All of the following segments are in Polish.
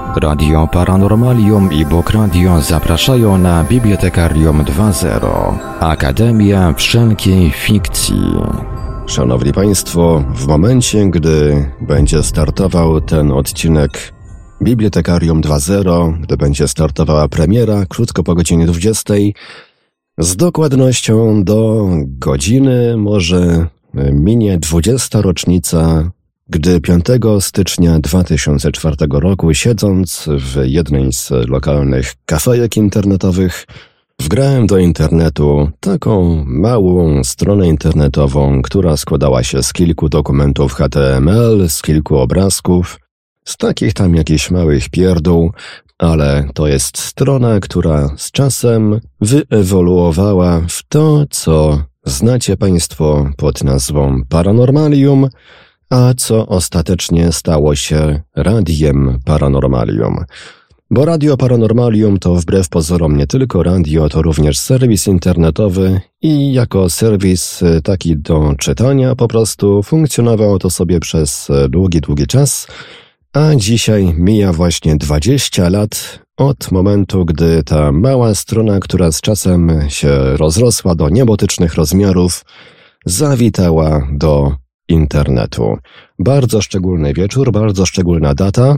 Radio Paranormalium i Bok Radio zapraszają na Bibliotekarium 2.0. Akademia Wszelkiej Fikcji. Szanowni Państwo, w momencie, gdy będzie startował ten odcinek Bibliotekarium 2.0, gdy będzie startowała premiera, krótko po godzinie 20, z dokładnością do godziny może minie 20. rocznica, gdy 5 stycznia 2004 roku, siedząc w jednej z lokalnych kafejek internetowych, wgrałem do internetu taką małą stronę internetową, która składała się z kilku dokumentów HTML, z kilku obrazków, z takich tam jakichś małych pierdół, ale to jest strona, która z czasem wyewoluowała w to, co znacie Państwo pod nazwą Paranormalium, a co ostatecznie stało się Radiem Paranormalium. Bo Radio Paranormalium to wbrew pozorom nie tylko radio, to również serwis internetowy i jako serwis taki do czytania po prostu funkcjonowało to sobie przez długi czas, a dzisiaj mija właśnie 20 lat od momentu, gdy ta mała strona, która z czasem się rozrosła do niebotycznych rozmiarów, zawitała do internetu. Bardzo szczególny wieczór, bardzo szczególna data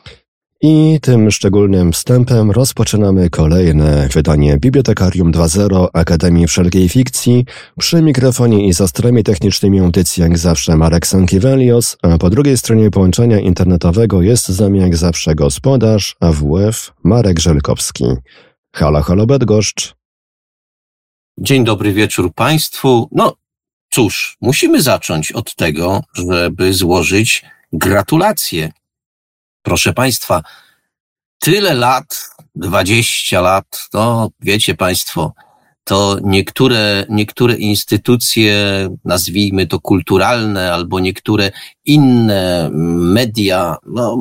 i tym szczególnym wstępem rozpoczynamy kolejne wydanie Bibliotekarium 2.0 Akademii Wszelkiej Fikcji. Przy mikrofonie i za stronami technicznymi audycji jak zawsze Marek Sankiewelios, a po drugiej stronie połączenia internetowego jest z nami jak zawsze gospodarz AWF Marek Żelkowski. Halo Bydgoszcz. Dzień dobry wieczór Państwu. No cóż, musimy zacząć od tego, żeby złożyć gratulacje. Proszę Państwa, tyle lat, 20 lat, to wiecie Państwo, to niektóre instytucje, nazwijmy to kulturalne, albo niektóre inne media,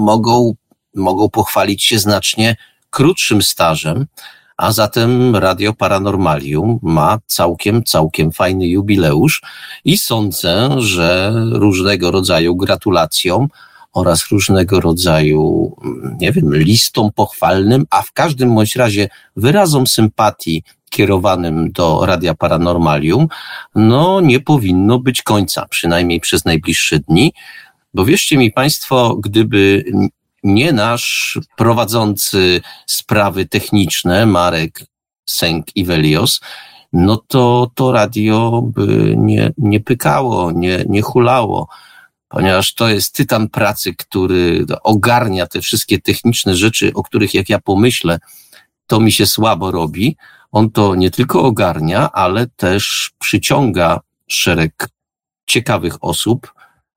mogą pochwalić się znacznie krótszym stażem, a zatem Radio Paranormalium ma całkiem fajny jubileusz i sądzę, że różnego rodzaju gratulacjom oraz różnego rodzaju, listom pochwalnym, a w każdym bądź razie wyrazom sympatii kierowanym do Radia Paranormalium, nie powinno być końca, przynajmniej przez najbliższe dni, bo wierzcie mi Państwo, gdyby nie nasz prowadzący sprawy techniczne, Marek Sankiewelios, to radio by nie pykało, nie hulało, ponieważ to jest tytan pracy, który ogarnia te wszystkie techniczne rzeczy, o których jak ja pomyślę, to mi się słabo robi. On to nie tylko ogarnia, ale też przyciąga szereg ciekawych osób,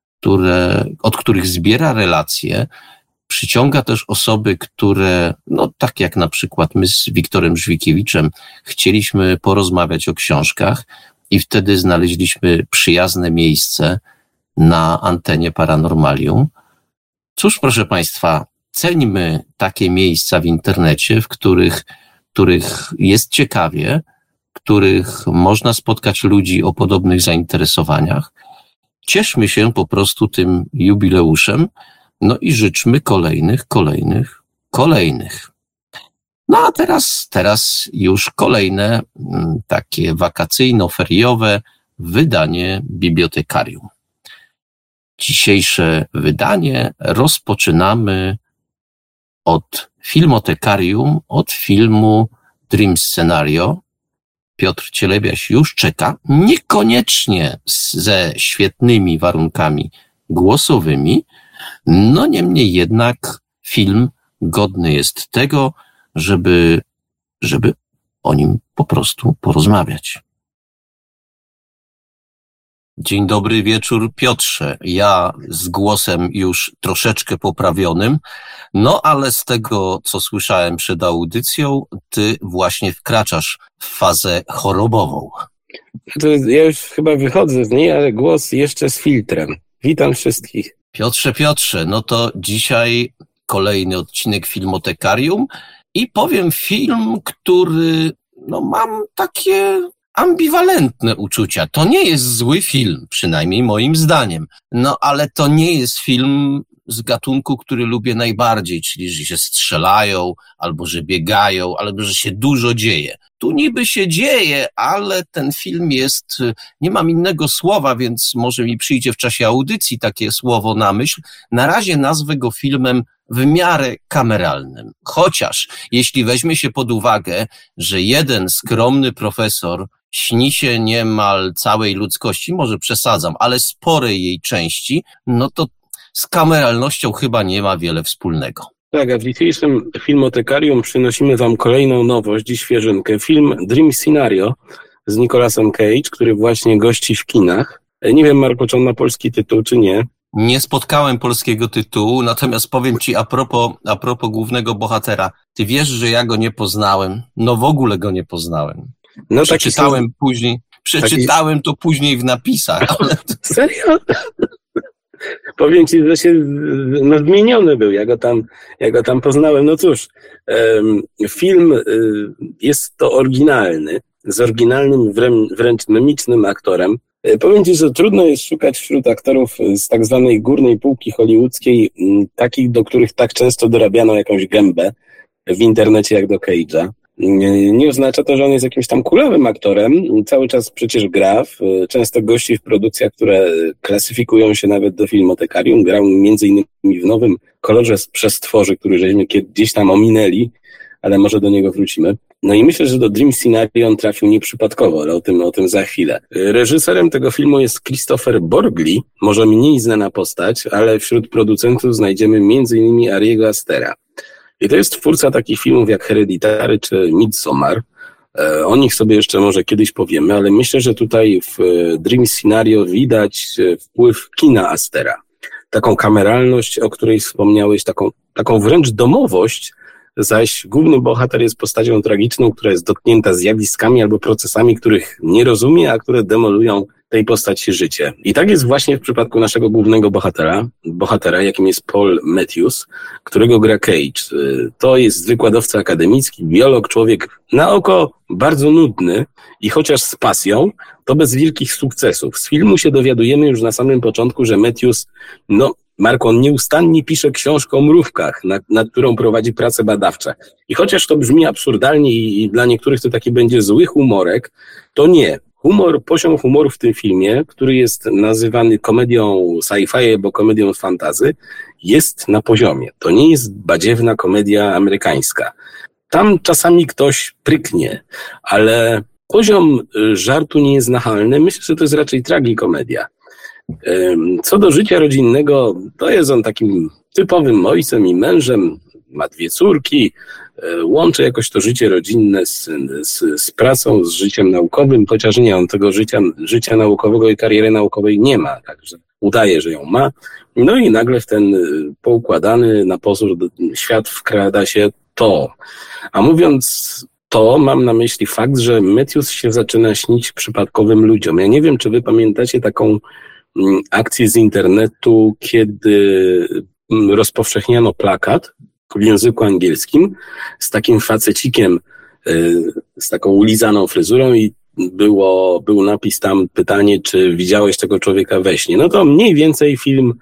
od których zbiera relacje. Przyciąga też osoby, które, tak jak na przykład my z Wiktorem Żwikiewiczem chcieliśmy porozmawiać o książkach i wtedy znaleźliśmy przyjazne miejsce na antenie Paranormalium. Cóż, proszę Państwa, ceńmy takie miejsca w internecie, w których jest ciekawie, w których można spotkać ludzi o podobnych zainteresowaniach. Cieszmy się po prostu tym jubileuszem, i życzmy kolejnych. A teraz już kolejne takie wakacyjno-feriowe wydanie Bibliotekarium. Dzisiejsze wydanie rozpoczynamy od Filmotekarium, od filmu Dream Scenario. Piotr Cielebiaś już czeka, niekoniecznie ze świetnymi warunkami głosowymi, niemniej jednak film godny jest tego, żeby o nim po prostu porozmawiać. Dzień dobry wieczór, Piotrze. Ja z głosem już troszeczkę poprawionym, ale z tego, co słyszałem przed audycją, ty właśnie wkraczasz w fazę chorobową. To ja już chyba wychodzę z niej, ale głos jeszcze z filtrem. Witam wszystkich. Piotrze, to dzisiaj kolejny odcinek Filmotekarium i powiem film, który, mam takie ambiwalentne uczucia. To nie jest zły film, przynajmniej moim zdaniem. Ale to nie jest film z gatunku, który lubię najbardziej, czyli że się strzelają, albo że biegają, albo że się dużo dzieje. Tu niby się dzieje, ale ten film jest, nie mam innego słowa, więc może mi przyjdzie w czasie audycji takie słowo na myśl. Na razie nazwę go filmem w miarę kameralnym. Chociaż jeśli weźmie się pod uwagę, że jeden skromny profesor śni się niemal całej ludzkości, może przesadzam, ale sporej jej części, no to z kameralnością chyba nie ma wiele wspólnego. Tak, a w dzisiejszym Filmotekarium przynosimy wam kolejną nowość, dziś świeżynkę. Film Dream Scenario z Nicolasem Cage, który właśnie gości w kinach. Nie wiem, Marko, czy on ma polski tytuł, czy nie. Nie spotkałem polskiego tytułu, natomiast powiem ci a propos głównego bohatera. Ty wiesz, że ja go nie poznałem? No w ogóle go nie poznałem. No, Przeczytałem to później w napisach. Ale... Serio? Powiem ci, że się zmieniony był, ja go tam poznałem. No cóż, film jest to oryginalny, z oryginalnym, wręcz memicznym aktorem. Powiem ci, że trudno jest szukać wśród aktorów z tak zwanej górnej półki hollywoodzkiej takich, do których tak często dorabiano jakąś gębę w internecie jak do Cage'a. Nie oznacza to, że on jest jakimś tam kulawym aktorem. Cały czas przecież gra, często gości w produkcjach, które klasyfikują się nawet do Filmotekarium. Grał między innymi w Nowym Kolorze z Przestworzy, który żeśmy gdzieś tam ominęli, ale może do niego wrócimy. No i myślę, że do Dream Scenario on trafił nieprzypadkowo, ale o tym za chwilę. Reżyserem tego filmu jest Christopher Borgli, może mniej znana postać, ale wśród producentów znajdziemy między innymi Ariego Astera. I to jest twórca takich filmów jak Hereditary czy Midsommar. O nich sobie jeszcze może kiedyś powiemy, ale myślę, że tutaj w Dream Scenario widać wpływ kina Astera. Taką kameralność, o której wspomniałeś, taką wręcz domowość, zaś główny bohater jest postacią tragiczną, która jest dotknięta zjawiskami albo procesami, których nie rozumie, a które demolują tej postaci życie. I tak jest właśnie w przypadku naszego głównego bohatera, jakim jest Paul Matthews, którego gra Cage. To jest wykładowca akademicki, biolog, człowiek na oko bardzo nudny i chociaż z pasją, to bez wielkich sukcesów. Z filmu się dowiadujemy już na samym początku, że Matthews, Marko, on nieustannie pisze książkę o mrówkach, nad którą prowadzi prace badawcze. I chociaż to brzmi absurdalnie i dla niektórych to taki będzie zły humorek, to nie. Poziom humoru w tym filmie, który jest nazywany komedią sci-fi albo komedią fantasy, jest na poziomie. To nie jest badziewna komedia amerykańska. Tam czasami ktoś pryknie, ale poziom żartu nie jest nachalny. Myślę, że to jest raczej tragikomedia. Co do życia rodzinnego, to jest on takim typowym ojcem i mężem, ma 2 córki, łączy jakoś to życie rodzinne z pracą, z życiem naukowym, chociaż nie, on tego życia naukowego i kariery naukowej nie ma, także udaje, że ją ma. No i nagle w ten poukładany na pozór świat wkrada się to. A mówiąc to, mam na myśli fakt, że Matthews się zaczyna śnić przypadkowym ludziom. Ja nie wiem, czy wy pamiętacie taką akcję z internetu, kiedy rozpowszechniano plakat w języku angielskim z takim facecikiem, z taką ulizaną fryzurą i był napis tam, pytanie, czy widziałeś tego człowieka we śnie. No to mniej więcej film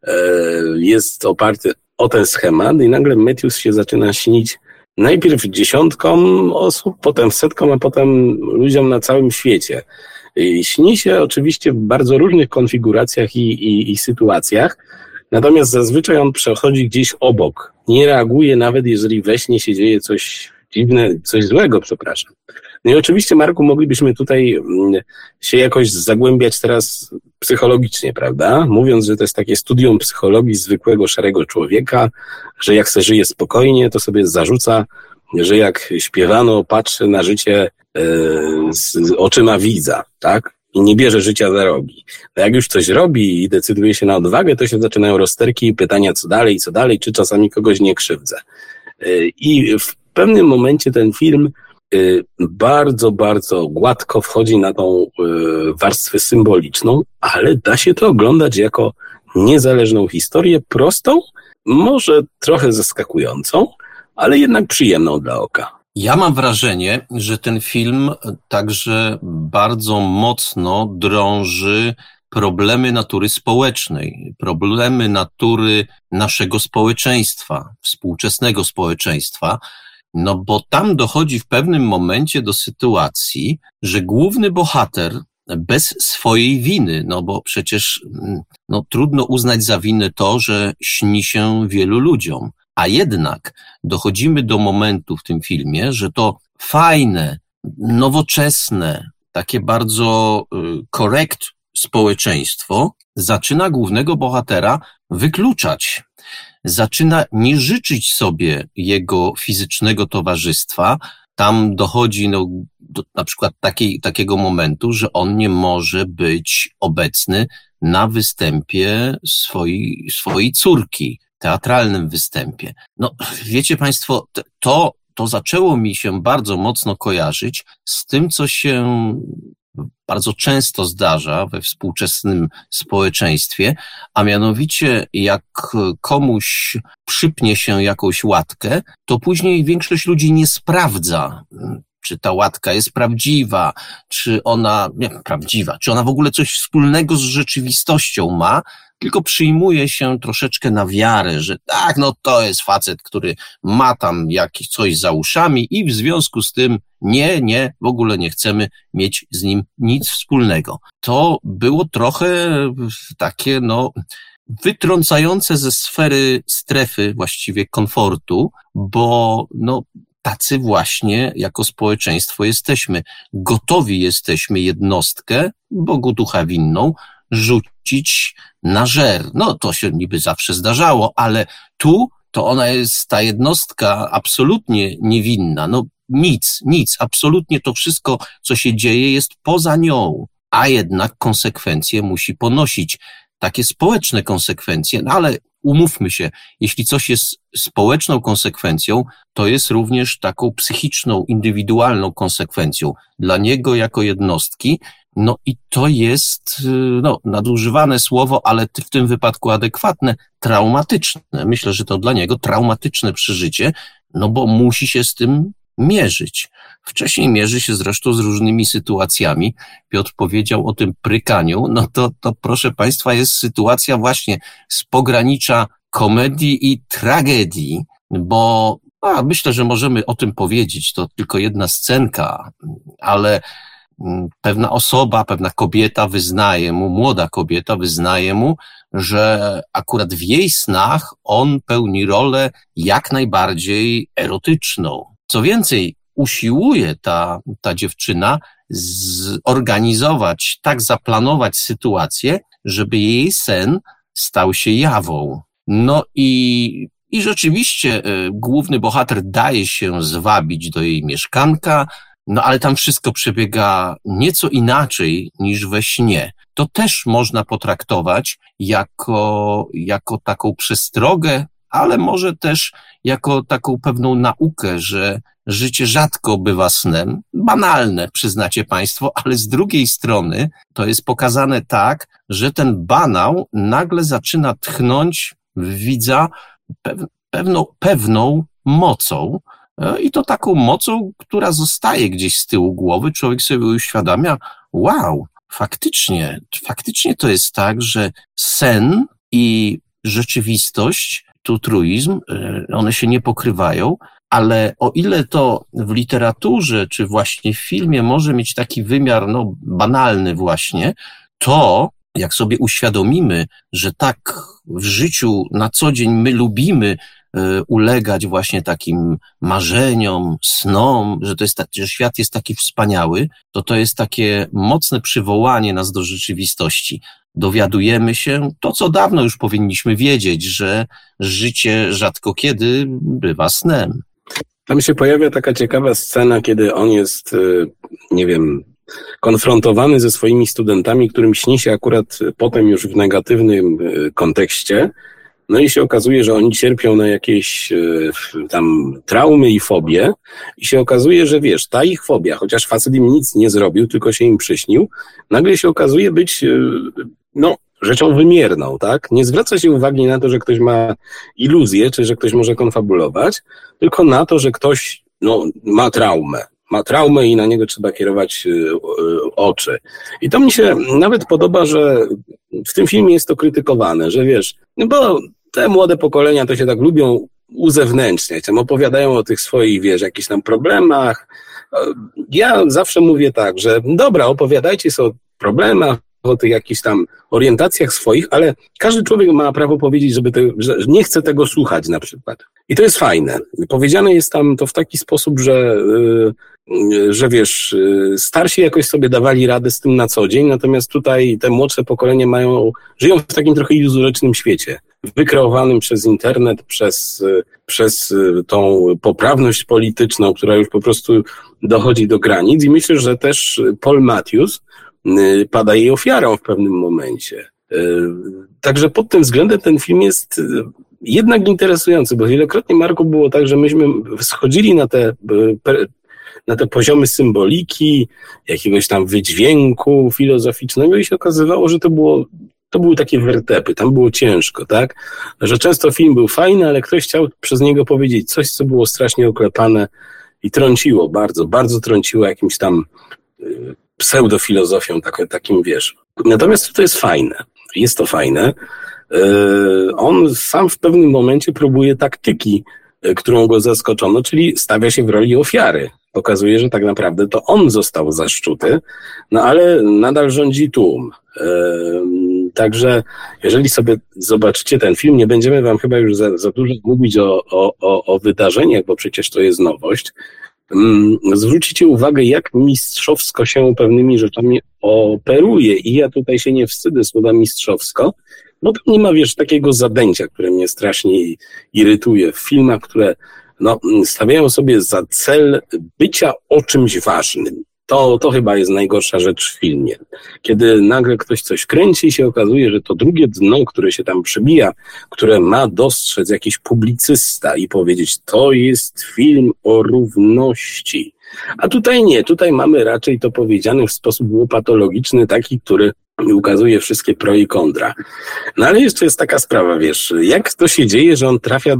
jest oparty o ten schemat i nagle Matthews się zaczyna śnić najpierw 10 osób, potem 100, a potem ludziom na całym świecie. I śni się oczywiście w bardzo różnych konfiguracjach i sytuacjach, natomiast zazwyczaj on przechodzi gdzieś obok. Nie reaguje nawet, jeżeli we śnie się dzieje coś złego, przepraszam. No i oczywiście, Marku, moglibyśmy tutaj się jakoś zagłębiać teraz psychologicznie, prawda? Mówiąc, że to jest takie studium psychologii zwykłego, szarego człowieka, że jak se żyje spokojnie, to sobie zarzuca, że jak śpiewano, patrzy na życie z oczyma widza, tak? I nie bierze życia za rogi. A jak już coś robi i decyduje się na odwagę, to się zaczynają rozterki i pytania, co dalej, czy czasami kogoś nie krzywdzę. I w pewnym momencie ten film bardzo, bardzo gładko wchodzi na tą warstwę symboliczną, ale da się to oglądać jako niezależną historię, prostą, może trochę zaskakującą, ale jednak przyjemną dla oka. Ja mam wrażenie, że ten film także bardzo mocno drąży problemy natury społecznej, problemy natury naszego społeczeństwa, współczesnego społeczeństwa, no bo tam dochodzi w pewnym momencie do sytuacji, że główny bohater bez swojej winy, no bo przecież trudno uznać za winę to, że śni się wielu ludziom, a jednak dochodzimy do momentu w tym filmie, że to fajne, nowoczesne, takie bardzo correct społeczeństwo zaczyna głównego bohatera wykluczać. Zaczyna nie życzyć sobie jego fizycznego towarzystwa. Tam dochodzi do na przykład takiego momentu, że on nie może być obecny na występie swojej córki, teatralnym występie. No, wiecie państwo, to zaczęło mi się bardzo mocno kojarzyć z tym, co się bardzo często zdarza we współczesnym społeczeństwie, a mianowicie jak komuś przypnie się jakąś łatkę, to później większość ludzi nie sprawdza, czy ta łatka jest prawdziwa, czy ona w ogóle coś wspólnego z rzeczywistością ma, tylko przyjmuje się troszeczkę na wiarę, że tak, to jest facet, który ma tam jakieś coś za uszami i w związku z tym nie, w ogóle nie chcemy mieć z nim nic wspólnego. To było trochę takie, wytrącające ze strefy właściwie komfortu, bo tacy właśnie jako społeczeństwo jesteśmy. Gotowi jesteśmy jednostkę, Bogu ducha winną, rzucić na żer. To się niby zawsze zdarzało, ale tu to ona jest, ta jednostka absolutnie niewinna. Nic, absolutnie to wszystko, co się dzieje, jest poza nią, a jednak konsekwencje musi ponosić. Takie społeczne konsekwencje, ale umówmy się, jeśli coś jest społeczną konsekwencją, to jest również taką psychiczną, indywidualną konsekwencją dla niego jako jednostki. I to jest, nadużywane słowo, ale w tym wypadku adekwatne, traumatyczne. Myślę, że to dla niego traumatyczne przeżycie, bo musi się z tym mierzyć. Wcześniej mierzy się zresztą z różnymi sytuacjami. Piotr powiedział o tym prykaniu, to proszę państwa jest sytuacja właśnie z pogranicza komedii i tragedii, bo myślę, że możemy o tym powiedzieć, to tylko jedna scenka, ale pewna osoba, pewna kobieta wyznaje mu, młoda kobieta wyznaje mu, że akurat w jej snach on pełni rolę jak najbardziej erotyczną. Co więcej, usiłuje ta dziewczyna zorganizować, tak zaplanować sytuację, żeby jej sen stał się jawą. I rzeczywiście główny bohater daje się zwabić do jej mieszkanka, ale tam wszystko przebiega nieco inaczej niż we śnie. To też można potraktować jako taką przestrogę, ale może też jako taką pewną naukę, że życie rzadko bywa snem. Banalne, przyznacie państwo, ale z drugiej strony to jest pokazane tak, że ten banał nagle zaczyna tchnąć w widza pewną mocą, i to taką mocą, która zostaje gdzieś z tyłu głowy. Człowiek sobie uświadamia, wow, faktycznie to jest tak, że sen i rzeczywistość, tu truizm, one się nie pokrywają, ale o ile to w literaturze, czy właśnie w filmie może mieć taki wymiar, banalny właśnie, to jak sobie uświadomimy, że tak w życiu na co dzień my lubimy ulegać właśnie takim marzeniom, snom, że świat jest taki wspaniały, to jest takie mocne przywołanie nas do rzeczywistości. Dowiadujemy się to, co dawno już powinniśmy wiedzieć, że życie rzadko kiedy bywa snem. Tam się pojawia taka ciekawa scena, kiedy on jest, konfrontowany ze swoimi studentami, którym śni się akurat potem już w negatywnym kontekście. I się okazuje, że oni cierpią na jakieś tam traumy i fobie i się okazuje, że ta ich fobia, chociaż facet im nic nie zrobił, tylko się im przyśnił, nagle się okazuje być, rzeczą wymierną, tak? Nie zwraca się uwagi na to, że ktoś ma iluzję, czy że ktoś może konfabulować, tylko na to, że ktoś, ma traumę, ma traumę i na niego trzeba kierować oczy. I to mi się nawet podoba, że w tym filmie jest to krytykowane, że wiesz, no bo te młode pokolenia to się tak lubią uzewnętrzniać, tam opowiadają o tych swoich, wiesz, jakichś tam problemach. Ja zawsze mówię tak, że dobra, opowiadajcie sobie o problemach, o tych jakichś tam orientacjach swoich, ale każdy człowiek ma prawo powiedzieć, że nie chce tego słuchać na przykład. I to jest fajne. Powiedziane jest tam to w taki sposób, że wiesz, starsi jakoś sobie dawali radę z tym na co dzień, natomiast tutaj te młodsze pokolenie żyją w takim trochę iluzorycznym świecie, wykreowanym przez internet, przez tą poprawność polityczną, która już po prostu dochodzi do granic i myślę, że też Paul Matthews pada jej ofiarą w pewnym momencie. Także pod tym względem ten film jest jednak interesujący, bo wielokrotnie, Marku, było tak, że myśmy schodzili na te poziomy symboliki, jakiegoś tam wydźwięku filozoficznego i się okazywało, że to były takie wertepy, tam było ciężko, tak? Że często film był fajny, ale ktoś chciał przez niego powiedzieć coś, co było strasznie oklepane i trąciło, bardzo, bardzo trąciło jakimś tam pseudofilozofią, takim wiesz. Natomiast to jest fajne. Jest to fajne. On sam w pewnym momencie próbuje taktyki, którą go zaskoczono, czyli stawia się w roli ofiary. Pokazuje, że tak naprawdę to on został zaszczuty, no ale nadal rządzi tłum. Także jeżeli sobie zobaczycie ten film, nie będziemy wam chyba już za dużo mówić o wydarzeniach, bo przecież to jest nowość. Zwrócicie uwagę, jak mistrzowsko się pewnymi rzeczami operuje i ja tutaj się nie wstydzę słowa mistrzowsko, bo tam nie ma, wiesz, takiego zadęcia, które mnie strasznie irytuje w filmach, które stawiają sobie za cel bycia o czymś ważnym. To chyba jest najgorsza rzecz w filmie. Kiedy nagle ktoś coś kręci i się okazuje, że to drugie dno, które się tam przebija, które ma dostrzec jakiś publicysta i powiedzieć, to jest film o równości. A tutaj nie, tutaj mamy raczej to powiedziane w sposób łopatologiczny, taki, który ukazuje wszystkie pro i kontra. No ale jeszcze jest taka sprawa, wiesz, jak to się dzieje, że on trafia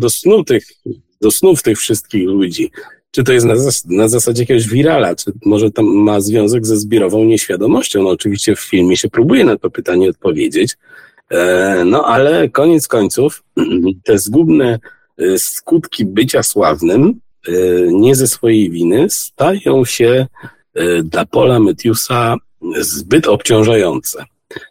do snów tych wszystkich ludzi? Czy to jest na zasadzie jakiegoś wirala, czy może tam ma związek ze zbiorową nieświadomością? No oczywiście w filmie się próbuje na to pytanie odpowiedzieć, no ale koniec końców te zgubne skutki bycia sławnym, nie ze swojej winy, stają się dla Paula Matthewsa zbyt obciążające.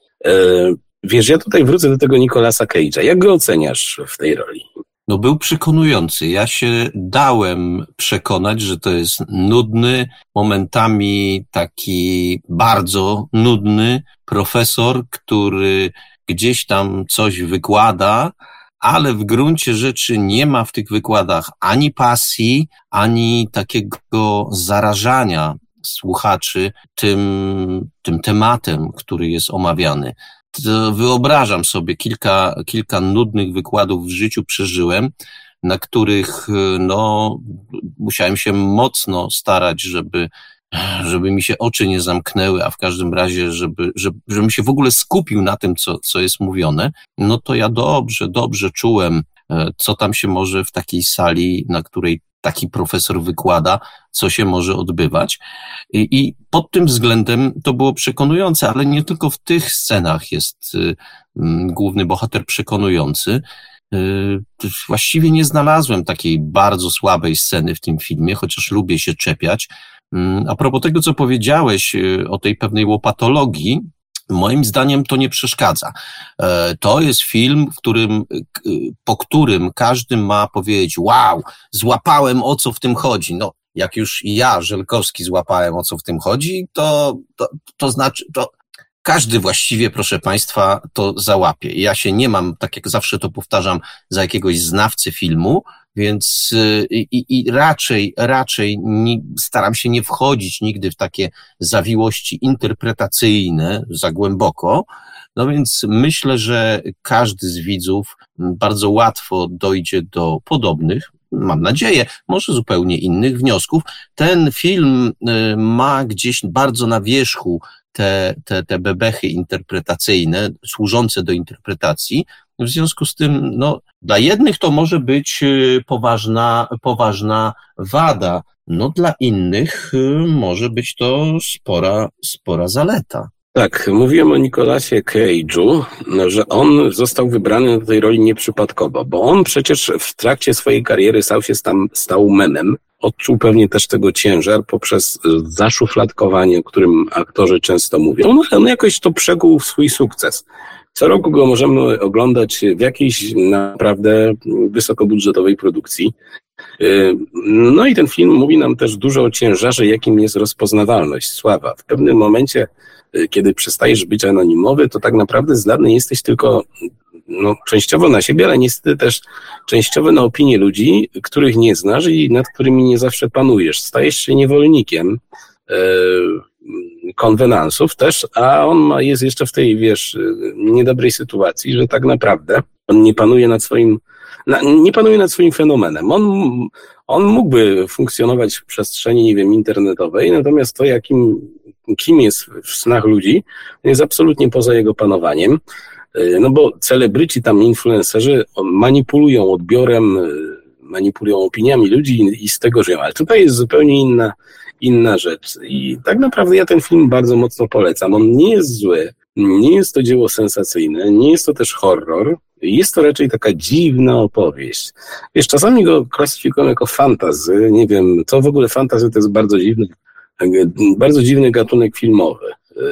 Wiesz, ja tutaj wrócę do tego Nicolasa Cage'a. Jak go oceniasz w tej roli? No był przekonujący. Ja się dałem przekonać, że to jest nudny, momentami taki bardzo nudny profesor, który gdzieś tam coś wykłada, ale w gruncie rzeczy nie ma w tych wykładach ani pasji, ani takiego zarażania słuchaczy tym tematem, który jest omawiany. Wyobrażam sobie, kilka nudnych wykładów w życiu przeżyłem, na których musiałem się mocno starać, żeby mi się oczy nie zamknęły, a w każdym razie, żebym się w ogóle skupił na tym, co jest mówione. No to ja dobrze czułem, co tam się może w takiej sali, na której taki profesor wykłada, co się może odbywać. I pod tym względem to było przekonujące, ale nie tylko w tych scenach jest główny bohater przekonujący. Właściwie nie znalazłem takiej bardzo słabej sceny w tym filmie, chociaż lubię się czepiać. A propos tego, co powiedziałeś o tej pewnej łopatologii, moim zdaniem to nie przeszkadza. To jest film, po którym każdy ma powiedzieć, wow, złapałem, o co w tym chodzi. No, jak już ja, Żelkowski, złapałem, o co w tym chodzi, to znaczy, każdy właściwie, proszę Państwa, to załapie. Ja się nie mam, tak jak zawsze to powtarzam, za jakiegoś znawcę filmu, więc raczej staram się nie wchodzić nigdy w takie zawiłości interpretacyjne za głęboko. No więc myślę, że każdy z widzów bardzo łatwo dojdzie do podobnych, mam nadzieję, może zupełnie innych wniosków. Ten film ma gdzieś bardzo na wierzchu te bebechy interpretacyjne, służące do interpretacji. W związku z tym, dla jednych to może być poważna wada no dla innych może być to spora zaleta. Tak, mówiłem o Nicolasie Cage'u, że on został wybrany do tej roli nieprzypadkowo, bo on przecież w trakcie swojej kariery stał memem. Odczuł pewnie też tego ciężar poprzez zaszufladkowanie, o którym aktorzy często mówią. No, on jakoś to przekuł w swój sukces. Co roku go możemy oglądać w jakiejś naprawdę wysokobudżetowej produkcji. No i ten film mówi nam też dużo o ciężarze, jakim jest rozpoznawalność, sława. W pewnym momencie, kiedy przestajesz być anonimowy, to tak naprawdę zdany jesteś tylko częściowo na siebie, ale niestety też częściowo na opinię ludzi, których nie znasz i nad którymi nie zawsze panujesz. Stajesz się niewolnikiem konwenansów też, a on jest jeszcze w tej, niedobrej sytuacji, że tak naprawdę on nie panuje nad swoim fenomenem. On mógłby funkcjonować w przestrzeni, internetowej, natomiast to, kim jest w snach ludzi, jest absolutnie poza jego panowaniem. No bo celebryci, tam influencerzy manipulują odbiorem, manipulują opiniami ludzi i z tego żyją. Ale tutaj jest zupełnie inna rzecz. I tak naprawdę ja ten film bardzo mocno polecam. On nie jest zły, nie jest to dzieło sensacyjne, nie jest to też horror. Jest to raczej taka dziwna opowieść. Czasami go klasyfikują jako fantasy. Nie wiem, to w ogóle fantasy to jest bardzo dziwny gatunek filmowy,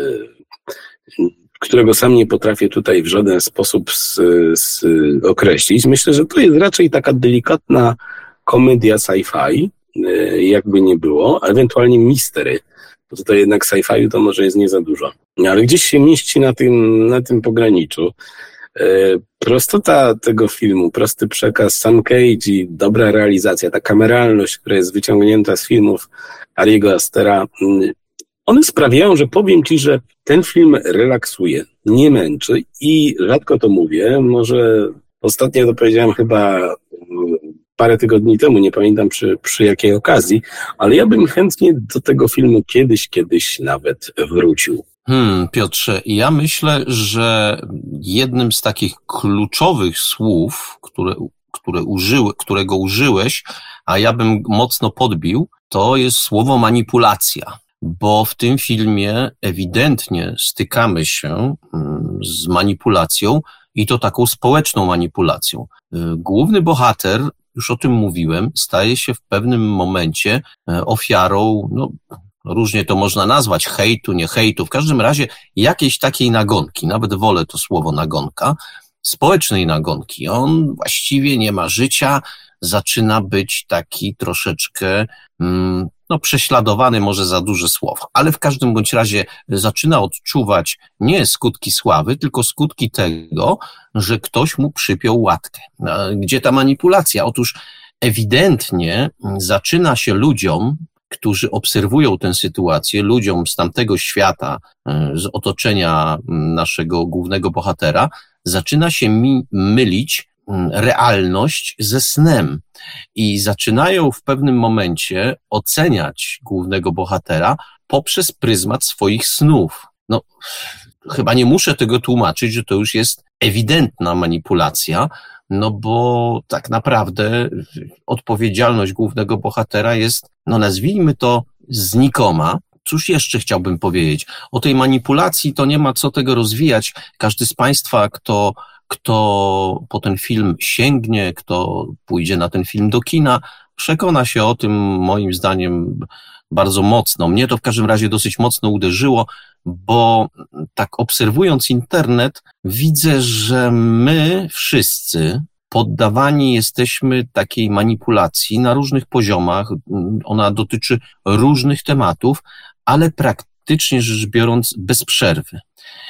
którego sam nie potrafię tutaj w żaden sposób określić. Myślę, że to jest raczej taka delikatna komedia sci-fi, jakby nie było, ewentualnie mystery. Bo tutaj jednak sci-fi'u to może jest nie za dużo. Ale gdzieś się mieści na tym pograniczu. Prostota tego filmu, prosty przekaz, Sam Cage i dobra realizacja, ta kameralność, która jest wyciągnięta z filmów Ariego Astera, one sprawiają, że powiem Ci, że ten film relaksuje, nie męczy i rzadko to mówię, może ostatnio to powiedziałem chyba parę tygodni temu, nie pamiętam przy jakiej okazji, ale ja bym chętnie do tego filmu kiedyś nawet wrócił. Piotrze, ja myślę, że jednym z takich kluczowych słów, którego użyłeś, a ja bym mocno podbił, to jest słowo manipulacja. Bo w tym filmie ewidentnie stykamy się z manipulacją i to taką społeczną manipulacją. Główny bohater, już o tym mówiłem, staje się w pewnym momencie ofiarą, różnie to można nazwać, hejtu, nie hejtu, w każdym razie jakiejś takiej nagonki, nawet wolę to słowo nagonka, społecznej nagonki. On właściwie nie ma życia, zaczyna być taki troszeczkę prześladowany, może za duże słowo, ale w każdym bądź razie zaczyna odczuwać nie skutki sławy, tylko skutki tego, że ktoś mu przypiął łatkę. Gdzie ta manipulacja? Otóż ewidentnie zaczyna się ludziom, którzy obserwują tę sytuację, ludziom z tamtego świata, z otoczenia naszego głównego bohatera, zaczyna się mylić realność ze snem i zaczynają w pewnym momencie oceniać głównego bohatera poprzez pryzmat swoich snów. Chyba nie muszę tego tłumaczyć, że to już jest ewidentna manipulacja, bo tak naprawdę odpowiedzialność głównego bohatera jest, nazwijmy to, znikoma. Cóż jeszcze chciałbym powiedzieć? O tej manipulacji to nie ma co tego rozwijać. Każdy z Państwa, kto po ten film sięgnie, kto pójdzie na ten film do kina, przekona się o tym, moim zdaniem, bardzo mocno. Mnie to w każdym razie dosyć mocno uderzyło, bo tak obserwując internet, widzę, że my wszyscy poddawani jesteśmy takiej manipulacji na różnych poziomach. Ona dotyczy różnych tematów, ale praktycznie rzecz biorąc bez przerwy.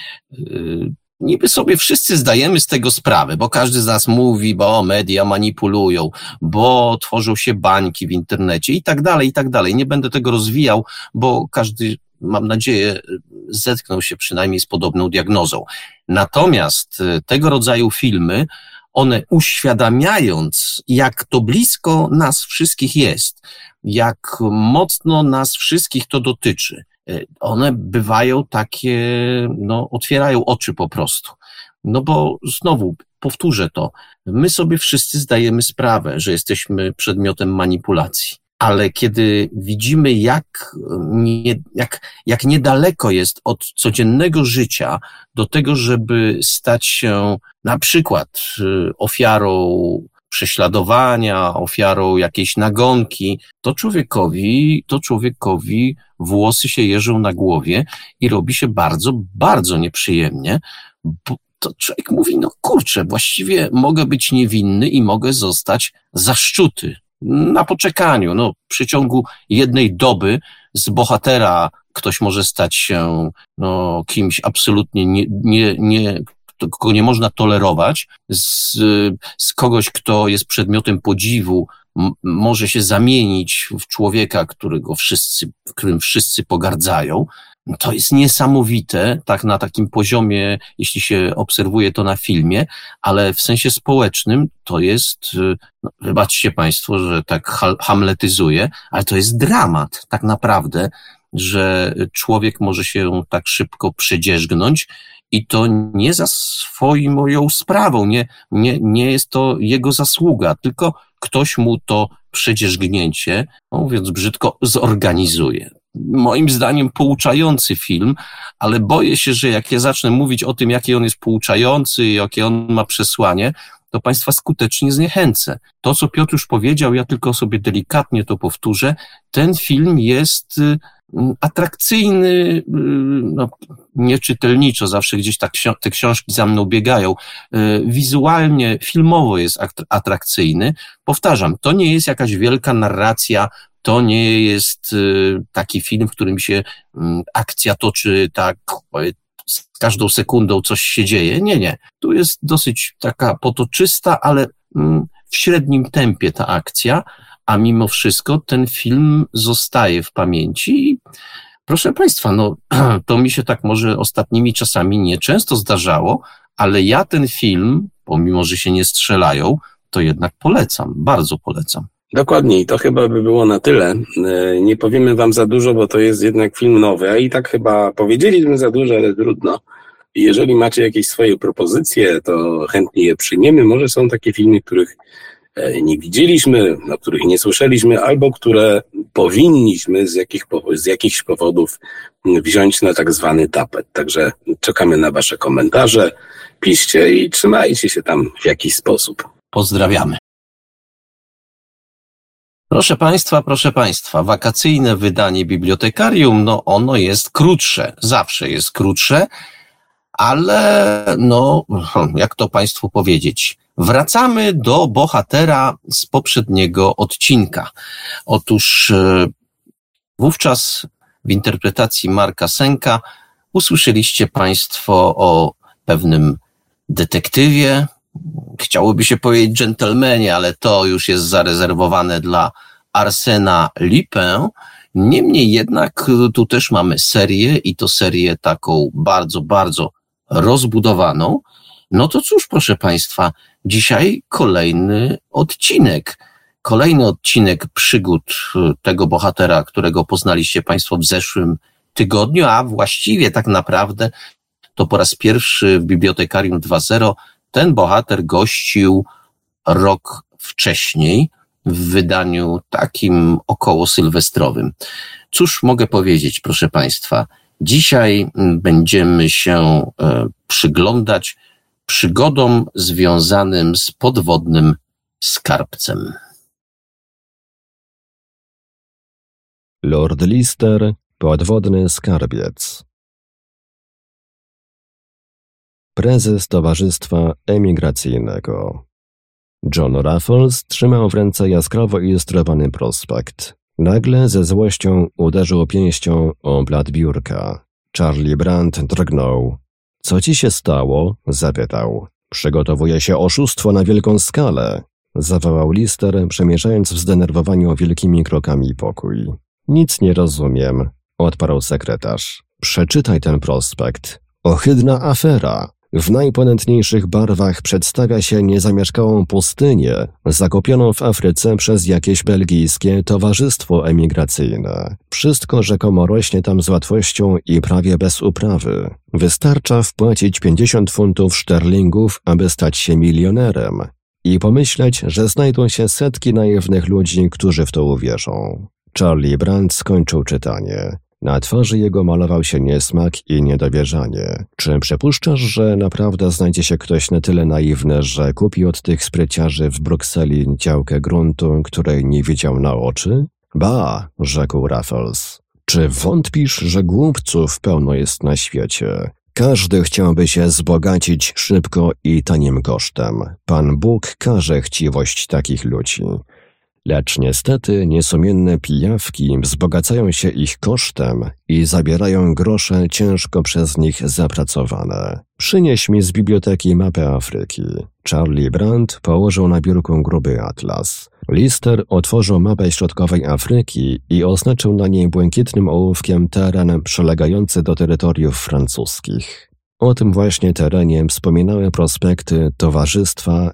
Niby sobie wszyscy zdajemy z tego sprawę, bo każdy z nas mówi, bo media manipulują, bo tworzą się bańki w internecie i tak dalej. Nie będę tego rozwijał, bo każdy, mam nadzieję, zetknął się przynajmniej z podobną diagnozą. Natomiast tego rodzaju filmy, one uświadamiając, jak to blisko nas wszystkich jest, jak mocno nas wszystkich to dotyczy, one bywają takie, otwierają oczy po prostu. Bo znowu, powtórzę to, my sobie wszyscy zdajemy sprawę, że jesteśmy przedmiotem manipulacji. ale kiedy widzimy, jak niedaleko jest od codziennego życia do tego, żeby stać się na przykład ofiarą prześladowania, ofiarą jakiejś nagonki, to człowiekowi włosy się jeżą na głowie i robi się bardzo, bardzo nieprzyjemnie, bo to człowiek mówi, no kurczę, właściwie mogę być niewinny i mogę zostać zaszczuty na poczekaniu. No, w przeciągu jednej doby z bohatera ktoś może stać się kimś absolutnie kogo nie można tolerować, z kogoś, kto jest przedmiotem podziwu, może się zamienić w człowieka, którym wszyscy pogardzają. To jest niesamowite, tak na takim poziomie, jeśli się obserwuje to na filmie, ale w sensie społecznym to jest, wybaczcie Państwo, że tak hamletyzuję, ale to jest dramat tak naprawdę, że człowiek może się tak szybko przedzierzgnąć i to nie za swoją sprawą, nie jest to jego zasługa, tylko ktoś mu to przedzierzgnięcie, mówiąc brzydko, zorganizuje. Moim zdaniem pouczający film, ale boję się, że jak ja zacznę mówić o tym, jaki on jest pouczający i jakie on ma przesłanie, to Państwa skutecznie zniechęcę. To, co Piotr już powiedział, ja tylko sobie delikatnie to powtórzę, ten film jest atrakcyjny, nieczytelniczo, zawsze gdzieś tak te książki za mną biegają, wizualnie, filmowo jest atrakcyjny. Powtarzam, to nie jest jakaś wielka narracja, to nie jest taki film, w którym się akcja toczy tak, z każdą sekundą coś się dzieje. Nie. Tu jest dosyć taka potoczysta, ale w średnim tempie ta akcja, a mimo wszystko ten film zostaje w pamięci. I proszę Państwa, to mi się tak może ostatnimi czasami nieczęsto zdarzało, ale ja ten film, pomimo że się nie strzelają, to jednak polecam, bardzo polecam. Dokładnie, i to chyba by było na tyle. Nie powiemy Wam za dużo, bo to jest jednak film nowy, a i tak chyba powiedzieliśmy za dużo, ale trudno. Jeżeli macie jakieś swoje propozycje, to chętnie je przyjmiemy. Może są takie filmy, których nie widzieliśmy, o których nie słyszeliśmy, albo które powinniśmy z jakichś powodów wziąć na tak zwany tapet. Także czekamy na Wasze komentarze, piszcie i trzymajcie się tam w jakiś sposób. Pozdrawiamy. Proszę Państwa, wakacyjne wydanie Bibliotekarium, ono jest krótsze, zawsze jest krótsze, ale jak to Państwu powiedzieć, wracamy do bohatera z poprzedniego odcinka. Otóż wówczas w interpretacji Marka Senka usłyszeliście Państwo o pewnym detektywie, chciałoby się powiedzieć dżentelmenie, ale to już jest zarezerwowane dla Arsèna Lupin. Niemniej jednak tu też mamy serię i to serię taką bardzo, bardzo rozbudowaną. No to cóż, proszę Państwa, dzisiaj kolejny odcinek przygód tego bohatera, którego poznaliście Państwo w zeszłym tygodniu, a właściwie tak naprawdę to po raz pierwszy w Bibliotekarium 2.0 ten bohater gościł rok wcześniej w wydaniu takim około sylwestrowym. Cóż mogę powiedzieć, proszę Państwa? Dzisiaj będziemy się przyglądać przygodom związanym z podwodnym skarbcem. Lord Lister, podwodny skarbiec. Prezes Towarzystwa Emigracyjnego. John Raffles trzymał w ręce jaskrawo ilustrowany prospekt. Nagle ze złością uderzył pięścią o blat biurka. Charlie Brandt drgnął. Co ci się stało? Zapytał. Przygotowuje się oszustwo na wielką skalę, zawołał Lister, przemierzając w zdenerwowaniu wielkimi krokami pokój. Nic nie rozumiem, odparł sekretarz. Przeczytaj ten prospekt. Ohydna afera. W najponętniejszych barwach przedstawia się niezamieszkałą pustynię, zakopioną w Afryce przez jakieś belgijskie towarzystwo emigracyjne. Wszystko rzekomo rośnie tam z łatwością i prawie bez uprawy. Wystarcza wpłacić 50 funtów szterlingów, aby stać się milionerem. i pomyśleć, że znajdą się setki naiwnych ludzi, którzy w to uwierzą. Charlie Brandt skończył czytanie. Na twarzy jego malował się niesmak i niedowierzanie. Czy przypuszczasz, że naprawdę znajdzie się ktoś na tyle naiwny, że kupi od tych spryciarzy w Brukseli działkę gruntu, której nie widział na oczy? Ba, rzekł Raffles. Czy wątpisz, że głupców pełno jest na świecie? Każdy chciałby się wzbogacić szybko i tanim kosztem. Pan Bóg karze chciwość takich ludzi. Lecz niestety niesumienne pijawki wzbogacają się ich kosztem i zabierają grosze ciężko przez nich zapracowane. Przynieś mi z biblioteki mapę Afryki. Charlie Brandt położył na biurku gruby atlas. Lister otworzył mapę środkowej Afryki i oznaczył na niej błękitnym ołówkiem teren przylegający do terytoriów francuskich. O tym właśnie terenie wspominały prospekty Towarzystwa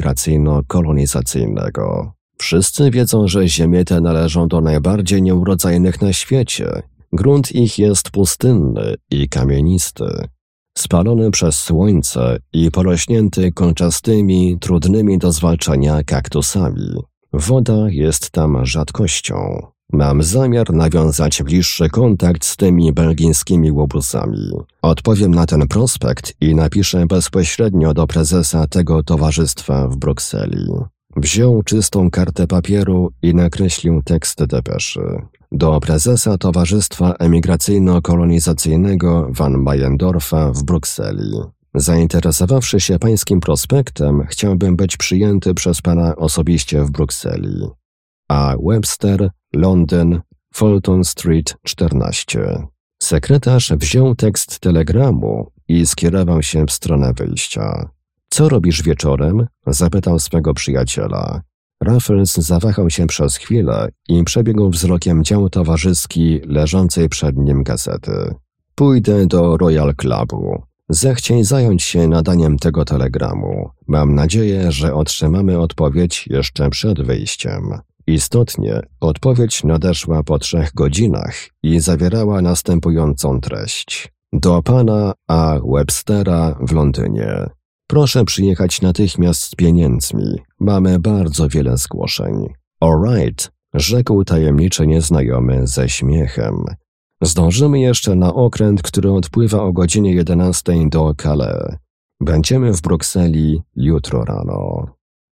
Emigracyjno-Kolonizacyjnego. Wszyscy wiedzą, że ziemie te należą do najbardziej nieurodzajnych na świecie. Grunt ich jest pustynny i kamienisty, spalony przez słońce i porośnięty kolczastymi, trudnymi do zwalczania kaktusami. Woda jest tam rzadkością. Mam zamiar nawiązać bliższy kontakt z tymi belgijskimi łobuzami. Odpowiem na ten prospekt i napiszę bezpośrednio do prezesa tego towarzystwa w Brukseli. Wziął czystą kartę papieru i nakreślił tekst depeszy. Do prezesa Towarzystwa Emigracyjno-Kolonizacyjnego Van Meyendorfa w Brukseli. Zainteresowawszy się pańskim prospektem, chciałbym być przyjęty przez pana osobiście w Brukseli. A. Webster, Londyn, Fulton Street 14. Sekretarz wziął tekst telegramu i skierował się w stronę wyjścia. Co robisz wieczorem? Zapytał swego przyjaciela. Raffles zawahał się przez chwilę i przebiegł wzrokiem dział towarzyski leżącej przed nim gazety. Pójdę do Royal Clubu. Zechciej zająć się nadaniem tego telegramu. Mam nadzieję, że otrzymamy odpowiedź jeszcze przed wyjściem. Istotnie, odpowiedź nadeszła po 3 godzinach i zawierała następującą treść. Do pana A. Webstera w Londynie. Proszę przyjechać natychmiast z pieniędzmi. Mamy bardzo wiele zgłoszeń. All right, rzekł tajemniczy nieznajomy ze śmiechem. Zdążymy jeszcze na okręt, który odpływa o godzinie 11 do Calais. Będziemy w Brukseli jutro rano.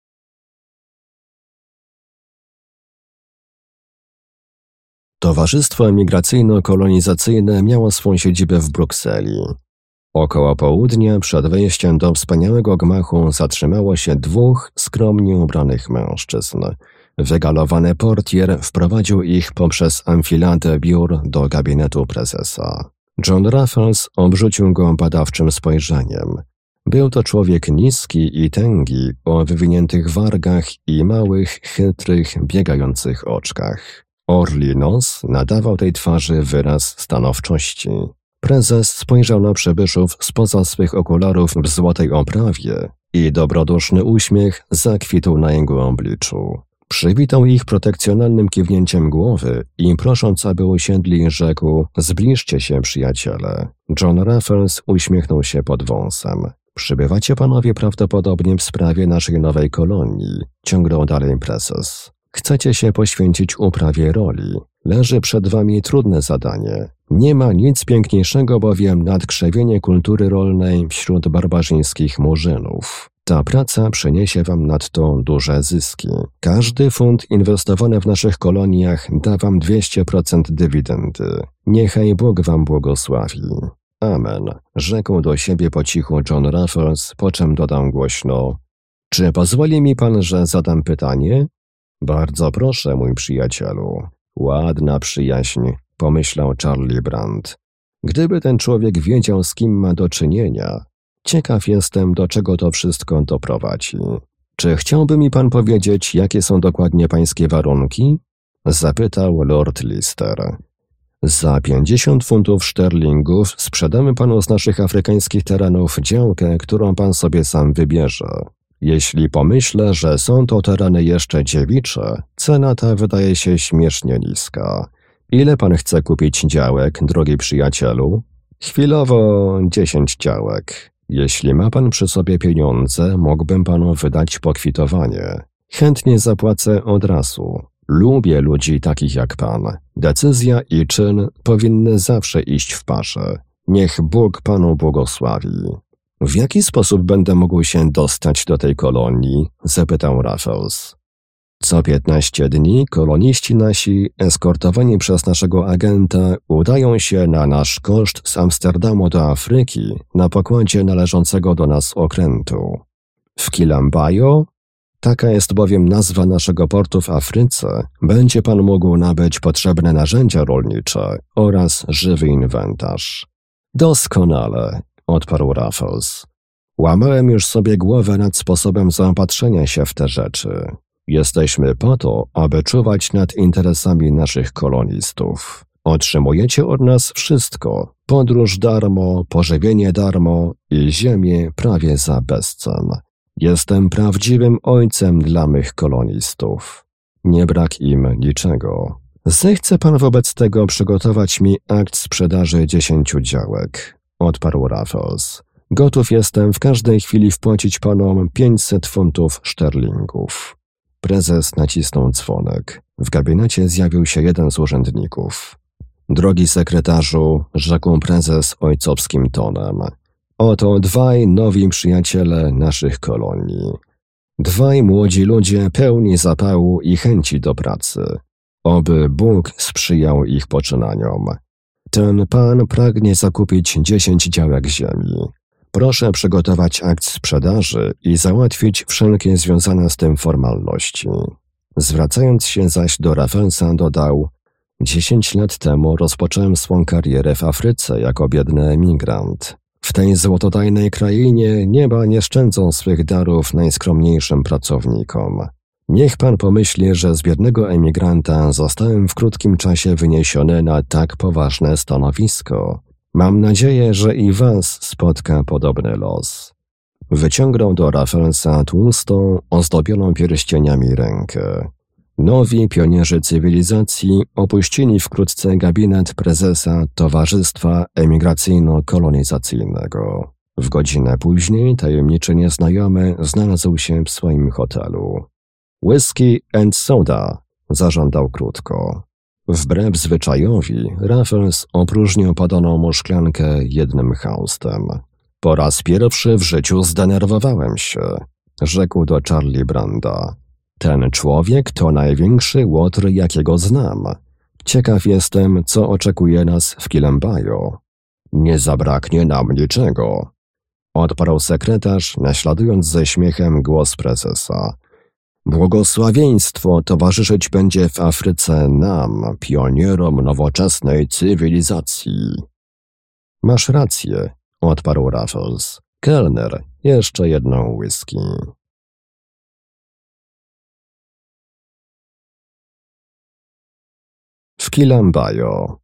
Towarzystwo Emigracyjno-Kolonizacyjne miało swą siedzibę w Brukseli. Około południa przed wejściem do wspaniałego gmachu zatrzymało się 2 skromnie ubranych mężczyzn. Wygalowany portier wprowadził ich poprzez amfiladę biur do gabinetu prezesa. John Raffles obrzucił go badawczym spojrzeniem. Był to człowiek niski i tęgi, o wywiniętych wargach i małych, chytrych, biegających oczkach. Orli nos nadawał tej twarzy wyraz stanowczości. Prezes spojrzał na przybyszów spoza swych okularów w złotej oprawie i dobroduszny uśmiech zakwitł na jego obliczu. Przywitał ich protekcjonalnym kiwnięciem głowy i prosząc, aby usiedli, rzekł: zbliżcie się, przyjaciele. John Raffles uśmiechnął się pod wąsem. Przybywacie panowie prawdopodobnie w sprawie naszej nowej kolonii, ciągnął dalej prezes. Chcecie się poświęcić uprawie roli. Leży przed wami trudne zadanie. Nie ma nic piękniejszego bowiem nad krzewienie kultury rolnej wśród barbarzyńskich murzynów. Ta praca przyniesie wam nadto duże zyski. Każdy funt inwestowany w naszych koloniach da wam 200% dywidendy. Niechaj Bóg wam błogosławi. Amen, rzekł do siebie po cichu John Raffles, po czym dodał głośno: czy pozwoli mi pan, że zadam pytanie? Bardzo proszę, mój przyjacielu. Ładna przyjaźń, pomyślał Charlie Brandt. Gdyby ten człowiek wiedział, z kim ma do czynienia. Ciekaw jestem, do czego to wszystko doprowadzi. Czy chciałby mi pan powiedzieć, jakie są dokładnie pańskie warunki? Zapytał Lord Lister. Za 50 funtów szterlingów sprzedamy panu z naszych afrykańskich terenów działkę, którą pan sobie sam wybierze. Jeśli pomyślę, że są to tereny jeszcze dziewicze, cena ta wydaje się śmiesznie niska. Ile pan chce kupić działek, drogi przyjacielu? Chwilowo 10 działek. Jeśli ma pan przy sobie pieniądze, mógłbym panu wydać pokwitowanie. Chętnie zapłacę od razu. Lubię ludzi takich jak pan. Decyzja i czyn powinny zawsze iść w parze. Niech Bóg panu błogosławi. W jaki sposób będę mógł się dostać do tej kolonii? Zapytał Raffles. Co 15 dni koloniści nasi, eskortowani przez naszego agenta, udają się na nasz koszt z Amsterdamu do Afryki na pokładzie należącego do nas okrętu. W Kilambayo, taka jest bowiem nazwa naszego portu w Afryce, będzie pan mógł nabyć potrzebne narzędzia rolnicze oraz żywy inwentarz. Doskonale, odparł Raffles. Łamałem już sobie głowę nad sposobem zaopatrzenia się w te rzeczy. Jesteśmy po to, aby czuwać nad interesami naszych kolonistów. Otrzymujecie od nas wszystko. Podróż darmo, pożywienie darmo i ziemię prawie za bezcen. Jestem prawdziwym ojcem dla mych kolonistów. Nie brak im niczego. Zechce pan wobec tego przygotować mi akt sprzedaży 10 działek, odparł Raffles. Gotów jestem w każdej chwili wpłacić panom 500 funtów szterlingów. Prezes nacisnął dzwonek. W gabinecie zjawił się jeden z urzędników. Drogi sekretarzu, rzekł prezes ojcowskim tonem. Oto 2 nowi przyjaciele naszych kolonii. 2 młodzi ludzie pełni zapału i chęci do pracy. Oby Bóg sprzyjał ich poczynaniom. Ten pan pragnie zakupić 10 działek ziemi. Proszę przygotować akt sprzedaży i załatwić wszelkie związane z tym formalności. Zwracając się zaś do Rafflesa dodał: 10 lat temu rozpocząłem swą karierę w Afryce jako biedny emigrant. W tej złotodajnej krainie nieba nie szczędzą swych darów najskromniejszym pracownikom. Niech pan pomyśli, że z biednego emigranta zostałem w krótkim czasie wyniesiony na tak poważne stanowisko. Mam nadzieję, że i was spotka podobny los. Wyciągnął do Rafflesa tłustą, ozdobioną pierścieniami rękę. Nowi pionierzy cywilizacji opuścili wkrótce gabinet prezesa Towarzystwa Emigracyjno-Kolonizacyjnego. W godzinę później tajemniczy nieznajomy znalazł się w swoim hotelu. Whisky and soda, zażądał krótko. Wbrew zwyczajowi, Raffles opróżnił podaną mu szklankę jednym chełstem. Po raz pierwszy w życiu zdenerwowałem się, rzekł do Charlie Branda. Ten człowiek to największy łotr, jakiego znam. Ciekaw jestem, co oczekuje nas w Kilambayo. Nie zabraknie nam niczego, odparł sekretarz, naśladując ze śmiechem głos prezesa. Błogosławieństwo towarzyszyć będzie w Afryce nam, pionierom nowoczesnej cywilizacji. Masz rację, odparł Raffles. Kelner, jeszcze jedną whisky. W Kilambayo.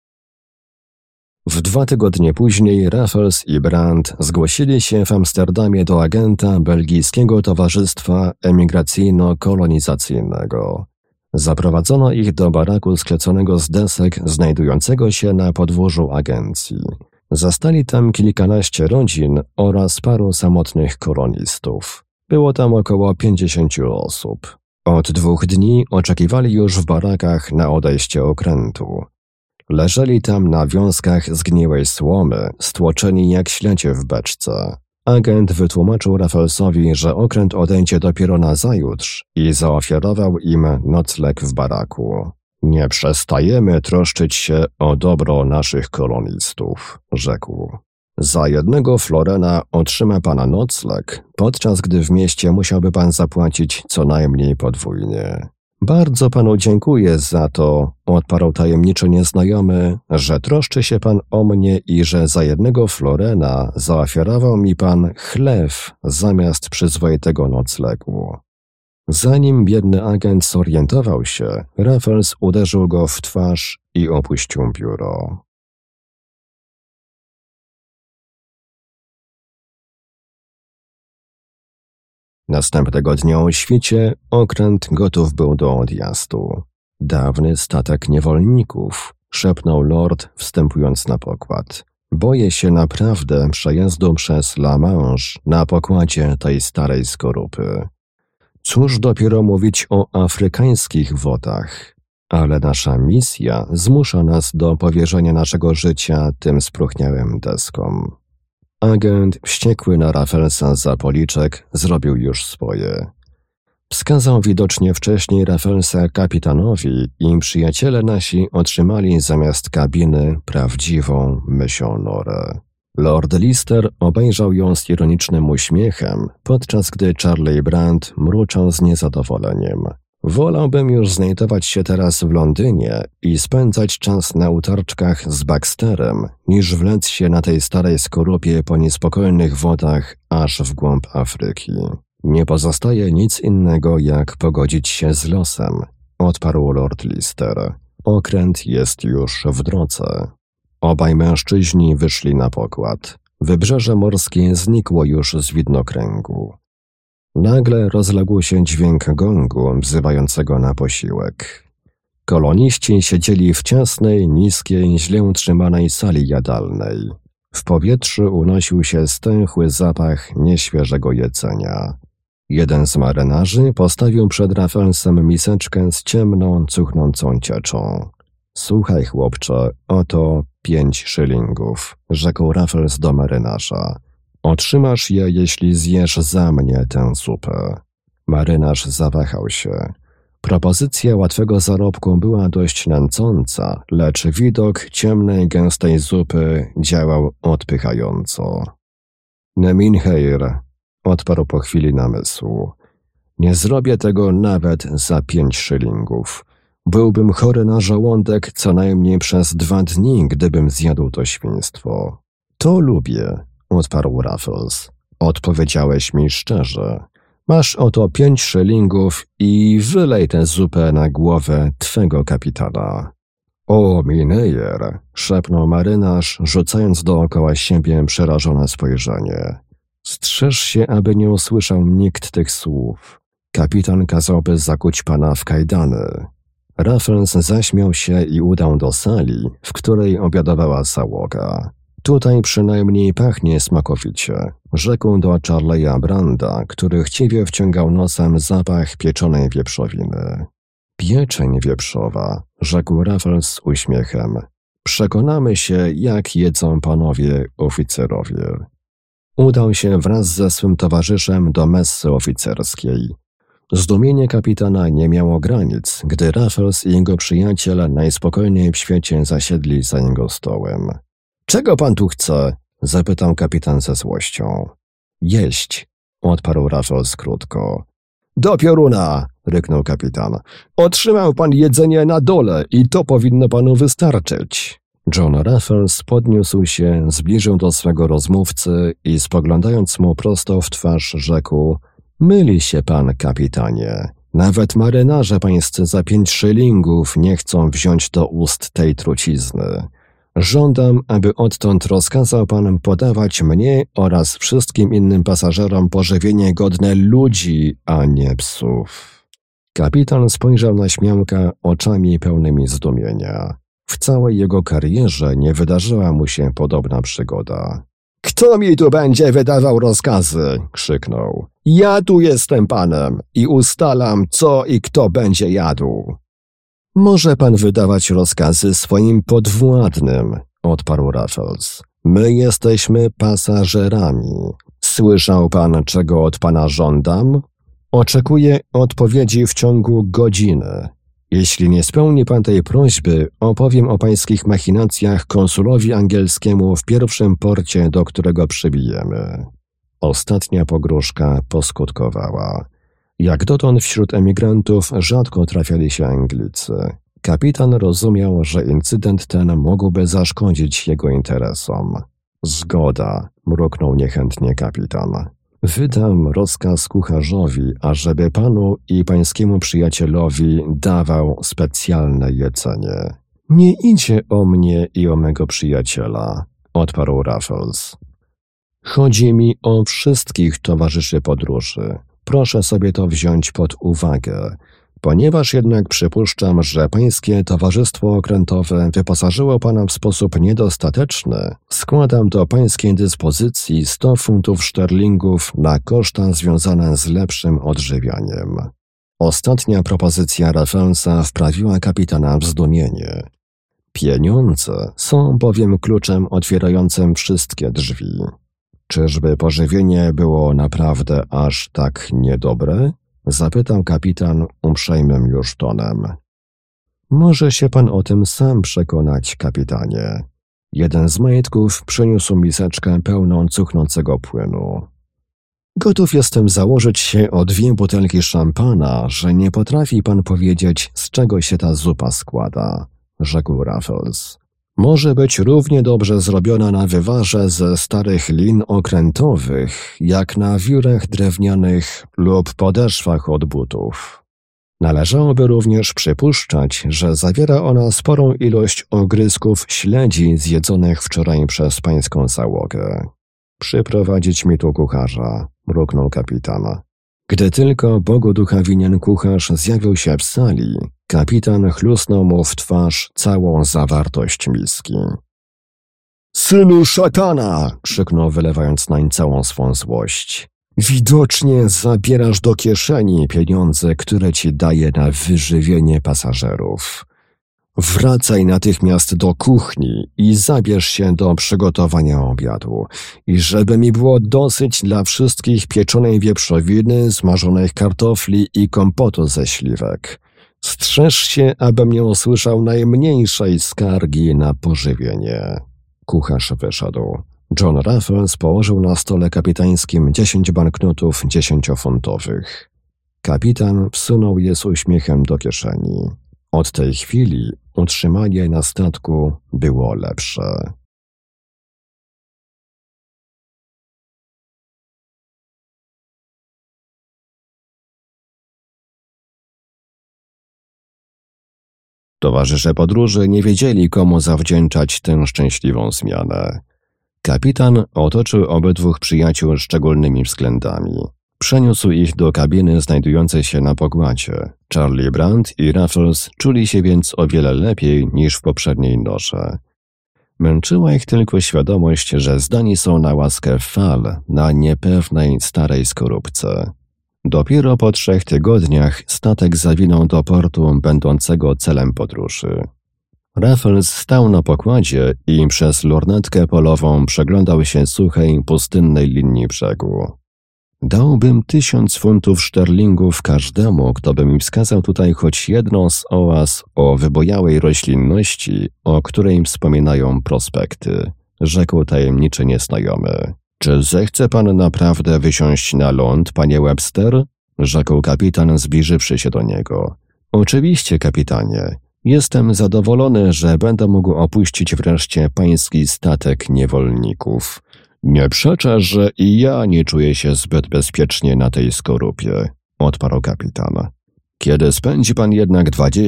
W 2 tygodnie później Raffles i Brand zgłosili się w Amsterdamie do agenta Belgijskiego Towarzystwa Emigracyjno-Kolonizacyjnego. Zaprowadzono ich do baraku skleconego z desek znajdującego się na podwórzu agencji. Zastali tam kilkanaście rodzin oraz paru samotnych kolonistów. Było tam około 50 osób. Od 2 dni oczekiwali już w barakach na odejście okrętu. Leżeli tam na wiązkach zgniłej słomy, stłoczeni jak śledzie w beczce. Agent wytłumaczył Rafflesowi, że okręt odejdzie dopiero nazajutrz i zaoferował im nocleg w baraku. Nie przestajemy troszczyć się o dobro naszych kolonistów, rzekł. Za 1 florena otrzyma pana nocleg, podczas gdy w mieście musiałby pan zapłacić co najmniej podwójnie. Bardzo panu dziękuję za to, odparł tajemniczo nieznajomy, że troszczy się pan o mnie i że za 1 florena zaoferował mi pan chlew zamiast przyzwoitego noclegu. Zanim biedny agent zorientował się, Raffles uderzył go w twarz i opuścił biuro. Następnego dnia o świcie okręt gotów był do odjazdu. Dawny statek niewolników, szepnął lord, wstępując na pokład. Boję się naprawdę przejazdu przez La Manche na pokładzie tej starej skorupy. Cóż dopiero mówić o afrykańskich wodach, ale nasza misja zmusza nas do powierzenia naszego życia tym spróchniałym deskom. Agent, wściekły na Raffelsa za policzek, zrobił już swoje. Wskazał widocznie wcześniej Raffelsa kapitanowi i przyjaciele nasi otrzymali zamiast kabiny prawdziwą mysionorę. Lord Lister obejrzał ją z ironicznym uśmiechem, podczas gdy Charlie Brand mruczał z niezadowoleniem. Wolałbym już znajdować się teraz w Londynie i spędzać czas na utarczkach z Baxterem, niż wlec się na tej starej skorupie po niespokojnych wodach aż w głąb Afryki. Nie pozostaje nic innego, jak pogodzić się z losem, odparł Lord Lister. Okręt jest już w drodze. Obaj mężczyźni wyszli na pokład. Wybrzeże morskie znikło już z widnokręgu. Nagle rozległ się dźwięk gongu wzywającego na posiłek. Koloniści siedzieli w ciasnej, niskiej, źle utrzymanej sali jadalnej. W powietrzu unosił się stęchły zapach nieświeżego jedzenia. Jeden z marynarzy postawił przed Raffelsem miseczkę z ciemną, cuchnącą cieczą. Słuchaj, chłopcze, oto 5 szylingów, rzekł Raffels do marynarza. Otrzymasz je, jeśli zjesz za mnie tę zupę. Marynarz zawahał się. Propozycja łatwego zarobku była dość nęcąca, lecz widok ciemnej, gęstej zupy działał odpychająco. Neminheir, odparł po chwili namysłu. Nie zrobię tego nawet za 5 szylingów. Byłbym chory na żołądek co najmniej przez 2 dni, gdybym zjadł to świństwo. To lubię, odparł Raffles. Odpowiedziałeś mi szczerze. Masz oto 5 szylingów i wylej tę zupę na głowę twego kapitana. O, Minejer, szepnął marynarz, rzucając dookoła siebie przerażone spojrzenie. Strzeż się, aby nie usłyszał nikt tych słów. Kapitan kazałby zakuć pana w kajdany. Raffles zaśmiał się i udał do sali, w której obiadowała załoga. Tutaj przynajmniej pachnie smakowicie, rzekł do Charlie'a Branda, który chciwie wciągał nosem zapach pieczonej wieprzowiny. Pieczeń wieprzowa, rzekł Raffles z uśmiechem. Przekonamy się, jak jedzą panowie oficerowie. Udał się wraz ze swym towarzyszem do messy oficerskiej. Zdumienie kapitana nie miało granic, gdy Raffles i jego przyjaciel najspokojniej w świecie zasiedli za jego stołem. Czego pan tu chce? Zapytał kapitan ze złością. Jeść, odparł Raffles krótko. Do pioruna, ryknął kapitan. Otrzymał pan jedzenie na dole i to powinno panu wystarczyć. John Raffles podniósł się, zbliżył do swego rozmówcy i spoglądając mu prosto w twarz rzekł: myli się pan, kapitanie. Nawet marynarze pańscy za 5 szylingów nie chcą wziąć do ust tej trucizny. Żądam, aby odtąd rozkazał pan podawać mnie oraz wszystkim innym pasażerom pożywienie godne ludzi, a nie psów. Kapitan spojrzał na śmiałka oczami pełnymi zdumienia. W całej jego karierze nie wydarzyła mu się podobna przygoda. Kto mi tu będzie wydawał rozkazy? Krzyknął. Ja tu jestem panem i ustalam, co i kto będzie jadł. Może pan wydawać rozkazy swoim podwładnym, odparł Raffles. My jesteśmy pasażerami. Słyszał pan, czego od pana żądam? Oczekuję odpowiedzi w ciągu godziny. Jeśli nie spełni pan tej prośby, opowiem o pańskich machinacjach konsulowi angielskiemu w pierwszym porcie, do którego przybijemy. Ostatnia pogróżka poskutkowała. Jak dotąd wśród emigrantów rzadko trafiali się Anglicy. Kapitan rozumiał, że incydent ten mógłby zaszkodzić jego interesom. Zgoda, mruknął niechętnie kapitan. Wydam rozkaz kucharzowi, ażeby panu i pańskiemu przyjacielowi dawał specjalne jedzenie. Nie idzie o mnie i o mego przyjaciela, odparł Raffles. Chodzi mi o wszystkich towarzyszy podróży. Proszę sobie to wziąć pod uwagę. Ponieważ jednak przypuszczam, że pańskie towarzystwo okrętowe wyposażyło pana w sposób niedostateczny, składam do pańskiej dyspozycji 100 funtów szterlingów na koszta związane z lepszym odżywianiem. Ostatnia propozycja Raffelsa wprawiła kapitana w zdumienie. Pieniądze są bowiem kluczem otwierającym wszystkie drzwi. Czyżby pożywienie było naprawdę aż tak niedobre? Zapytał kapitan uprzejmym już tonem. Może się pan o tym sam przekonać, kapitanie. Jeden z majtków przyniósł miseczkę pełną cuchnącego płynu. Gotów jestem założyć się o 2 butelki szampana, że nie potrafi pan powiedzieć, z czego się ta zupa składa, rzekł Raffles. Może być równie dobrze zrobiona na wywarze ze starych lin okrętowych, jak na wiórach drewnianych lub podeszwach od butów. Należałoby również przypuszczać, że zawiera ona sporą ilość ogryzków śledzi zjedzonych wczoraj przez pańską załogę. Przyprowadzić mi tu kucharza, mruknął kapitan. Gdy tylko Bogu ducha winien kucharz zjawił się w sali, kapitan chlusnął mu w twarz całą zawartość miski. Synu szatana! Krzyknął, wylewając nań całą swą złość. Widocznie zabierasz do kieszeni pieniądze, które ci daję na wyżywienie pasażerów. Wracaj natychmiast do kuchni i zabierz się do przygotowania obiadu. I żeby mi było dosyć dla wszystkich pieczonej wieprzowiny, smażonych kartofli i kompotu ze śliwek. Strzeż się, abym nie usłyszał najmniejszej skargi na pożywienie. Kucharz wyszedł. John Raffles położył na stole kapitańskim 10 banknotów 10-funtowych. Kapitan wsunął je z uśmiechem do kieszeni. Od tej chwili utrzymanie na statku było lepsze. Towarzysze podróży nie wiedzieli, komu zawdzięczać tę szczęśliwą zmianę. Kapitan otoczył obydwu przyjaciół szczególnymi względami. Przeniósł ich do kabiny znajdującej się na pokładzie. Charlie Brand i Raffles czuli się więc o wiele lepiej niż w poprzedniej nosze. Męczyła ich tylko świadomość, że zdani są na łaskę fal na niepewnej starej skorupce. Dopiero po 3 tygodniach statek zawinął do portu będącego celem podróży. Raffles stał na pokładzie i przez lornetkę polową przeglądał się suchej, pustynnej linii brzegu. Dałbym 1000 funtów szterlingów każdemu, kto by mi wskazał tutaj choć jedną z oaz o wybojałej roślinności, o której wspominają prospekty, rzekł tajemniczy nieznajomy. Czy zechce pan naprawdę wysiąść na ląd, panie Webster? Rzekł kapitan, zbliżywszy się do niego. Oczywiście, kapitanie. Jestem zadowolony, że będę mógł opuścić wreszcie pański statek niewolników. Nie przeczę, że i ja nie czuję się zbyt bezpiecznie na tej skorupie, odparł kapitan. Kiedy spędzi pan jednak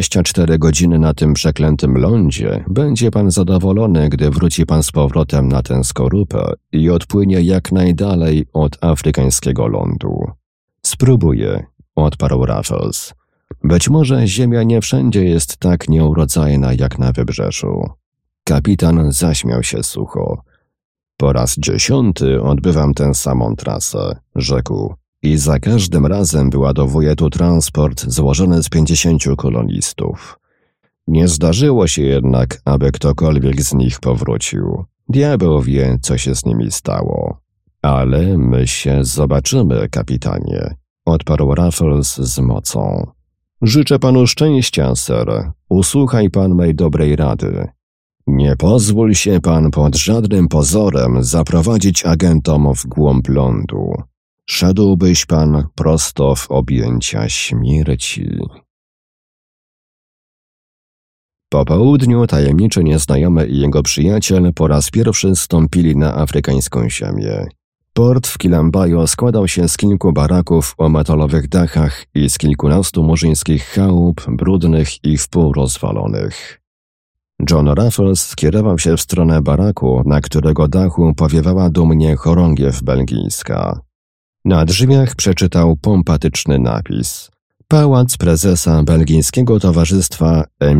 24 godziny na tym przeklętym lądzie, będzie pan zadowolony, gdy wróci pan z powrotem na tę skorupę i odpłynie jak najdalej od afrykańskiego lądu. Spróbuję, odparł Raffles. Być może ziemia nie wszędzie jest tak nieurodzajna jak na wybrzeżu. Kapitan zaśmiał się sucho. Po raz 10 odbywam tę samą trasę, rzekł. I za każdym razem wyładowuje tu transport złożony z 50 kolonistów. Nie zdarzyło się jednak, aby ktokolwiek z nich powrócił. Diabeł wie, co się z nimi stało. Ale my się zobaczymy, kapitanie, odparł Raffles z mocą. Życzę panu szczęścia, sir. Usłuchaj pan mej dobrej rady. Nie pozwól się pan pod żadnym pozorem zaprowadzić agentom w głąb lądu. Szedłbyś pan prosto w objęcia śmierci. Po południu tajemniczy nieznajomy i jego przyjaciel po raz pierwszy stąpili na afrykańską ziemię. Port w Kilambayo składał się z kilku baraków o metalowych dachach i z kilkunastu murzyńskich chałup, brudnych i wpół rozwalonych. John Raffles skierował się w stronę baraku, na którego dachu powiewała dumnie chorągiew belgijska. Na drzwiach przeczytał pompatyczny napis: Pałac prezesa Belgijskiego Towarzystwa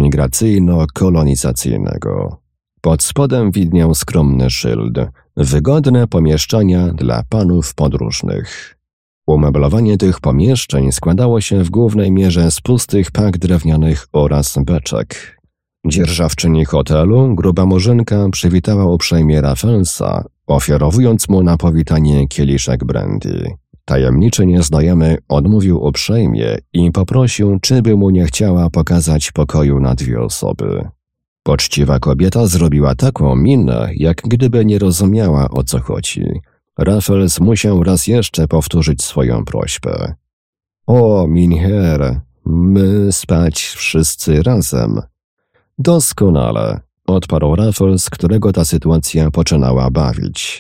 Emigracyjno-Kolonizacyjnego. Pod spodem widniał skromny szyld: wygodne pomieszczenia dla panów podróżnych. Umeblowanie tych pomieszczeń składało się w głównej mierze z pustych pak drewnianych oraz beczek. Dzierżawczyni hotelu, gruba murzynka, przywitała uprzejmie Raffelsa, ofiarowując mu na powitanie kieliszek brandy. Tajemniczy nieznajomy odmówił uprzejmie i poprosił, czy by mu nie chciała pokazać pokoju na 2 osoby. Poczciwa kobieta zrobiła taką minę, jak gdyby nie rozumiała, o co chodzi. Raffels musiał raz jeszcze powtórzyć swoją prośbę. O, Mynheer, my spać wszyscy razem. Doskonale, odparł Raffels, którego ta sytuacja poczynała bawić.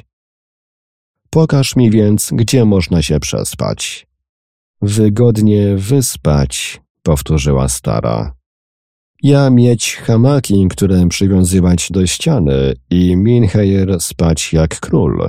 Pokaż mi więc, gdzie można się przespać. Wygodnie wyspać, powtórzyła stara. Ja mieć hamaki, które przywiązywać do ściany i Mynheer spać jak król.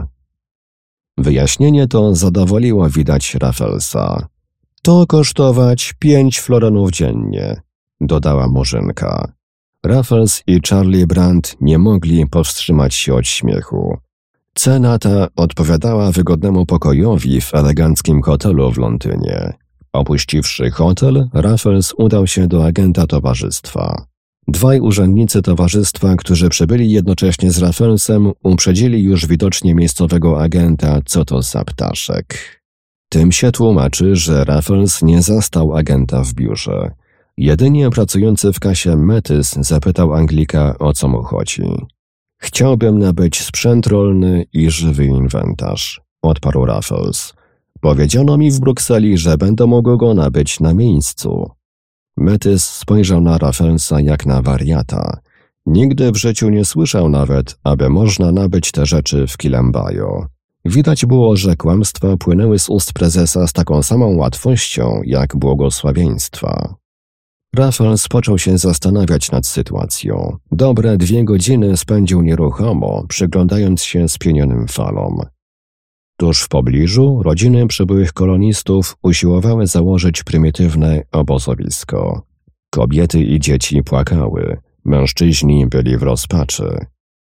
Wyjaśnienie to zadowoliło widać Raffelsa. To kosztować 5 florenów dziennie, dodała murzynka. Raffels i Charlie Brandt nie mogli powstrzymać się od śmiechu. Cena ta odpowiadała wygodnemu pokojowi w eleganckim hotelu w Londynie. Opuściwszy hotel, Raffels udał się do agenta towarzystwa. 2 urzędnicy towarzystwa, którzy przybyli jednocześnie z Raffelsem, uprzedzili już widocznie miejscowego agenta, co to za ptaszek. Tym się tłumaczy, że Raffels nie zastał agenta w biurze. Jedynie pracujący w kasie Metys zapytał Anglika, o co mu chodzi. Chciałbym nabyć sprzęt rolny i żywy inwentarz, odparł Raffels. Powiedziano mi w Brukseli, że będę mógł go nabyć na miejscu. Metys spojrzał na Raffelsa jak na wariata. Nigdy w życiu nie słyszał nawet, aby można nabyć te rzeczy w Quilembaju. Widać było, że kłamstwa płynęły z ust prezesa z taką samą łatwością jak błogosławieństwa. Raffels począł się zastanawiać nad sytuacją. Dobre 2 godziny spędził nieruchomo, przyglądając się spienionym falom. Tuż w pobliżu rodziny przybyłych kolonistów usiłowały założyć prymitywne obozowisko. Kobiety i dzieci płakały, mężczyźni byli w rozpaczy.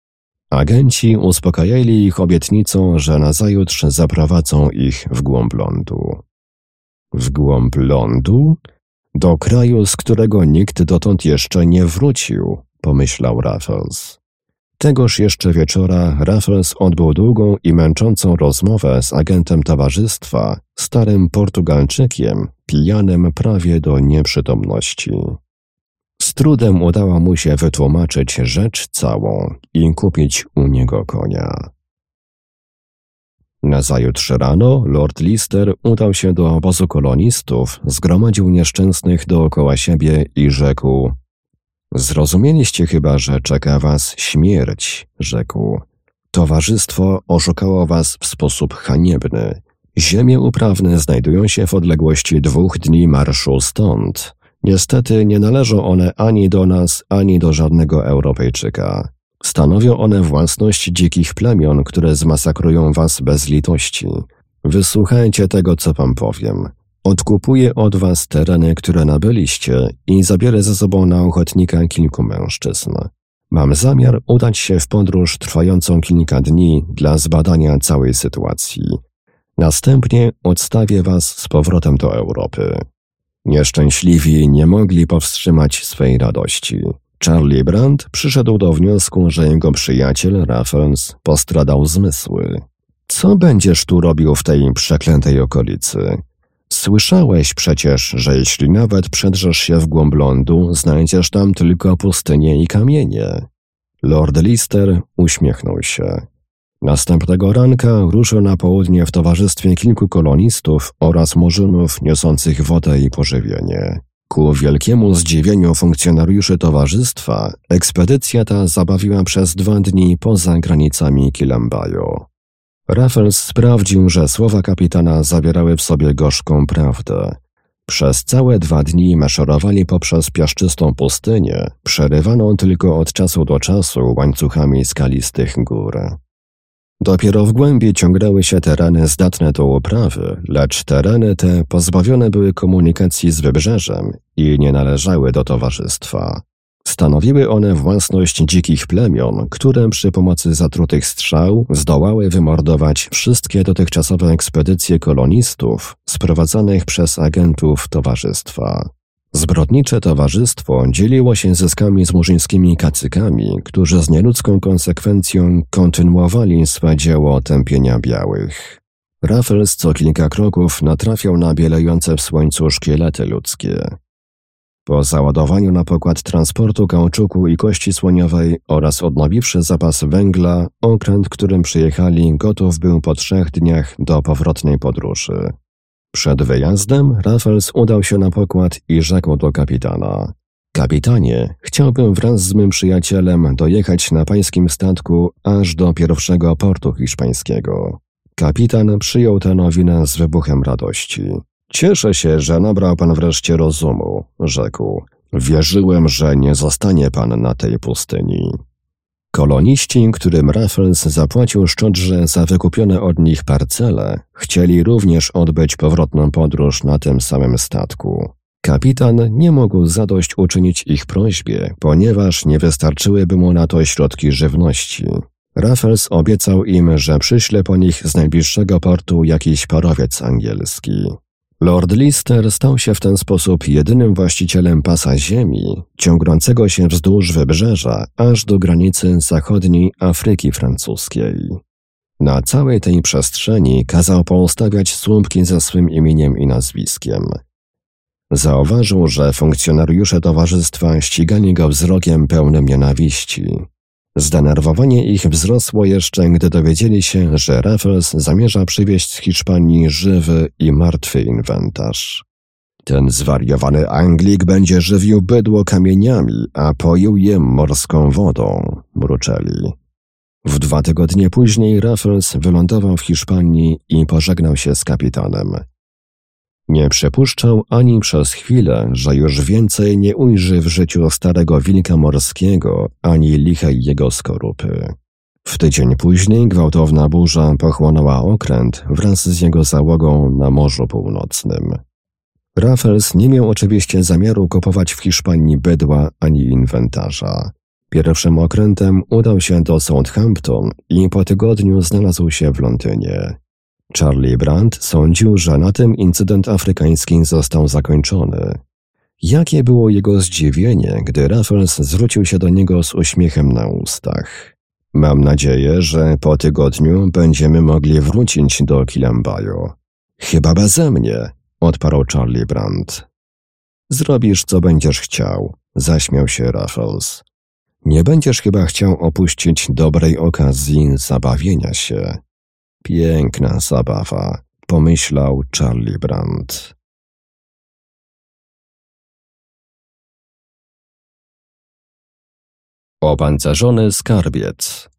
Agenci uspokajali ich obietnicą, że nazajutrz zaprowadzą ich w głąb lądu. W głąb lądu? Do kraju, z którego nikt dotąd jeszcze nie wrócił, pomyślał Raffels. Tegoż jeszcze wieczora Raffels odbył długą i męczącą rozmowę z agentem towarzystwa, starym Portugalczykiem, pijanym prawie do nieprzytomności. Z trudem udało mu się wytłumaczyć rzecz całą i kupić u niego konia. Nazajutrz rano Lord Lister udał się do obozu kolonistów, zgromadził nieszczęsnych dookoła siebie i rzekł: zrozumieliście chyba, że czeka was śmierć, rzekł. Towarzystwo oszukało was w sposób haniebny. Ziemie uprawne znajdują się w odległości 2 dni marszu stąd. Niestety nie należą one ani do nas, ani do żadnego Europejczyka. Stanowią one własność dzikich plemion, które zmasakrują was bez litości. Wysłuchajcie tego, co wam powiem. Odkupuję od was tereny, które nabyliście i zabiorę ze sobą na ochotnika kilku mężczyzn. Mam zamiar udać się w podróż trwającą kilka dni dla zbadania całej sytuacji. Następnie odstawię was z powrotem do Europy. Nieszczęśliwi nie mogli powstrzymać swej radości. Charlie Brandt przyszedł do wniosku, że jego przyjaciel Raffels postradał zmysły. Co będziesz tu robił w tej przeklętej okolicy? Słyszałeś przecież, że jeśli nawet przedrzesz się w głąb lądu, znajdziesz tam tylko pustynię i kamienie. Lord Lister uśmiechnął się. Następnego ranka ruszył na południe w towarzystwie kilku kolonistów oraz murzynów niosących wodę i pożywienie. Ku wielkiemu zdziwieniu funkcjonariuszy towarzystwa, ekspedycja ta zabawiła przez 2 dni poza granicami Quilembaju. Raffels sprawdził, że słowa kapitana zawierały w sobie gorzką prawdę. Przez całe 2 dni maszerowali poprzez piaszczystą pustynię, przerywaną tylko od czasu do czasu łańcuchami skalistych gór. Dopiero w głębi ciągnęły się tereny zdatne do uprawy, lecz tereny te pozbawione były komunikacji z wybrzeżem i nie należały do towarzystwa. Stanowiły one własność dzikich plemion, które przy pomocy zatrutych strzał zdołały wymordować wszystkie dotychczasowe ekspedycje kolonistów sprowadzanych przez agentów towarzystwa. Zbrodnicze towarzystwo dzieliło się zyskami z murzyńskimi kacykami, którzy z nieludzką konsekwencją kontynuowali swe dzieło tępienia białych. Raffles co kilka kroków natrafiał na bielejące w słońcu szkielety ludzkie. Po załadowaniu na pokład transportu kauczuku i kości słoniowej oraz odnowiwszy zapas węgla, okręt, którym przyjechali, gotów był po 3 dniach do powrotnej podróży. Przed wyjazdem Raffles udał się na pokład i rzekł do kapitana: „Kapitanie, chciałbym wraz z mym przyjacielem dojechać na pańskim statku aż do pierwszego portu hiszpańskiego”. Kapitan przyjął tę nowinę z wybuchem radości. „Cieszę się, że nabrał pan wreszcie rozumu”, rzekł. „Wierzyłem, że nie zostanie pan na tej pustyni”. Koloniści, którym Raffles zapłacił szczodrze za wykupione od nich parcele, chcieli również odbyć powrotną podróż na tym samym statku. Kapitan nie mógł zadość uczynić ich prośbie, ponieważ nie wystarczyłyby mu na to środki żywności. Raffles obiecał im, że przyśle po nich z najbliższego portu jakiś parowiec angielski. Lord Lister stał się w ten sposób jedynym właścicielem pasa ziemi, ciągnącego się wzdłuż wybrzeża aż do granicy zachodniej Afryki francuskiej. Na całej tej przestrzeni kazał poustawiać słupki ze swym imieniem i nazwiskiem. Zauważył, że funkcjonariusze towarzystwa ścigali go wzrokiem pełnym nienawiści. Zdenerwowanie ich wzrosło jeszcze, gdy dowiedzieli się, że Raffles zamierza przywieźć z Hiszpanii żywy i martwy inwentarz. „Ten zwariowany Anglik będzie żywił bydło kamieniami, a poił je morską wodą”, mruczeli. W 2 tygodnie później Raffles wylądował w Hiszpanii i pożegnał się z kapitanem. Nie przypuszczał ani przez chwilę, że już więcej nie ujrzy w życiu starego wilka morskiego, ani lichej jego skorupy. W tydzień później gwałtowna burza pochłonęła okręt wraz z jego załogą na Morzu Północnym. Raffles nie miał oczywiście zamiaru kupować w Hiszpanii bydła ani inwentarza. Pierwszym okrętem udał się do Southampton i po tygodniu znalazł się w Londynie. Charlie Brand sądził, że na tym incydent afrykański został zakończony. Jakie było jego zdziwienie, gdy Raffles zwrócił się do niego z uśmiechem na ustach. „Mam nadzieję, że po tygodniu będziemy mogli wrócić do Quilembaju”. „Chyba beze mnie”, odparł Charlie Brand. „Zrobisz, co będziesz chciał”, zaśmiał się Raffles. „Nie będziesz chyba chciał opuścić dobrej okazji zabawienia się”. „Piękna zabawa”, pomyślał Charlie Brand. Opancerzony skarbiec.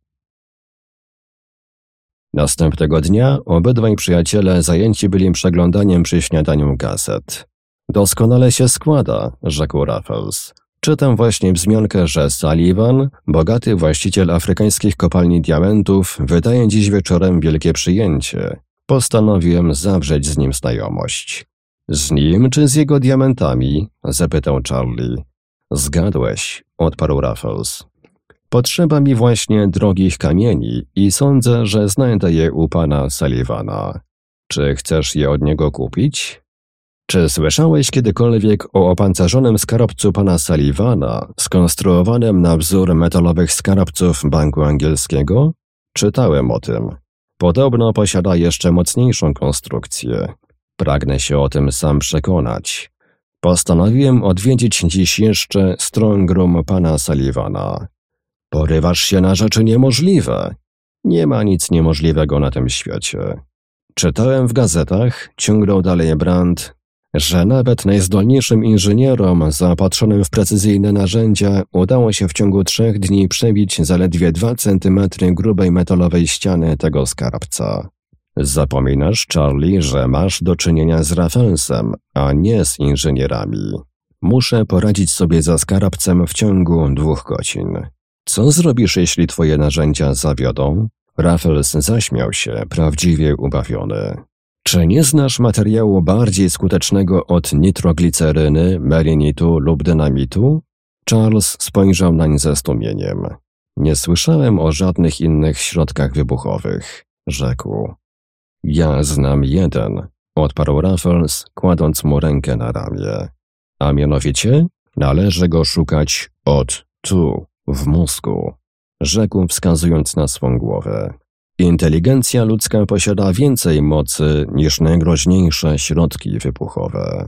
Następnego dnia obydwaj przyjaciele zajęci byli przeglądaniem przy śniadaniu gazet. „Doskonale się składa”, rzekł Raffles. „Czytam właśnie wzmiankę, że Sullivan, bogaty właściciel afrykańskich kopalni diamentów, wydaje dziś wieczorem wielkie przyjęcie. Postanowiłem zawrzeć z nim znajomość”. „Z nim czy z jego diamentami?” zapytał Charlie. „Zgadłeś”, odparł Raffles. „Potrzeba mi właśnie drogich kamieni i sądzę, że znajdę je u pana Sullivana. Czy chcesz je od niego kupić?” „Czy słyszałeś kiedykolwiek o opancerzonym skarbcu pana Sullivana, skonstruowanym na wzór metalowych skarbców Banku Angielskiego?” „Czytałem o tym. Podobno posiada jeszcze mocniejszą konstrukcję. Pragnę się o tym sam przekonać. Postanowiłem odwiedzić dziś jeszcze strong room pana Sullivana”. „Porywasz się na rzeczy niemożliwe”. „Nie ma nic niemożliwego na tym świecie. Czytałem w gazetach”, ciągnął dalej Brand, „że nawet najzdolniejszym inżynierom zaopatrzonym w precyzyjne narzędzia udało się w ciągu 3 dni przebić zaledwie 2 centymetry grubej metalowej ściany tego skarbca. Zapominasz, Charlie, że masz do czynienia z Rafflesem, a nie z inżynierami. Muszę poradzić sobie za skarbcem w ciągu 2 godzin. Co zrobisz, jeśli twoje narzędzia zawiodą?” Raffles zaśmiał się, prawdziwie ubawiony. Czy nie znasz materiału bardziej skutecznego od nitrogliceryny, melinitu lub dynamitu? Charles spojrzał nań ze zdumieniem. Nie słyszałem o żadnych innych środkach wybuchowych, rzekł. Ja znam jeden, odparł Raffles, kładąc mu rękę na ramię. A mianowicie należy go szukać tu, w mózgu, rzekł wskazując na swą głowę. Inteligencja ludzka posiada więcej mocy niż najgroźniejsze środki wybuchowe.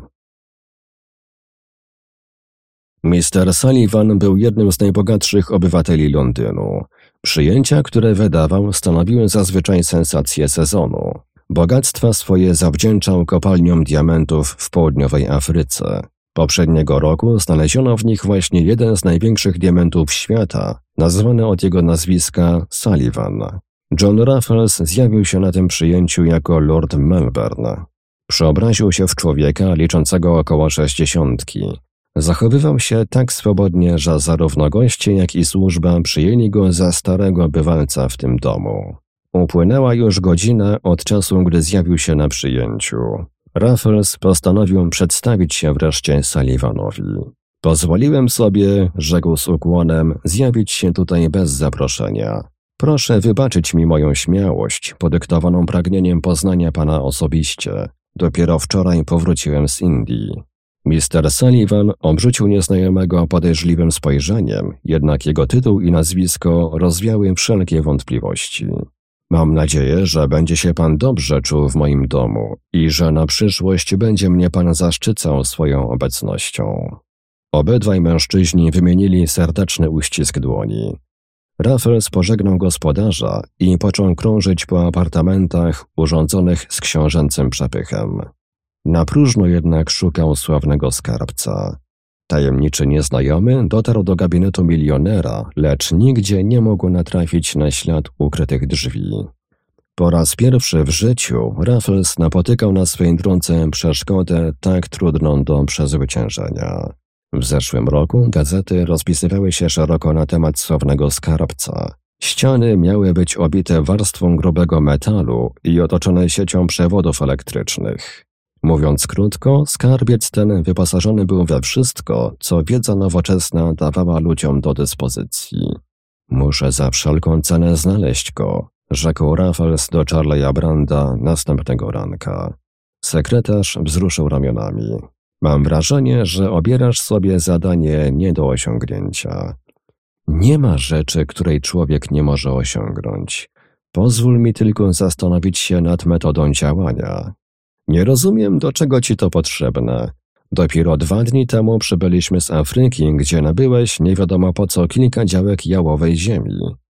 Mr. Sullivan był jednym z najbogatszych obywateli Londynu. Przyjęcia, które wydawał, stanowiły zazwyczaj sensację sezonu. Bogactwa swoje zawdzięczał kopalniom diamentów w południowej Afryce. Poprzedniego roku znaleziono w nich właśnie jeden z największych diamentów świata, nazwany od jego nazwiska Sullivan. John Raffles zjawił się na tym przyjęciu jako Lord Melbourne. Przeobraził się w człowieka liczącego około 60. Zachowywał się tak swobodnie, że zarówno goście, jak i służba przyjęli go za starego bywalca w tym domu. Upłynęła już godzina od czasu, gdy zjawił się na przyjęciu. Raffles postanowił przedstawić się wreszcie Sullivanowi. Pozwoliłem sobie, rzekł z ukłonem, zjawić się tutaj bez zaproszenia. Proszę wybaczyć mi moją śmiałość, podyktowaną pragnieniem poznania pana osobiście. Dopiero wczoraj powróciłem z Indii. Mr. Sullivan obrzucił nieznajomego podejrzliwym spojrzeniem, jednak jego tytuł i nazwisko rozwiały wszelkie wątpliwości. Mam nadzieję, że będzie się pan dobrze czuł w moim domu i że na przyszłość będzie mnie pan zaszczycał swoją obecnością. Obydwaj mężczyźni wymienili serdeczny uścisk dłoni. Raffles pożegnał gospodarza i począł krążyć po apartamentach urządzonych z książęcym przepychem. Na próżno jednak szukał sławnego skarbca. Tajemniczy nieznajomy dotarł do gabinetu milionera, lecz nigdzie nie mógł natrafić na ślad ukrytych drzwi. Po raz pierwszy w życiu Raffles napotykał na swej drodze przeszkodę tak trudną do przezwyciężenia. W zeszłym roku gazety rozpisywały się szeroko na temat sławnego skarbca. Ściany miały być obite warstwą grubego metalu i otoczone siecią przewodów elektrycznych. Mówiąc krótko, skarbiec ten wyposażony był we wszystko, co wiedza nowoczesna dawała ludziom do dyspozycji. Muszę za wszelką cenę znaleźć go, rzekł Raffles do Charlie'a Branda następnego ranka. Sekretarz wzruszył ramionami. Mam wrażenie, że obierasz sobie zadanie nie do osiągnięcia. Nie ma rzeczy, której człowiek nie może osiągnąć. Pozwól mi tylko zastanowić się nad metodą działania. Nie rozumiem, do czego ci to potrzebne. Dopiero 2 dni temu przybyliśmy z Afryki, gdzie nabyłeś nie wiadomo po co kilka działek jałowej ziemi.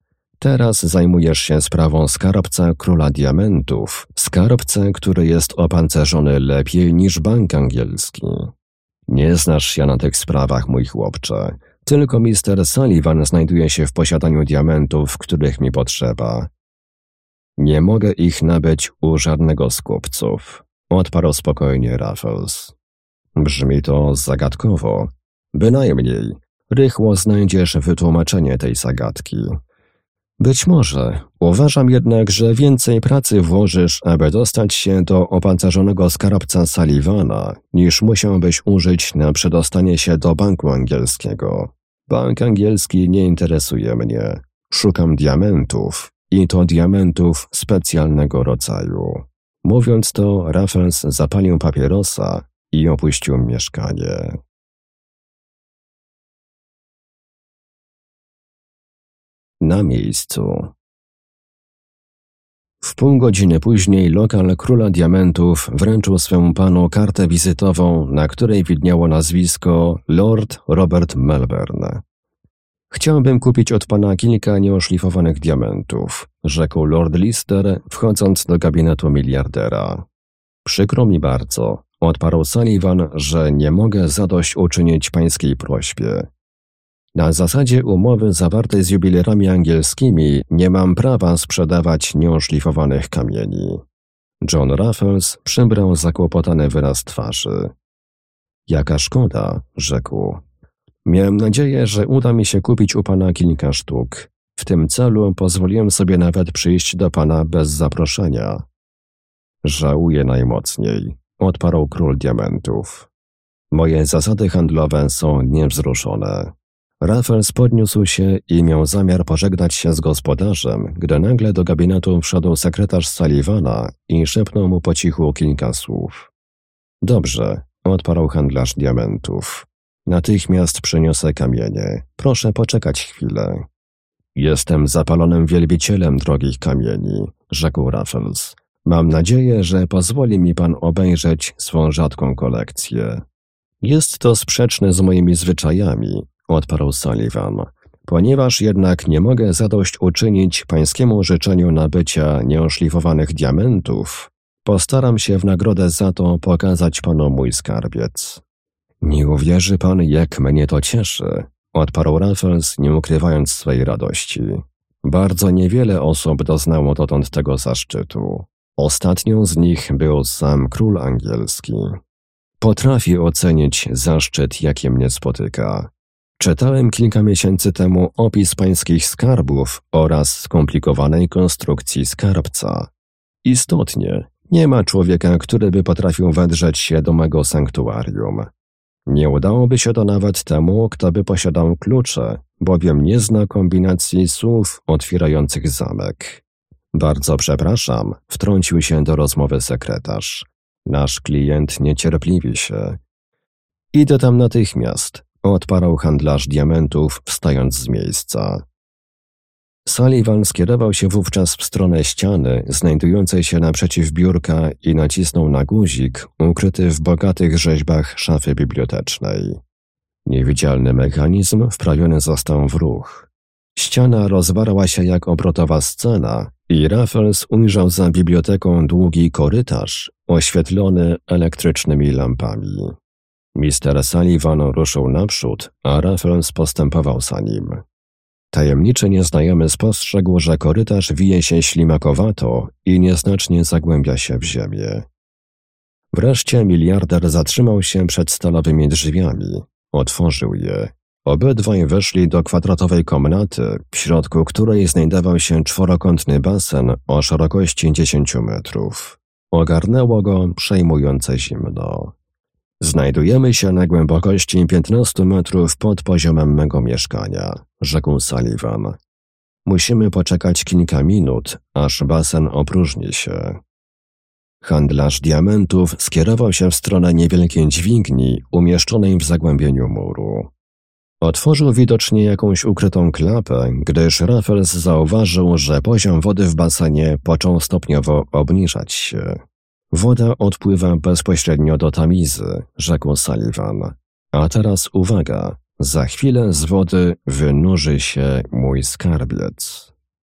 Teraz zajmujesz się sprawą skarbca króla diamentów, skarbca, który jest opancerzony lepiej niż bank angielski. Nie znasz się na tych sprawach, mój chłopcze. Tylko Mr. Sullivan znajduje się w posiadaniu diamentów, których mi potrzeba. Nie mogę ich nabyć u żadnego z kupców, odparł spokojnie Raffles. Brzmi to zagadkowo. Bynajmniej, rychło znajdziesz wytłumaczenie tej zagadki. Być może. Uważam jednak, że więcej pracy włożysz, aby dostać się do opancerzonego skarbca Sullivana, niż musiałbyś użyć na przedostanie się do banku angielskiego. Bank angielski nie interesuje mnie. Szukam diamentów i to diamentów specjalnego rodzaju. Mówiąc to, Raffles zapalił papierosa i opuścił mieszkanie. Na miejscu. W pół godziny później lokal króla diamentów wręczył swemu panu kartę wizytową, na której widniało nazwisko Lord Robert Melbourne. Chciałbym kupić od pana kilka nieoszlifowanych diamentów, rzekł Lord Lister, wchodząc do gabinetu miliardera. Przykro mi bardzo, odparł Sullivan, że nie mogę zadośćuczynić pańskiej prośbie. Na zasadzie umowy zawartej z jubilerami angielskimi nie mam prawa sprzedawać nieoszlifowanych kamieni. John Raffles przybrał zakłopotany wyraz twarzy. Jaka szkoda, rzekł. Miałem nadzieję, że uda mi się kupić u pana kilka sztuk. W tym celu pozwoliłem sobie nawet przyjść do pana bez zaproszenia. Żałuję najmocniej, odparł król diamentów. Moje zasady handlowe są niewzruszone. Raffles podniósł się i miał zamiar pożegnać się z gospodarzem, gdy nagle do gabinetu wszedł sekretarz Sullivana i szepnął mu po cichu kilka słów. Dobrze, odparł handlarz diamentów. Natychmiast przyniosę kamienie. Proszę poczekać chwilę. Jestem zapalonym wielbicielem drogich kamieni, rzekł Raffles. Mam nadzieję, że pozwoli mi pan obejrzeć swą rzadką kolekcję. Jest to sprzeczne z moimi zwyczajami, odparł Sullivan. Ponieważ jednak nie mogę zadośćuczynić pańskiemu życzeniu nabycia nieoszlifowanych diamentów, postaram się w nagrodę za to pokazać panu mój skarbiec. Nie uwierzy pan, jak mnie to cieszy, odparł Raffles, nie ukrywając swej radości. Bardzo niewiele osób doznało dotąd tego zaszczytu. Ostatnią z nich był sam król angielski. Potrafi ocenić zaszczyt, jaki mnie spotyka. Czytałem kilka miesięcy temu opis pańskich skarbów oraz skomplikowanej konstrukcji skarbca. Istotnie, nie ma człowieka, który by potrafił wedrzeć się do mego sanktuarium. Nie udałoby się to nawet temu, kto by posiadał klucze, bowiem nie zna kombinacji słów otwierających zamek. Bardzo przepraszam, wtrącił się do rozmowy sekretarz. Nasz klient niecierpliwi się. Idę tam natychmiast, odparł handlarz diamentów, wstając z miejsca. Sullivan skierował się wówczas w stronę ściany, znajdującej się naprzeciw biurka i nacisnął na guzik, ukryty w bogatych rzeźbach szafy bibliotecznej. Niewidzialny mechanizm wprawiony został w ruch. Ściana rozwarła się jak obrotowa scena i Raffles ujrzał za biblioteką długi korytarz, oświetlony elektrycznymi lampami. Mr. Sullivan ruszył naprzód, a Raffles postępował za nim. Tajemniczy nieznajomy spostrzegł, że korytarz wije się ślimakowato i nieznacznie zagłębia się w ziemię. Wreszcie miliarder zatrzymał się przed stalowymi drzwiami. Otworzył je. Obydwaj weszli do kwadratowej komnaty, w środku której znajdował się czworokątny basen o szerokości 10 metrów. Ogarnęło go przejmujące zimno. Znajdujemy się na głębokości 15 metrów pod poziomem mego mieszkania, rzekł Sullivan. Musimy poczekać kilka minut, aż basen opróżni się. Handlarz diamentów skierował się w stronę niewielkiej dźwigni umieszczonej w zagłębieniu muru. Otworzył widocznie jakąś ukrytą klapę, gdyż Raffles zauważył, że poziom wody w basenie począł stopniowo obniżać się. Woda odpływa bezpośrednio do tamizy, rzekł Sullivan. A teraz uwaga, za chwilę z wody wynurzy się mój skarbiec.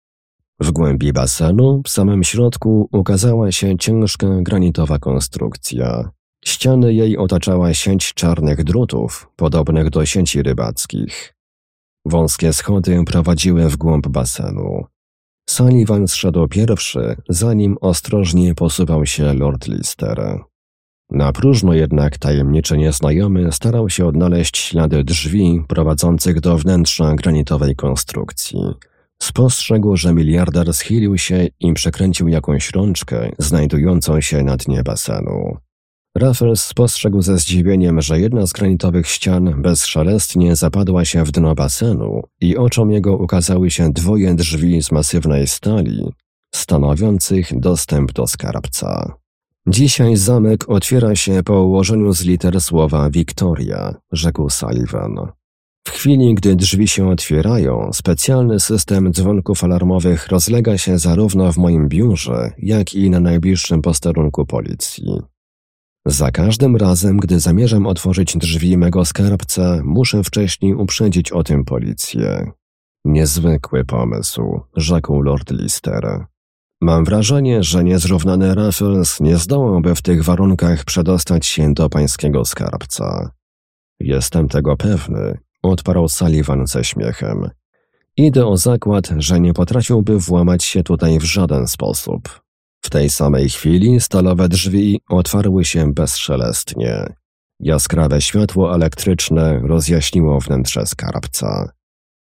W głębi basenu, w samym środku, ukazała się ciężka granitowa konstrukcja. Ściany jej otaczała sieć czarnych drutów, podobnych do sieci rybackich. Wąskie schody prowadziły w głąb basenu. Sullivan zszedł pierwszy, zanim ostrożnie posuwał się Lord Lister. Na próżno jednak tajemniczy nieznajomy starał się odnaleźć ślady drzwi prowadzących do wnętrza granitowej konstrukcji. Spostrzegł, że miliarder schylił się i przekręcił jakąś rączkę znajdującą się na dnie basenu. Raffles spostrzegł ze zdziwieniem, że jedna z granitowych ścian bezszelestnie zapadła się w dno basenu i oczom jego ukazały się dwoje drzwi z masywnej stali, stanowiących dostęp do skarbca. Dzisiaj zamek otwiera się po ułożeniu z liter słowa Victoria, rzekł Sullivan. W chwili, gdy drzwi się otwierają, specjalny system dzwonków alarmowych rozlega się zarówno w moim biurze, jak i na najbliższym posterunku policji. Za każdym razem, gdy zamierzam otworzyć drzwi mego skarbca, muszę wcześniej uprzedzić o tym policję. Niezwykły pomysł, rzekł Lord Lister. Mam wrażenie, że niezrównany Raffles nie zdołałby w tych warunkach przedostać się do pańskiego skarbca. Jestem tego pewny, odparł Sullivan ze śmiechem. Idę o zakład, że nie potrafiłby włamać się tutaj w żaden sposób. W tej samej chwili stalowe drzwi otwarły się bezszelestnie. Jaskrawe światło elektryczne rozjaśniło wnętrze skarbca.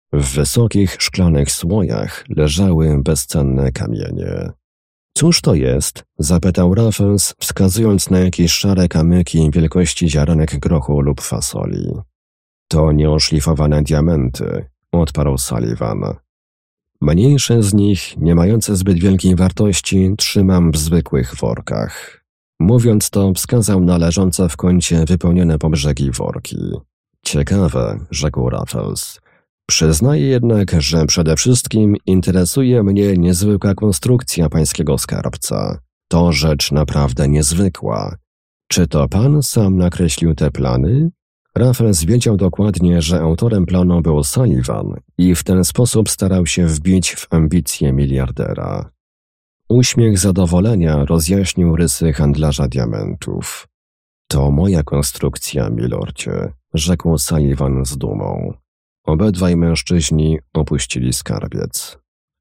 W wysokich, szklanych słojach leżały bezcenne kamienie. Cóż to jest? Zapytał Raffles, wskazując na jakieś szare kamyki wielkości ziarenek grochu lub fasoli. To nieoszlifowane diamenty, odparł Sullivan. Mniejsze z nich, nie mające zbyt wielkiej wartości, trzymam w zwykłych workach. Mówiąc to, wskazał na leżące w kącie wypełnione po brzegi worki. Ciekawe, rzekł Raffles. Przyznaję jednak, że przede wszystkim interesuje mnie niezwykła konstrukcja pańskiego skarbca. To rzecz naprawdę niezwykła. Czy to pan sam nakreślił te plany? Raffles wiedział dokładnie, że autorem planu był Sullivan i w ten sposób starał się wbić w ambicje miliardera. Uśmiech zadowolenia rozjaśnił rysy handlarza diamentów. To moja konstrukcja, milordzie, rzekł Sullivan z dumą. Obydwaj mężczyźni opuścili skarbiec.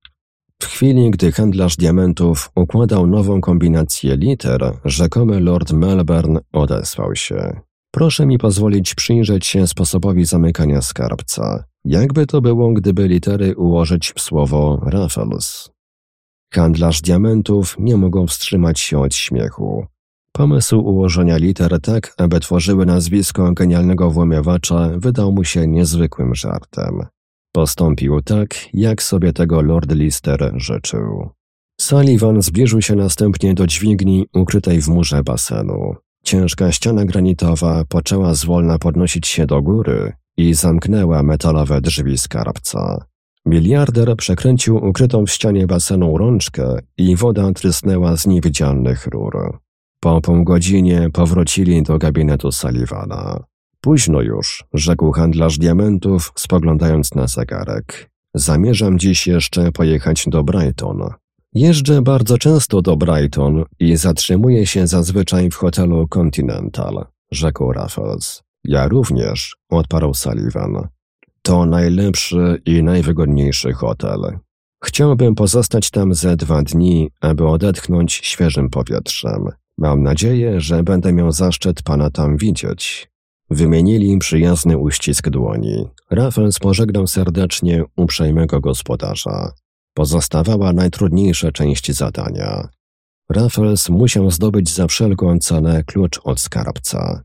W chwili, gdy handlarz diamentów układał nową kombinację liter, rzekomy lord Melbourne odezwał się. Proszę mi pozwolić przyjrzeć się sposobowi zamykania skarbca. Jakby to było, gdyby litery ułożyć w słowo Raffles? Handlarz diamentów nie mógł wstrzymać się od śmiechu. Pomysł ułożenia liter tak, aby tworzyły nazwisko genialnego włamywacza, wydał mu się niezwykłym żartem. Postąpił tak, jak sobie tego Lord Lister życzył. Sullivan zbliżył się następnie do dźwigni ukrytej w murze basenu. Ciężka ściana granitowa poczęła zwolna podnosić się do góry i zamknęła metalowe drzwi skarbca. Miliarder przekręcił ukrytą w ścianie basenu rączkę i woda trysnęła z niewidzialnych rur. Po półgodzinie powrócili do gabinetu Sullivana. Późno już, rzekł handlarz diamentów, spoglądając na zegarek. Zamierzam dziś jeszcze pojechać do Brighton. Jeżdżę bardzo często do Brighton i zatrzymuję się zazwyczaj w hotelu Continental, rzekł Raffles. Ja również, odparł Sullivan. To najlepszy i najwygodniejszy hotel. Chciałbym pozostać tam ze 2 dni, aby odetchnąć świeżym powietrzem. Mam nadzieję, że będę miał zaszczyt pana tam widzieć. Wymienili przyjazny uścisk dłoni. Raffles pożegnał serdecznie uprzejmego gospodarza. Pozostawała najtrudniejsza część zadania. Raffles musiał zdobyć za wszelką cenę klucz od skarbca.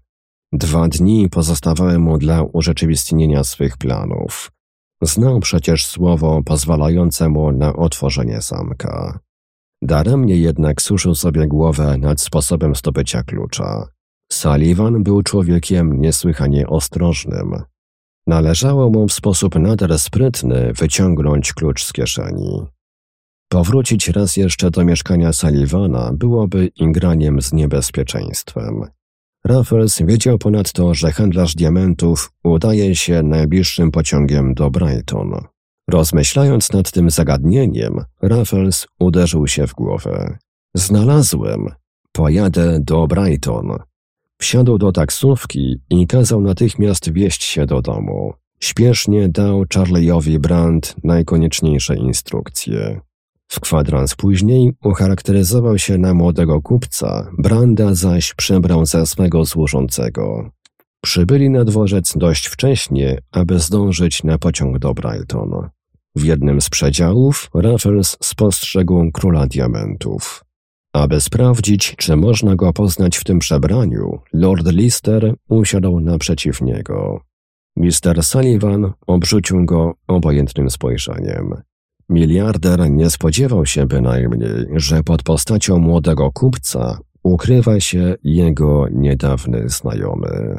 2 dni pozostawały mu dla urzeczywistnienia swych planów. Znał przecież słowo pozwalające mu na otworzenie zamka. Daremnie jednak suszył sobie głowę nad sposobem zdobycia klucza. Sullivan był człowiekiem niesłychanie ostrożnym. Należało mu w sposób nader sprytny wyciągnąć klucz z kieszeni. Powrócić raz jeszcze do mieszkania Sullivana byłoby igraniem z niebezpieczeństwem. Raffles wiedział ponadto, że handlarz diamentów udaje się najbliższym pociągiem do Brighton. Rozmyślając nad tym zagadnieniem, Raffles uderzył się w głowę. Znalazłem! Pojadę do Brighton. Wsiadł do taksówki i kazał natychmiast wieźć się do domu. Śpiesznie dał Charlie'owi Brand najkonieczniejsze instrukcje. W kwadrans później ucharakteryzował się na młodego kupca, Branda zaś przybrał za swego służącego. Przybyli na dworzec dość wcześnie, aby zdążyć na pociąg do Brighton. W jednym z przedziałów Raffles spostrzegł króla diamentów. Aby sprawdzić, czy można go poznać w tym przebraniu, Lord Lister usiadł naprzeciw niego. Mr. Sullivan obrzucił go obojętnym spojrzeniem. Miliarder nie spodziewał się bynajmniej, że pod postacią młodego kupca ukrywa się jego niedawny znajomy.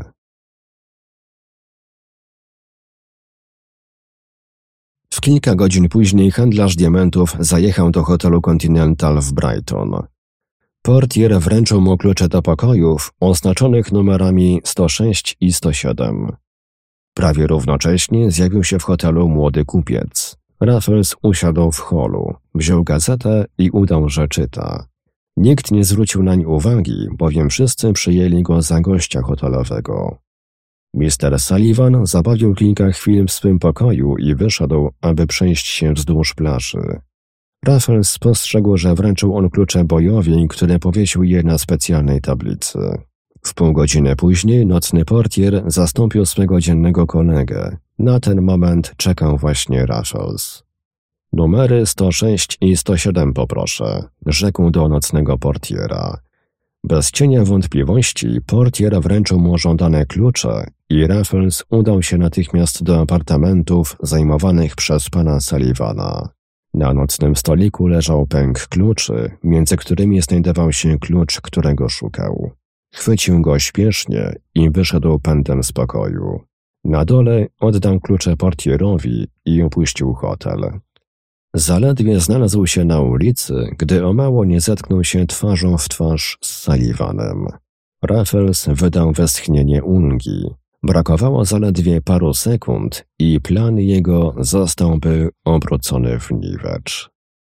W kilka godzin później handlarz diamentów zajechał do hotelu Continental w Brighton. Portier wręczył mu klucze do pokojów oznaczonych numerami 106 i 107. Prawie równocześnie zjawił się w hotelu młody kupiec. Raffles usiadł w holu, wziął gazetę i udał, że czyta. Nikt nie zwrócił nań uwagi, bowiem wszyscy przyjęli go za gościa hotelowego. Mr. Sullivan zabawił kilka chwil w swym pokoju i wyszedł, aby przejść się wzdłuż plaży. Raffles spostrzegł, że wręczył on klucze Boyowi, który powiesił je na specjalnej tablicy. W pół godziny później nocny portier zastąpił swego dziennego kolegę Na ten moment czekał właśnie Raffles. Numery 106 i 107 poproszę, rzekł do nocnego portiera. Bez cienia wątpliwości portier wręczył mu żądane klucze i Raffles udał się natychmiast do apartamentów zajmowanych przez pana Sullivana. Na nocnym stoliku leżał pęk kluczy, między którymi znajdował się klucz, którego szukał. Chwycił go śpiesznie i wyszedł pędem z pokoju. Na dole oddał klucze portierowi i opuścił hotel. Zaledwie znalazł się na ulicy, gdy o mało nie zetknął się twarzą w twarz z Sullivanem. Raffles wydał westchnienie ulgi. Brakowało zaledwie paru sekund i plan jego zostałby obrócony w niwecz.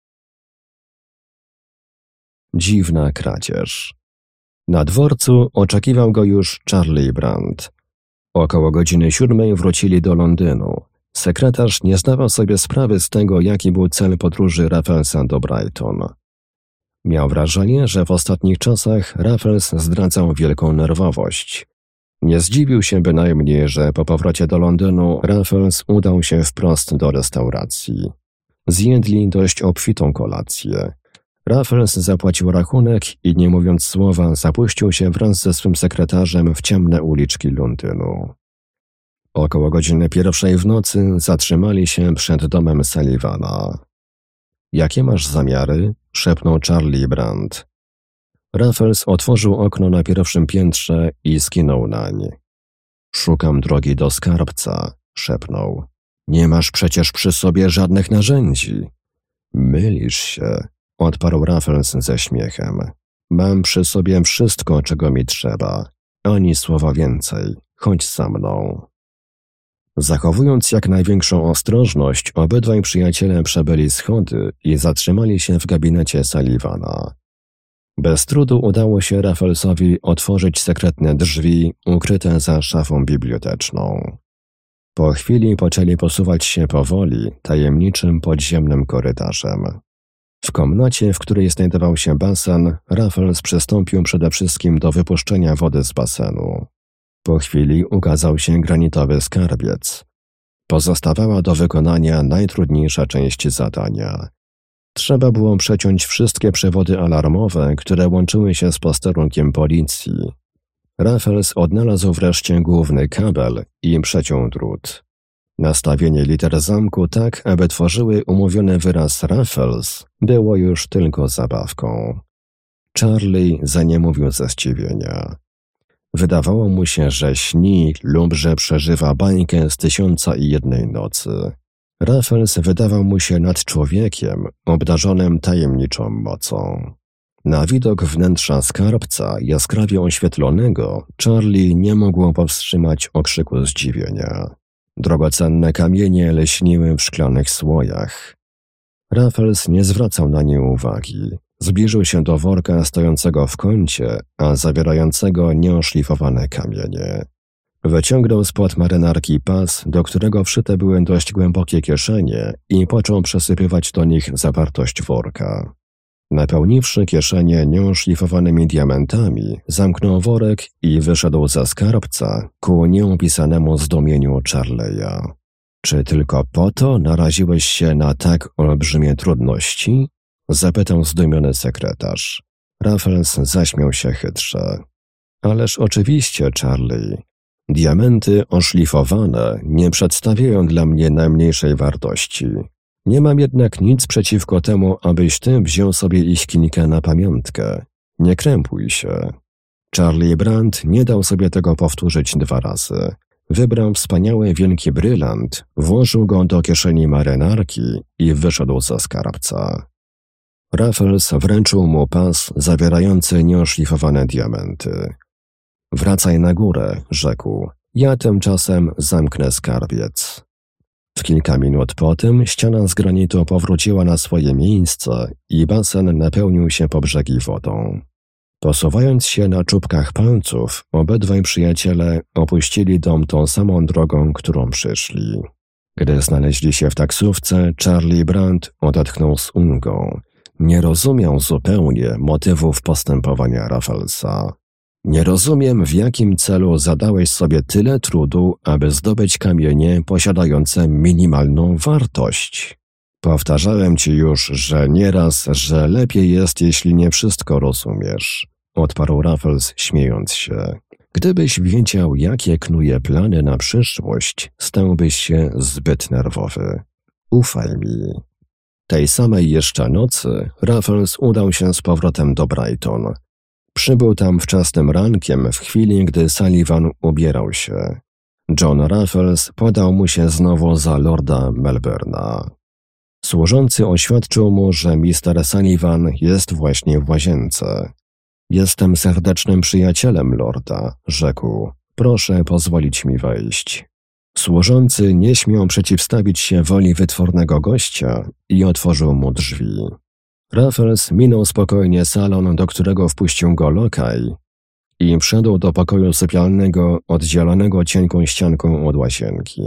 Dziwna kradzież. Na dworcu oczekiwał go już Charlie Brand. Około godziny 7 wrócili do Londynu. Sekretarz nie zdawał sobie sprawy z tego, jaki był cel podróży Rafflesa do Brighton. Miał wrażenie, że w ostatnich czasach Raffles zdradzał wielką nerwowość. Nie zdziwił się bynajmniej, że po powrocie do Londynu Raffles udał się wprost do restauracji. Zjedli dość obfitą kolację. Raffles zapłacił rachunek i nie mówiąc słowa zapuścił się wraz ze swym sekretarzem w ciemne uliczki Londynu. Około godziny 1 w nocy zatrzymali się przed domem Sullivana. Jakie masz zamiary? Szepnął Charlie Brand. Raffles otworzył okno na pierwszym piętrze i skinął nań. Szukam drogi do skarbca, szepnął. Nie masz przecież przy sobie żadnych narzędzi. Mylisz się, odparł Raffles ze śmiechem. Mam przy sobie wszystko, czego mi trzeba. Ani słowa więcej. Chodź za mną. Zachowując jak największą ostrożność, obydwaj przyjaciele przebyli schody i zatrzymali się w gabinecie Sullivana. Bez trudu udało się Rafflesowi otworzyć sekretne drzwi ukryte za szafą biblioteczną. Po chwili poczęli posuwać się powoli, tajemniczym podziemnym korytarzem. W komnacie, w której znajdował się basen, Raffles przystąpił przede wszystkim do wypuszczenia wody z basenu. Po chwili ukazał się granitowy skarbiec. Pozostawała do wykonania najtrudniejsza część zadania. Trzeba było przeciąć wszystkie przewody alarmowe, które łączyły się z posterunkiem policji. Raffles odnalazł wreszcie główny kabel i przeciął drut. Nastawienie liter zamku tak, aby tworzyły umówiony wyraz Raffles, było już tylko zabawką. Charlie zaniemówił ze zdziwienia. Wydawało mu się, że śni lub że przeżywa bańkę z 1001 nocy. Raffles wydawał mu się nad człowiekiem, obdarzonym tajemniczą mocą. Na widok wnętrza skarbca jaskrawie oświetlonego, Charlie nie mógł powstrzymać okrzyku zdziwienia. Drogocenne kamienie lśniły w szklanych słojach. Raffles nie zwracał na nie uwagi. Zbliżył się do worka stojącego w kącie, a zawierającego nieoszlifowane kamienie. Wyciągnął spod marynarki pas, do którego wszyte były dość głębokie kieszenie i począł przesypywać do nich zawartość worka. Napełniwszy kieszenie nieoszlifowanymi diamentami, zamknął worek i wyszedł ze skarbca ku nieopisanemu zdumieniu Charlie'a. Czy tylko po to naraziłeś się na tak olbrzymie trudności? Zapytał zdumiony sekretarz. Raffles zaśmiał się chytrze. Ależ oczywiście, Charlie. Diamenty oszlifowane nie przedstawiają dla mnie najmniejszej wartości. Nie mam jednak nic przeciwko temu, abyś ty wziął sobie ich kilka na pamiątkę. Nie krępuj się. Charlie Brand nie dał sobie tego powtórzyć 2 razy. Wybrał wspaniały wielki brylant, włożył go do kieszeni marynarki i wyszedł ze skarbca. Raffles wręczył mu pas zawierający nieoszlifowane diamenty. Wracaj na górę, rzekł. Ja tymczasem zamknę skarbiec. W kilka minut po tym ściana z granitu powróciła na swoje miejsce i basen napełnił się po brzegi wodą. Posuwając się na czubkach palców, obydwaj przyjaciele opuścili dom tą samą drogą, którą przyszli. Gdy znaleźli się w taksówce, Charlie Brand odetchnął z ulgą. Nie rozumiał zupełnie motywów postępowania Rafflesa. Nie rozumiem, w jakim celu zadałeś sobie tyle trudu, aby zdobyć kamienie posiadające minimalną wartość. Powtarzałem ci już, że nieraz, że lepiej jest, jeśli nie wszystko rozumiesz, odparł Raffles, śmiejąc się. Gdybyś wiedział, jakie knuje plany na przyszłość, stałbyś się zbyt nerwowy. Ufaj mi. Tej samej jeszcze nocy Raffles udał się z powrotem do Brighton. Przybył tam wczesnym rankiem w chwili, gdy Sullivan ubierał się. John Raffles podał mu się znowu za lorda Melbourna. Służący oświadczył mu, że Mr. Sullivan jest właśnie w łazience. Jestem serdecznym przyjacielem lorda, rzekł. Proszę pozwolić mi wejść. Służący nie śmiał przeciwstawić się woli wytwornego gościa i otworzył mu drzwi. Raffles minął spokojnie salon, do którego wpuścił go lokaj i wszedł do pokoju sypialnego oddzielonego cienką ścianką od łazienki.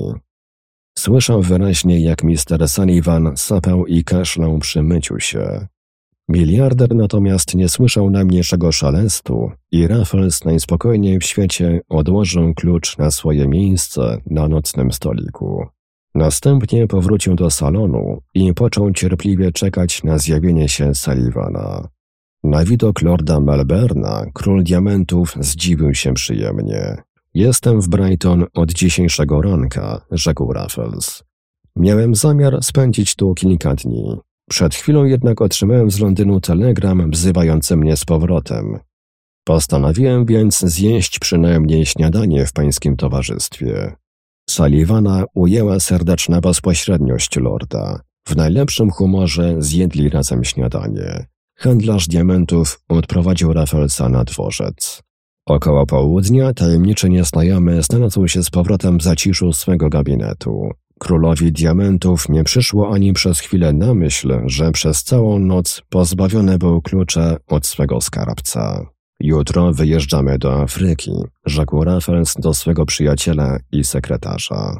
Słyszał wyraźnie, jak Mr. Sullivan sapał i kaszlał przy myciu się. Miliarder natomiast nie słyszał najmniejszego szalestu i Raffles najspokojniej w świecie odłożył klucz na swoje miejsce na nocnym stoliku. Następnie powrócił do salonu i począł cierpliwie czekać na zjawienie się Sullivana. Na widok lorda Melbourna król diamentów zdziwił się przyjemnie. Jestem w Brighton od dzisiejszego ranka, rzekł Raffles. Miałem zamiar spędzić tu kilka dni. Przed chwilą jednak otrzymałem z Londynu telegram wzywający mnie z powrotem. Postanowiłem więc zjeść przynajmniej śniadanie w pańskim towarzystwie. Sullivana ujęła serdeczna bezpośredniość lorda. W najlepszym humorze zjedli razem śniadanie. Handlarz diamentów odprowadził Rafflesa na dworzec. Około południa tajemniczy nieznajomy znalazł się z powrotem w zaciszu swego gabinetu. Królowi diamentów nie przyszło ani przez chwilę na myśl, że przez całą noc pozbawiony był klucza od swego skarbca. Jutro wyjeżdżamy do Afryki, rzekł Raffles do swego przyjaciela i sekretarza.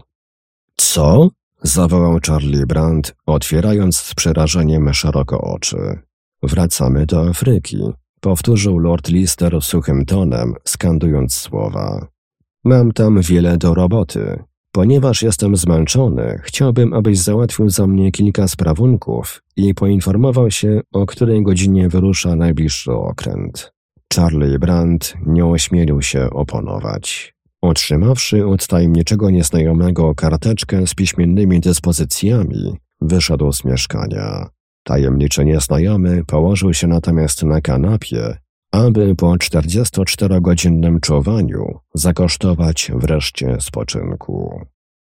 Co? Zawołał Charlie Brand, otwierając z przerażeniem szeroko oczy. Wracamy do Afryki, powtórzył Lord Lister suchym tonem, skandując słowa. Mam tam wiele do roboty. Ponieważ jestem zmęczony, chciałbym, abyś załatwił za mnie kilka sprawunków i poinformował się, o której godzinie wyrusza najbliższy okręt. Charlie Brand nie ośmielił się oponować. Otrzymawszy od tajemniczego nieznajomego karteczkę z piśmiennymi dyspozycjami, wyszedł z mieszkania. Tajemniczy nieznajomy położył się natomiast na kanapie, aby po 44-godzinnym czuwaniu zakosztować wreszcie spoczynku.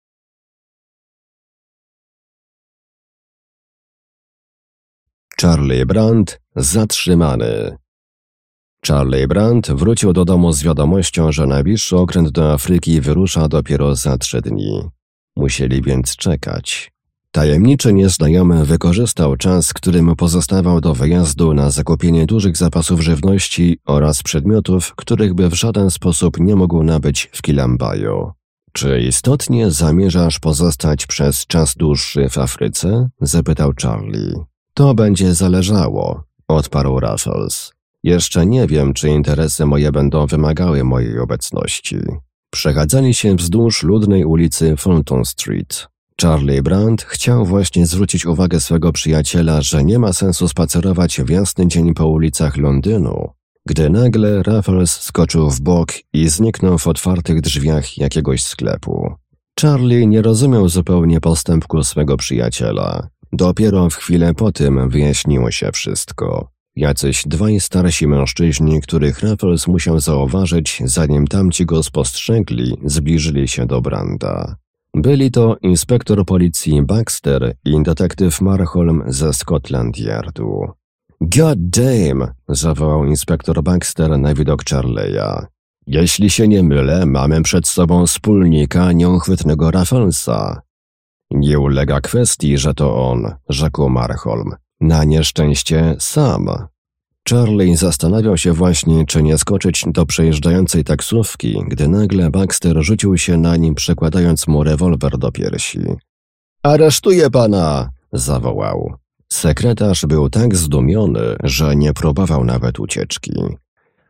Charlie Brand zatrzymany. Charlie Brand wrócił do domu z wiadomością, że najbliższy okręt do Afryki wyrusza dopiero za 3 dni. Musieli więc czekać. Tajemniczy nieznajomy wykorzystał czas, który mu pozostawał do wyjazdu na zakupienie dużych zapasów żywności oraz przedmiotów, których by w żaden sposób nie mógł nabyć w Kilambaju. Czy istotnie zamierzasz pozostać przez czas dłuższy w Afryce? Zapytał Charlie. To będzie zależało, odparł Raffles. Jeszcze nie wiem, czy interesy moje będą wymagały mojej obecności. Przechadzali się wzdłuż ludnej ulicy Fulton Street. Charlie Brand chciał właśnie zwrócić uwagę swego przyjaciela, że nie ma sensu spacerować w jasny dzień po ulicach Londynu, gdy nagle Raffles skoczył w bok i zniknął w otwartych drzwiach jakiegoś sklepu. Charlie nie rozumiał zupełnie postępku swego przyjaciela. Dopiero w chwilę po tym wyjaśniło się wszystko. Jacyś 2 starsi mężczyźni, których Raffles musiał zauważyć, zanim tamci go spostrzegli, zbliżyli się do Branda. Byli to inspektor policji Baxter i detektyw Marholm ze Scotland Yardu. God damn! Zawołał inspektor Baxter na widok Charlie'a. Jeśli się nie mylę, mamy przed sobą wspólnika nieuchwytnego Rafflesa. Nie ulega kwestii, że to on, rzekł Marholm. Na nieszczęście sam. Charlie zastanawiał się właśnie, czy nie skoczyć do przejeżdżającej taksówki, gdy nagle Baxter rzucił się na nim, przykładając mu rewolwer do piersi. Aresztuję pana! Zawołał. Sekretarz był tak zdumiony, że nie próbował nawet ucieczki.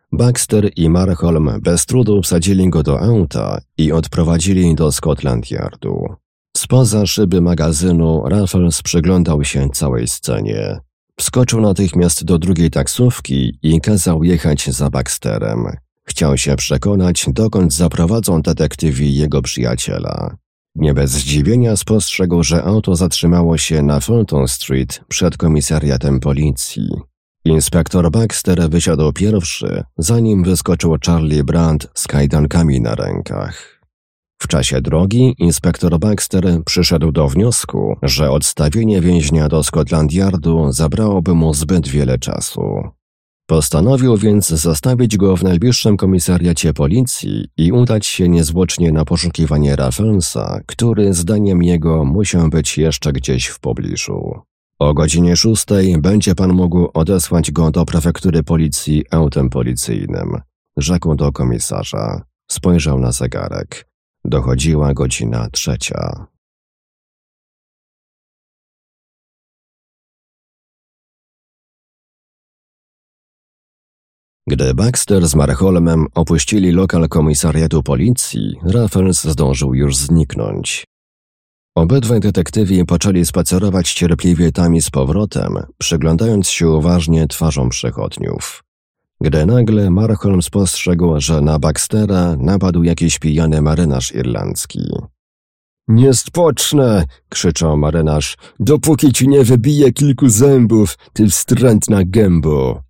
Baxter i Marholm bez trudu wsadzili go do auta i odprowadzili do Scotland Yardu. Spoza szyby magazynu Raffles przyglądał się całej scenie. Wskoczył natychmiast do drugiej taksówki i kazał jechać za Baxterem. Chciał się przekonać, dokąd zaprowadzą detektywi jego przyjaciela. Nie bez zdziwienia spostrzegł, że auto zatrzymało się na Fulton Street przed komisariatem policji. Inspektor Baxter wysiadł pierwszy, zanim wyskoczył Charlie Brand z kajdankami na rękach. W czasie drogi inspektor Baxter przyszedł do wniosku, że odstawienie więźnia do Scotland Yardu zabrałoby mu zbyt wiele czasu. Postanowił więc zostawić go w najbliższym komisariacie policji i udać się niezwłocznie na poszukiwanie Rafflesa, który zdaniem jego musiał być jeszcze gdzieś w pobliżu. O godzinie 6 będzie pan mógł odesłać go do prefektury policji autem policyjnym, rzekł do komisarza. Spojrzał na zegarek. Dochodziła godzina 3. Gdy Baxter z Marholmem opuścili lokal komisariatu policji, Raffles zdążył już zniknąć. Obydwaj detektywi poczęli spacerować cierpliwie tam i z powrotem, przyglądając się uważnie twarzom przechodniów. Gdy nagle Marholm spostrzegł, że na Baxtera napadł jakiś pijany marynarz irlandzki. Nie spocznę, krzyczał marynarz, dopóki ci nie wybiję kilku zębów, ty wstrętna gębo.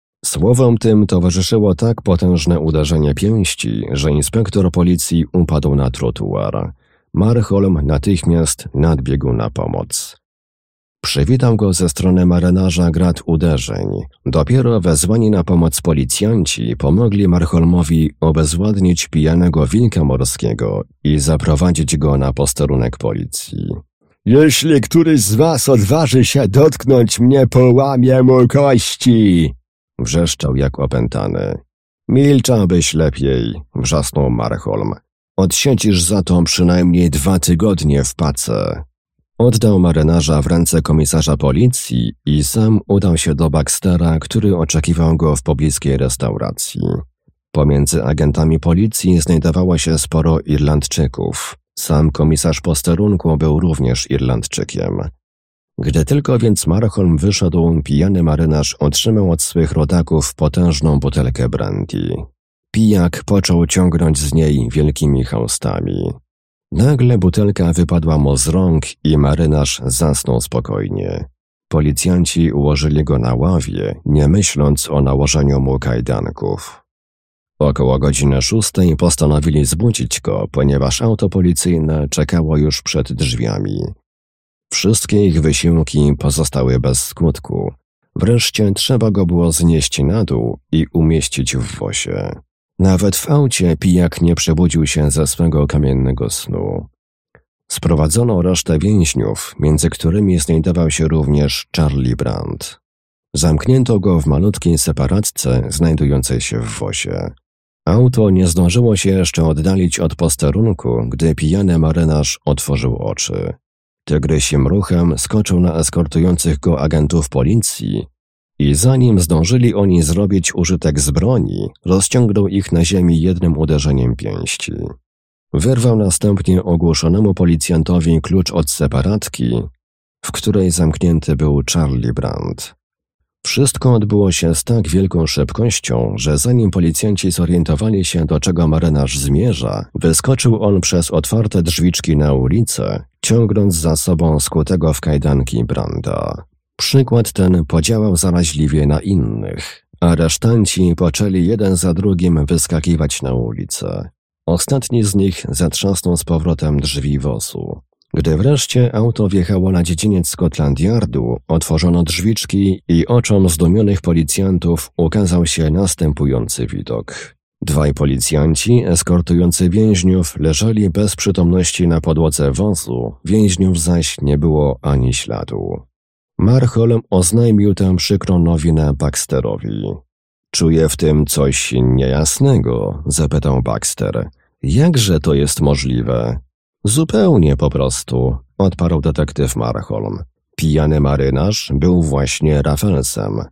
Słowom tym towarzyszyło tak potężne uderzenie pięści, że inspektor policji upadł na trotuar. Marholm natychmiast nadbiegł na pomoc. Przywitał go ze strony marynarza grad uderzeń. Dopiero wezwani na pomoc policjanci pomogli Marholmowi obezwładnić pijanego wilka morskiego i zaprowadzić go na posterunek policji. Jeśli któryś z was odważy się dotknąć mnie, połamie mu kości! Wrzeszczał jak opętany. Milczałbyś lepiej, wrzasnął Marholm. Odsiedzisz za to przynajmniej 2 tygodnie w pace. Oddał marynarza w ręce komisarza policji i sam udał się do Baxtera, który oczekiwał go w pobliskiej restauracji. Pomiędzy agentami policji znajdowało się sporo Irlandczyków. Sam komisarz posterunku był również Irlandczykiem. Gdy tylko więc Marholm wyszedł, pijany marynarz otrzymał od swych rodaków potężną butelkę brandy. Pijak począł ciągnąć z niej wielkimi chałstami. Nagle butelka wypadła mu z rąk i marynarz zasnął spokojnie. Policjanci ułożyli go na ławie, nie myśląc o nałożeniu mu kajdanków. Około godziny 6 postanowili zbudzić go, ponieważ auto policyjne czekało już przed drzwiami. Wszystkie ich wysiłki pozostały bez skutku. Wreszcie trzeba go było znieść na dół i umieścić w wozie. Nawet w aucie pijak nie przebudził się ze swego kamiennego snu. Sprowadzono resztę więźniów, między którymi znajdował się również Charlie Brand. Zamknięto go w malutkiej separatce znajdującej się w wozie. Auto nie zdążyło się jeszcze oddalić od posterunku, gdy pijany marynarz otworzył oczy. Tygrysim ruchem skoczył na eskortujących go agentów policji i zanim zdążyli oni zrobić użytek z broni, rozciągnął ich na ziemi jednym uderzeniem pięści. Wyrwał następnie ogłuszonemu policjantowi klucz od separatki, w której zamknięty był Charlie Brand. Wszystko odbyło się z tak wielką szybkością, że zanim policjanci zorientowali się, do czego marynarz zmierza, wyskoczył on przez otwarte drzwiczki na ulicę, ciągnąc za sobą skutego w kajdanki Branda. Przykład ten podziałał zaraźliwie na innych. Aresztanci poczęli jeden za drugim wyskakiwać na ulicę. Ostatni z nich zatrzasnął z powrotem drzwi wozu. Gdy wreszcie auto wjechało na dziedziniec Scotland Yardu, otworzono drzwiczki i oczom zdumionych policjantów ukazał się następujący widok. 2 policjanci eskortujący więźniów leżeli bez przytomności na podłodze wozu, więźniów zaś nie było ani śladu. Marholm oznajmił tę przykrą nowinę Baxterowi. Czuję w tym coś niejasnego, zapytał Baxter. Jakże to jest możliwe? Zupełnie po prostu, odparł detektyw Marholm. Pijany marynarz był właśnie Rafflesem.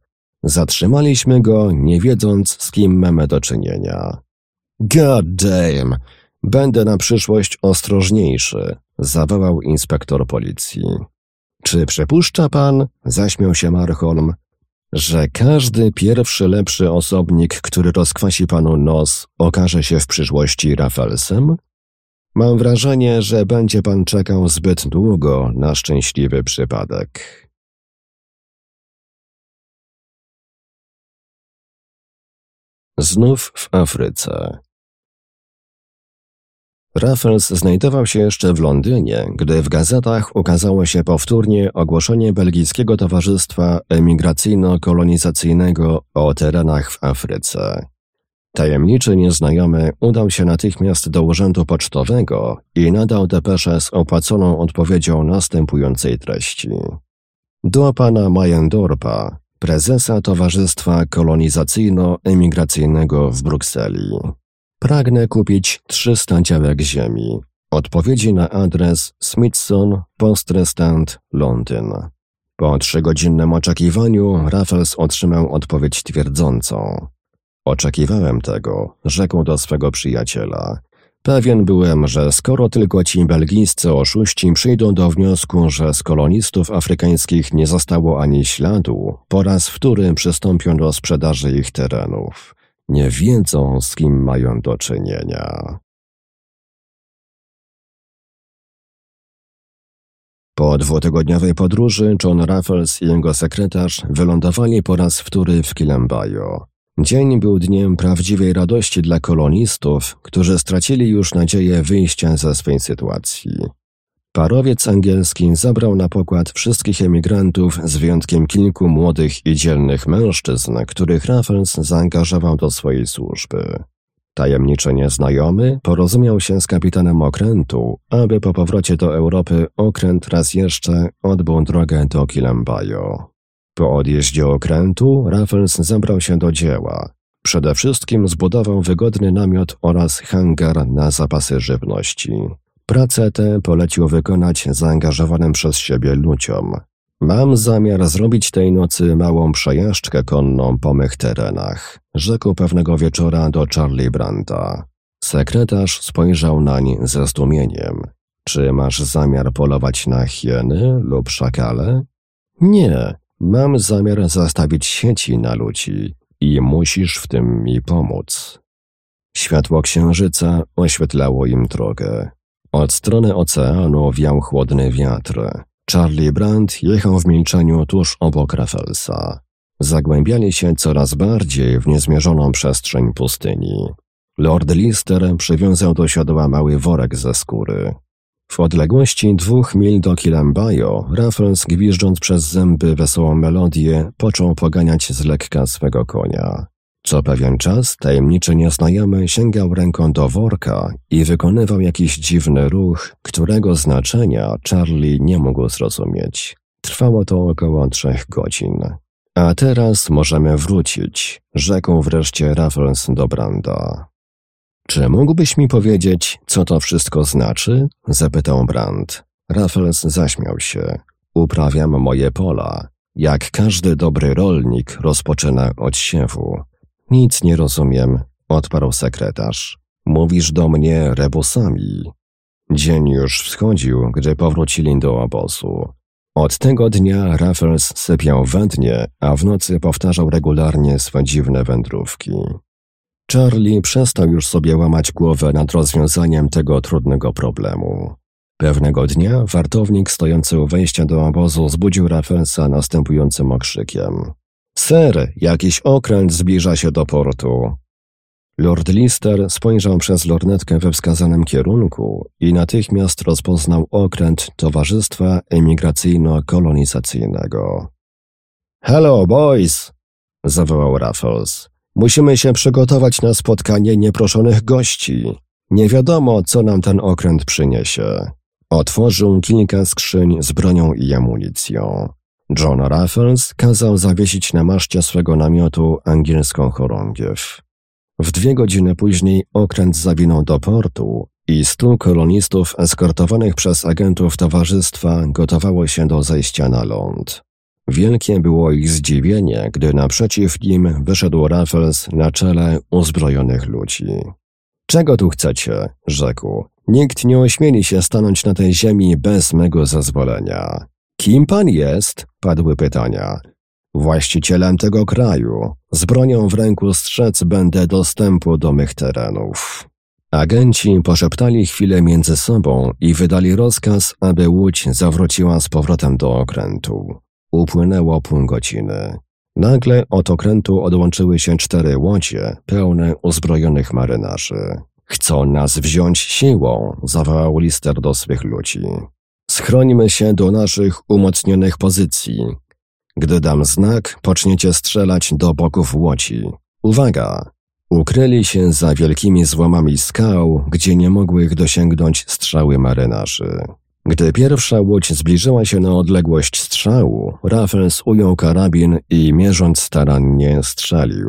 Zatrzymaliśmy go, nie wiedząc, z kim mamy do czynienia. God damn! Będę na przyszłość ostrożniejszy, zawołał inspektor policji. Czy przypuszcza pan, zaśmiał się Marholm, że każdy pierwszy lepszy osobnik, który rozkwasi panu nos, okaże się w przyszłości Rafflesem? Mam wrażenie, że będzie pan czekał zbyt długo na szczęśliwy przypadek. Znów w Afryce. Raffles znajdował się jeszcze w Londynie, gdy w gazetach ukazało się powtórnie ogłoszenie Belgijskiego Towarzystwa Emigracyjno-Kolonizacyjnego o terenach w Afryce. Tajemniczy nieznajomy udał się natychmiast do urzędu pocztowego i nadał depeszę z opłaconą odpowiedzią następującej treści. Do pana Meyendorpa, prezesa Towarzystwa Kolonizacyjno-Emigracyjnego w Brukseli. Pragnę kupić 300 działek ziemi. Odpowiedzi na adres Smithson, Postre Stand, Londyn. Po 3-godzinnym oczekiwaniu Raffles otrzymał odpowiedź twierdzącą. Oczekiwałem tego, rzekł do swego przyjaciela. Pewien byłem, że skoro tylko ci belgijscy oszuści przyjdą do wniosku, że z kolonistów afrykańskich nie zostało ani śladu, po raz wtóry przystąpią do sprzedaży ich terenów. Nie wiedzą, z kim mają do czynienia. Po 2-tygodniowej podróży John Raffles i jego sekretarz wylądowali po raz wtóry w Kilembajo. Dzień był dniem prawdziwej radości dla kolonistów, którzy stracili już nadzieję wyjścia ze swej sytuacji. Parowiec angielski zabrał na pokład wszystkich emigrantów z wyjątkiem kilku młodych i dzielnych mężczyzn, których Raffles zaangażował do swojej służby. Tajemniczy nieznajomy porozumiał się z kapitanem okrętu, aby po powrocie do Europy okręt raz jeszcze odbył drogę do Kilembajo. Po odjeździe okrętu Raffles zabrał się do dzieła. Przede wszystkim zbudował wygodny namiot oraz hangar na zapasy żywności. Pracę tę polecił wykonać zaangażowanym przez siebie ludziom. Mam zamiar zrobić tej nocy małą przejażdżkę konną po mych terenach, rzekł pewnego wieczora do Charlie Branta. Sekretarz spojrzał nań ze zdumieniem. Czy masz zamiar polować na hieny lub szakale? Nie, mam zamiar zastawić sieci na ludzi i musisz w tym mi pomóc. Światło księżyca oświetlało im drogę. Od strony oceanu wiał chłodny wiatr. Charlie Brant jechał w milczeniu tuż obok Rafflesa. Zagłębiali się coraz bardziej w niezmierzoną przestrzeń pustyni. Lord Lister przywiązał do siodła mały worek ze skóry. W odległości 2 mil do Kilembajo, Raffles, gwiżdżąc przez zęby wesołą melodię, począł poganiać z lekka swego konia. Co pewien czas tajemniczy nieznajomy sięgał ręką do worka i wykonywał jakiś dziwny ruch, którego znaczenia Charlie nie mógł zrozumieć. Trwało to około 3 godzin. A teraz możemy wrócić, rzekł wreszcie Raffles do Branda. Czy mógłbyś mi powiedzieć, co to wszystko znaczy? Zapytał Brand. Raffles zaśmiał się. Uprawiam moje pola. Jak każdy dobry rolnik rozpoczyna od siewu. Nic nie rozumiem, odparł sekretarz. Mówisz do mnie rebusami. Dzień już wschodził, gdy powrócili do obozu. Od tego dnia Raffles sypiał we dnie, a w nocy powtarzał regularnie swe dziwne wędrówki. Charlie przestał już sobie łamać głowę nad rozwiązaniem tego trudnego problemu. Pewnego dnia wartownik stojący u wejścia do obozu zbudził Rafflesa następującym okrzykiem. Sir, jakiś okręt zbliża się do portu. Lord Lister spojrzał przez lornetkę we wskazanym kierunku i natychmiast rozpoznał okręt Towarzystwa Emigracyjno-Kolonizacyjnego. Hello, boys! Zawołał Raffles. Musimy się przygotować na spotkanie nieproszonych gości. Nie wiadomo, co nam ten okręt przyniesie. Otworzył kilka skrzyń z bronią i amunicją. John Raffles kazał zawiesić na maszcie swego namiotu angielską chorągiew. W 2 godziny później okręt zawinął do portu i 100 kolonistów eskortowanych przez agentów towarzystwa gotowało się do zejścia na ląd. Wielkie było ich zdziwienie, gdy naprzeciw nim wyszedł Raffles na czele uzbrojonych ludzi. Czego tu chcecie? Rzekł. Nikt nie ośmieli się stanąć na tej ziemi bez mego zezwolenia. Kim pan jest? Padły pytania. Właścicielem tego kraju. Z bronią w ręku strzec będę dostępu do mych terenów. Agenci poszeptali chwilę między sobą i wydali rozkaz, aby łódź zawróciła z powrotem do okrętu. Upłynęło pół godziny. Nagle od okrętu odłączyły się 4 łodzie, pełne uzbrojonych marynarzy. Chcą nas wziąć siłą, zawołał Lister do swych ludzi. Schrońmy się do naszych umocnionych pozycji. Gdy dam znak, poczniecie strzelać do boków łodzi. Uwaga! Ukryli się za wielkimi złomami skał, gdzie nie mogły ich dosięgnąć strzały marynarzy. Gdy pierwsza łódź zbliżyła się na odległość strzału, Raffles ujął karabin i mierząc starannie strzelił.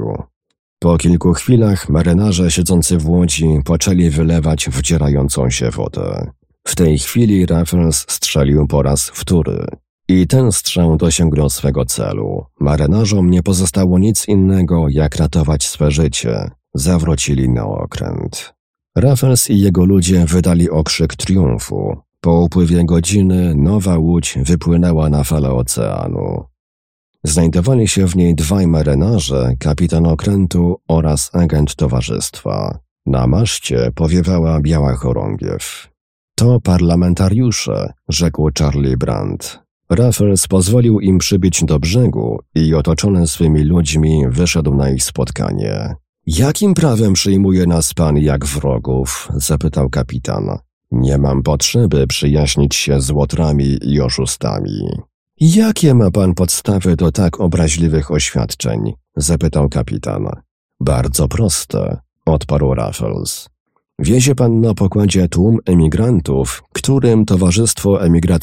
Po kilku chwilach marynarze siedzący w łodzi poczęli wylewać wdzierającą się wodę. W tej chwili Raffles strzelił po raz wtóry. I ten strzał dosięgnął swego celu. Marynarzom nie pozostało nic innego, jak ratować swe życie. Zawrócili na okręt. Raffles i jego ludzie wydali okrzyk triumfu. Po upływie godziny nowa łódź wypłynęła na falę oceanu. Znajdowali się w niej 2 marynarze, kapitan okrętu oraz agent towarzystwa. Na maszcie powiewała biała chorągiew. To parlamentariusze, rzekł Charlie Brand. Raffles pozwolił im przybić do brzegu i otoczony swymi ludźmi wyszedł na ich spotkanie. Jakim prawem przyjmuje nas pan jak wrogów? Zapytał kapitan. Nie mam potrzeby przyjaźnić się z łotrami i oszustami. Jakie ma pan podstawy do tak obraźliwych oświadczeń? Zapytał kapitan. Bardzo proste, odparł Raffles. Wiezie pan na pokładzie tłum emigrantów, którym Towarzystwo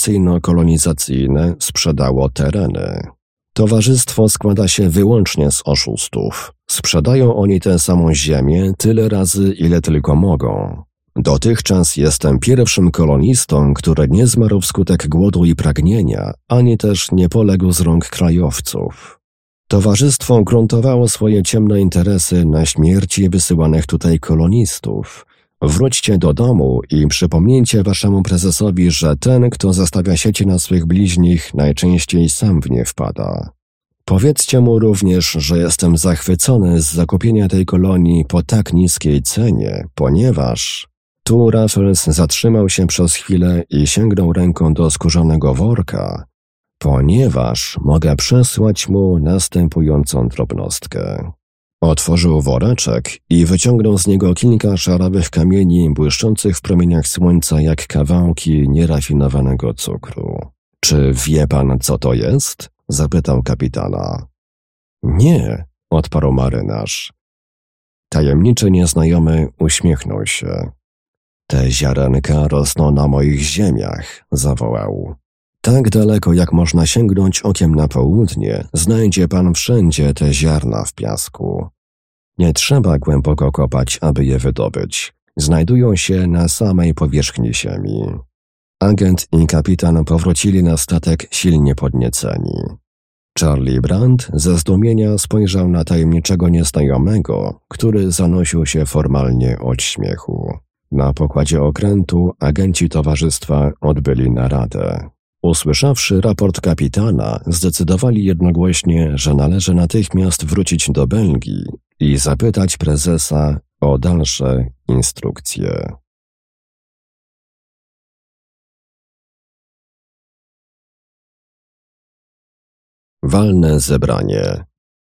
Emigracyjno-Kolonizacyjne sprzedało tereny. Towarzystwo składa się wyłącznie z oszustów. Sprzedają oni tę samą ziemię tyle razy, ile tylko mogą. Dotychczas jestem pierwszym kolonistą, który nie zmarł wskutek głodu i pragnienia, ani też nie poległ z rąk krajowców. Towarzystwo gruntowało swoje ciemne interesy na śmierci wysyłanych tutaj kolonistów. Wróćcie do domu i przypomnijcie waszemu prezesowi, że ten, kto zastawia sieci na swych bliźnich, najczęściej sam w nie wpada. Powiedzcie mu również, że jestem zachwycony z zakupienia tej kolonii po tak niskiej cenie, ponieważ... Tu Raffles zatrzymał się przez chwilę i sięgnął ręką do skórzanego worka, ponieważ mogę przesłać mu następującą drobnostkę. Otworzył woreczek i wyciągnął z niego kilka szarawych kamieni błyszczących w promieniach słońca jak kawałki nierafinowanego cukru. Czy wie pan, co to jest? Zapytał kapitana. Nie, odparł marynarz. Tajemniczy nieznajomy uśmiechnął się. Te ziarenka rosną na moich ziemiach, zawołał. Tak daleko, jak można sięgnąć okiem na południe, znajdzie pan wszędzie te ziarna w piasku. Nie trzeba głęboko kopać, aby je wydobyć. Znajdują się na samej powierzchni ziemi. Agent i kapitan powrócili na statek silnie podnieceni. Charlie Brand ze zdumienia spojrzał na tajemniczego nieznajomego, który zanosił się formalnie od śmiechu. Na pokładzie okrętu agenci towarzystwa odbyli naradę. Usłyszawszy raport kapitana, zdecydowali jednogłośnie, że należy natychmiast wrócić do Belgii i zapytać prezesa o dalsze instrukcje. Walne zebranie.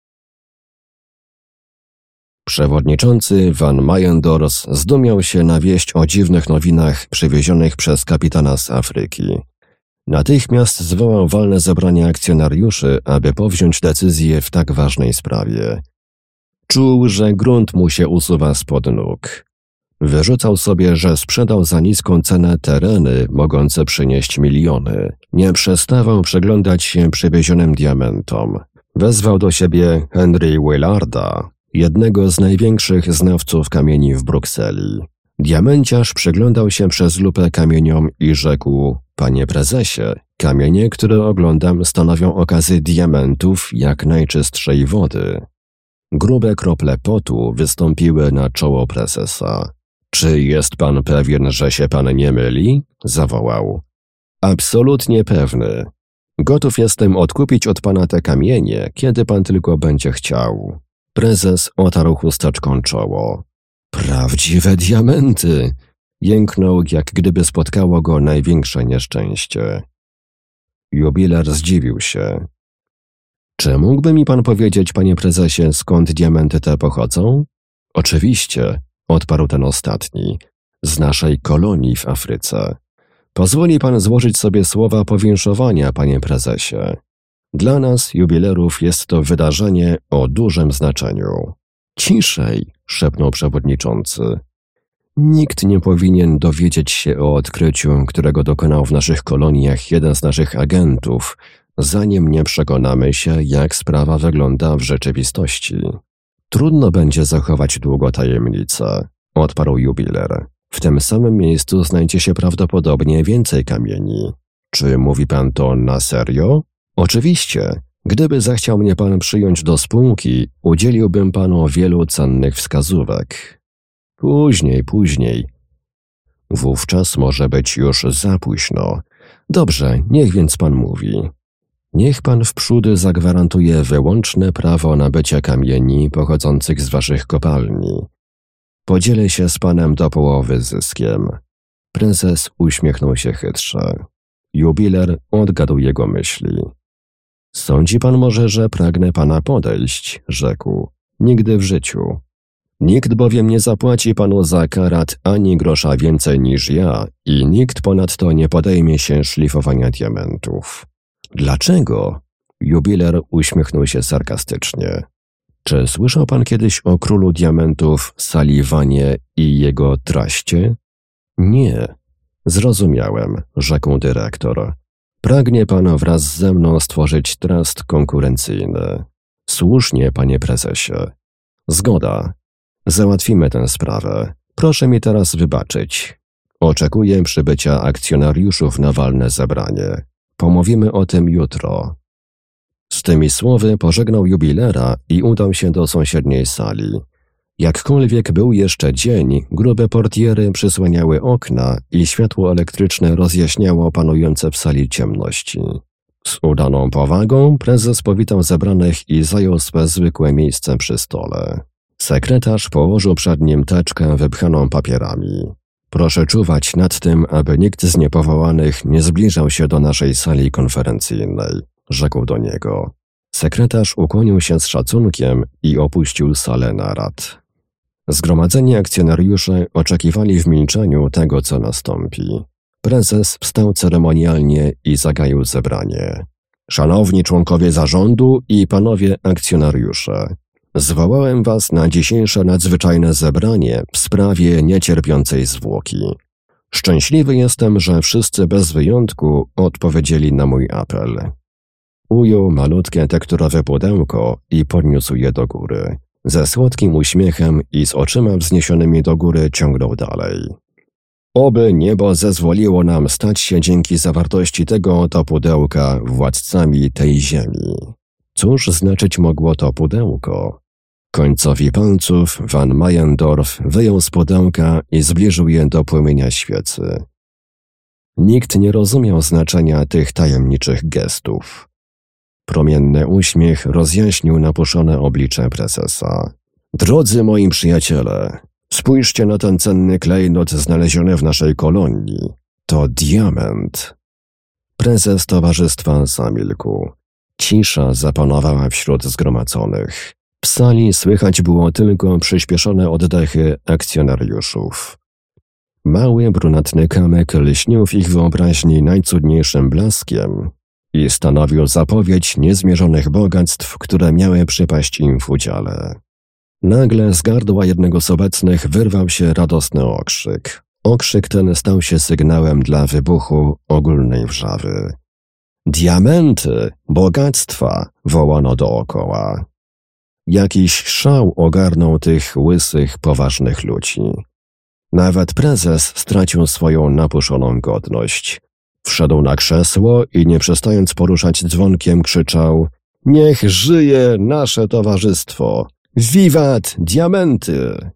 Przewodniczący Van Meyendorz zdumiał się na wieść o dziwnych nowinach przywiezionych przez kapitana z Afryki. Natychmiast zwołał walne zebranie akcjonariuszy, aby powziąć decyzję w tak ważnej sprawie. Czuł, że grunt mu się usuwa spod nóg. Wyrzucał sobie, że sprzedał za niską cenę tereny mogące przynieść miliony. Nie przestawał przyglądać się przywiezionym diamentom. Wezwał do siebie Henry Willarda, jednego z największych znawców kamieni w Brukseli. Diamenciarz przyglądał się przez lupę kamieniom i rzekł: Panie prezesie, Kamienie, które oglądam, stanowią okazy diamentów jak najczystszej wody. Grube krople potu wystąpiły na czoło prezesa. Czy jest pan pewien, że się pan nie myli? Zawołał. Absolutnie pewny. Gotów jestem odkupić od pana te kamienie, kiedy pan tylko będzie chciał. Prezes otarł chusteczką czoło. Prawdziwe diamenty! Jęknął, jak gdyby spotkało go największe nieszczęście. Jubiler zdziwił się. Czy mógłby mi pan powiedzieć, panie prezesie, skąd diamenty te pochodzą? Oczywiście, odparł ten ostatni, z naszej kolonii w Afryce. Pozwoli pan złożyć sobie słowa powinszowania, panie prezesie. Dla nas, jubilerów, jest to wydarzenie o dużym znaczeniu. Ciszej, szepnął przewodniczący. Nikt nie powinien dowiedzieć się o odkryciu, którego dokonał w naszych koloniach jeden z naszych agentów, zanim nie przekonamy się, jak sprawa wygląda w rzeczywistości. Trudno będzie zachować długo tajemnicę, odparł jubiler. W tym samym miejscu znajdzie się prawdopodobnie więcej kamieni. Czy mówi pan to na serio? Oczywiście. Gdyby zechciał mnie pan przyjąć do spółki, udzieliłbym panu wielu cennych wskazówek. Później. Wówczas może być już za późno. Dobrze, niech więc pan mówi. Niech pan wprzód zagwarantuje wyłączne prawo nabycia kamieni pochodzących z waszych kopalni. Podzielę się z panem do połowy zyskiem. Prezes uśmiechnął się chytrze. Jubiler odgadł jego myśli. Sądzi pan może, że pragnę pana podejść, rzekł. Nigdy w życiu. Nikt bowiem nie zapłaci panu za karat ani grosza więcej niż ja i nikt ponadto nie podejmie się szlifowania diamentów. Dlaczego? Jubiler uśmiechnął się sarkastycznie. Czy słyszał pan kiedyś o królu diamentów Sulliwanie i jego traście? Nie. Zrozumiałem, rzekł dyrektor. Pragnie pan wraz ze mną stworzyć trust konkurencyjny. Słusznie, panie prezesie. Zgoda. Załatwimy tę sprawę. Proszę mi teraz wybaczyć. Oczekuję przybycia akcjonariuszów na walne zebranie. Pomówimy o tym jutro. Z tymi słowy pożegnał jubilera i udał się do sąsiedniej sali. Jakkolwiek był jeszcze dzień, grube portiery przysłaniały okna i światło elektryczne rozjaśniało panujące w sali ciemności. Z udaną powagą prezes powitał zebranych i zajął swe zwykłe miejsce przy stole. Sekretarz położył przed nim teczkę wypchaną papierami. Proszę czuwać nad tym, aby nikt z niepowołanych nie zbliżał się do naszej sali konferencyjnej, rzekł do niego. Sekretarz ukłonił się z szacunkiem i opuścił salę narad. Zgromadzeni akcjonariusze oczekiwali w milczeniu tego, co nastąpi. Prezes wstał ceremonialnie i zagaił zebranie. Szanowni członkowie zarządu i panowie akcjonariusze, zwołałem was na dzisiejsze nadzwyczajne zebranie w sprawie niecierpiącej zwłoki. Szczęśliwy jestem, że wszyscy bez wyjątku odpowiedzieli na mój apel. Ujął malutkie tekturowe pudełko i podniósł je do góry. Ze słodkim uśmiechem i z oczyma wzniesionymi do góry ciągnął dalej. Oby niebo zezwoliło nam stać się dzięki zawartości tego oto pudełka władcami tej ziemi. Cóż znaczyć mogło to pudełko? Końcowi palców Van Meyendorff wyjął z pudełka i zbliżył je do płomienia świecy. Nikt nie rozumiał znaczenia tych tajemniczych gestów. Promienny uśmiech rozjaśnił napuszone oblicze prezesa. Drodzy moi przyjaciele, spójrzcie na ten cenny klejnot znaleziony w naszej kolonii. To diament. Prezes towarzystwa zamilkł. Cisza zapanowała wśród zgromadzonych. W sali słychać było tylko przyspieszone oddechy akcjonariuszów. Mały, brunatny kamyk lśnił w ich wyobraźni najcudniejszym blaskiem i stanowił zapowiedź niezmierzonych bogactw, które miały przypaść im w udziale. Nagle z gardła jednego z obecnych wyrwał się radosny okrzyk. Okrzyk ten stał się sygnałem dla wybuchu ogólnej wrzawy. Diamenty! Bogactwa! Wołano dookoła. Jakiś szał ogarnął tych łysych, poważnych ludzi. Nawet prezes stracił swoją napuszoną godność. Wszedł na krzesło i nie przestając poruszać dzwonkiem krzyczał: niech żyje nasze towarzystwo! Wiwat diamenty!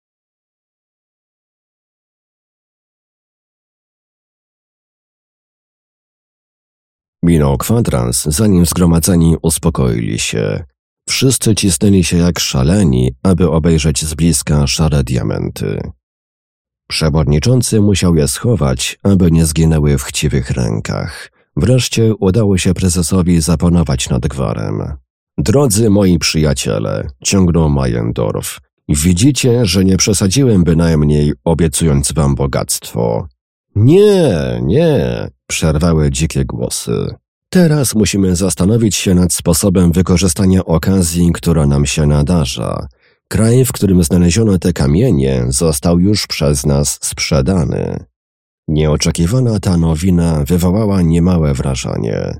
Minął kwadrans, zanim zgromadzeni uspokoili się. Wszyscy cisnęli się jak szaleni, aby obejrzeć z bliska szare diamenty. Przewodniczący musiał je schować, aby nie zginęły w chciwych rękach. Wreszcie udało się prezesowi zapanować nad gwarem. Drodzy moi przyjaciele, ciągnął Meyendorff, widzicie, że nie przesadziłem bynajmniej, obiecując wam bogactwo. Nie, przerwały dzikie głosy. Teraz musimy zastanowić się nad sposobem wykorzystania okazji, która nam się nadarza. Kraj, w którym znaleziono te kamienie, został już przez nas sprzedany. Nieoczekiwana ta nowina wywołała niemałe wrażenie.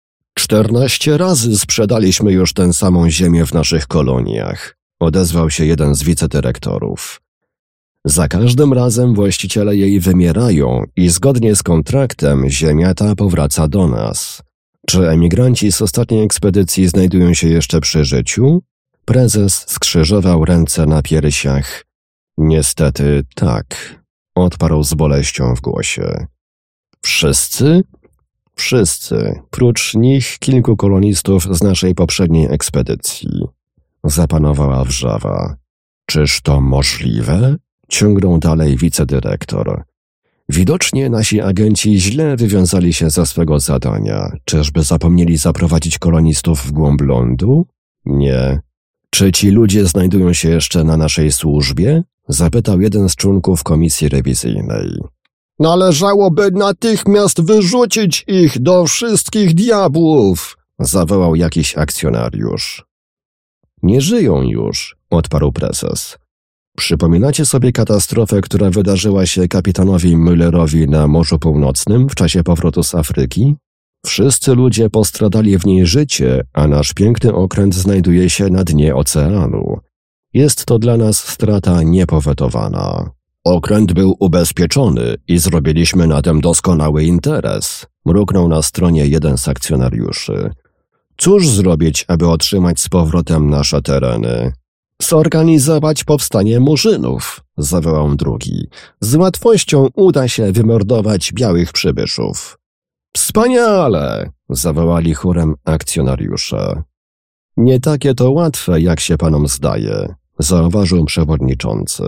14 razy sprzedaliśmy już tę samą ziemię w naszych koloniach, odezwał się jeden z wicedyrektorów. Za każdym razem właściciele jej wymierają i zgodnie z kontraktem ziemia ta powraca do nas. Czy emigranci z ostatniej ekspedycji znajdują się jeszcze przy życiu? Prezes skrzyżował ręce na piersiach. Niestety tak, odparł z boleścią w głosie. Wszyscy? Wszyscy, prócz nich kilku kolonistów z naszej poprzedniej ekspedycji. Zapanowała wrzawa. Czyż to możliwe? Ciągnął dalej wicedyrektor. Widocznie nasi agenci źle wywiązali się ze swego zadania. Czyżby zapomnieli zaprowadzić kolonistów w głąb lądu? Nie. Czy ci ludzie znajdują się jeszcze na naszej służbie? Zapytał jeden z członków komisji rewizyjnej. Należałoby natychmiast wyrzucić ich do wszystkich diabłów! Zawołał jakiś akcjonariusz. Nie żyją już, odparł prezes. Przypominacie sobie katastrofę, która wydarzyła się kapitanowi Müllerowi na Morzu Północnym w czasie powrotu z Afryki? Wszyscy ludzie postradali w niej życie, a nasz piękny okręt znajduje się na dnie oceanu. Jest to dla nas strata niepowetowana. Okręt był ubezpieczony i zrobiliśmy na tym doskonały interes, mruknął na stronie jeden z akcjonariuszy. Cóż zrobić, aby otrzymać z powrotem nasze tereny? Zorganizować powstanie murzynów, zawołał drugi. Z łatwością uda się wymordować białych przybyszów. Wspaniale! Zawołali chórem akcjonariusze. Nie takie to łatwe, jak się panom zdaje, zauważył przewodniczący.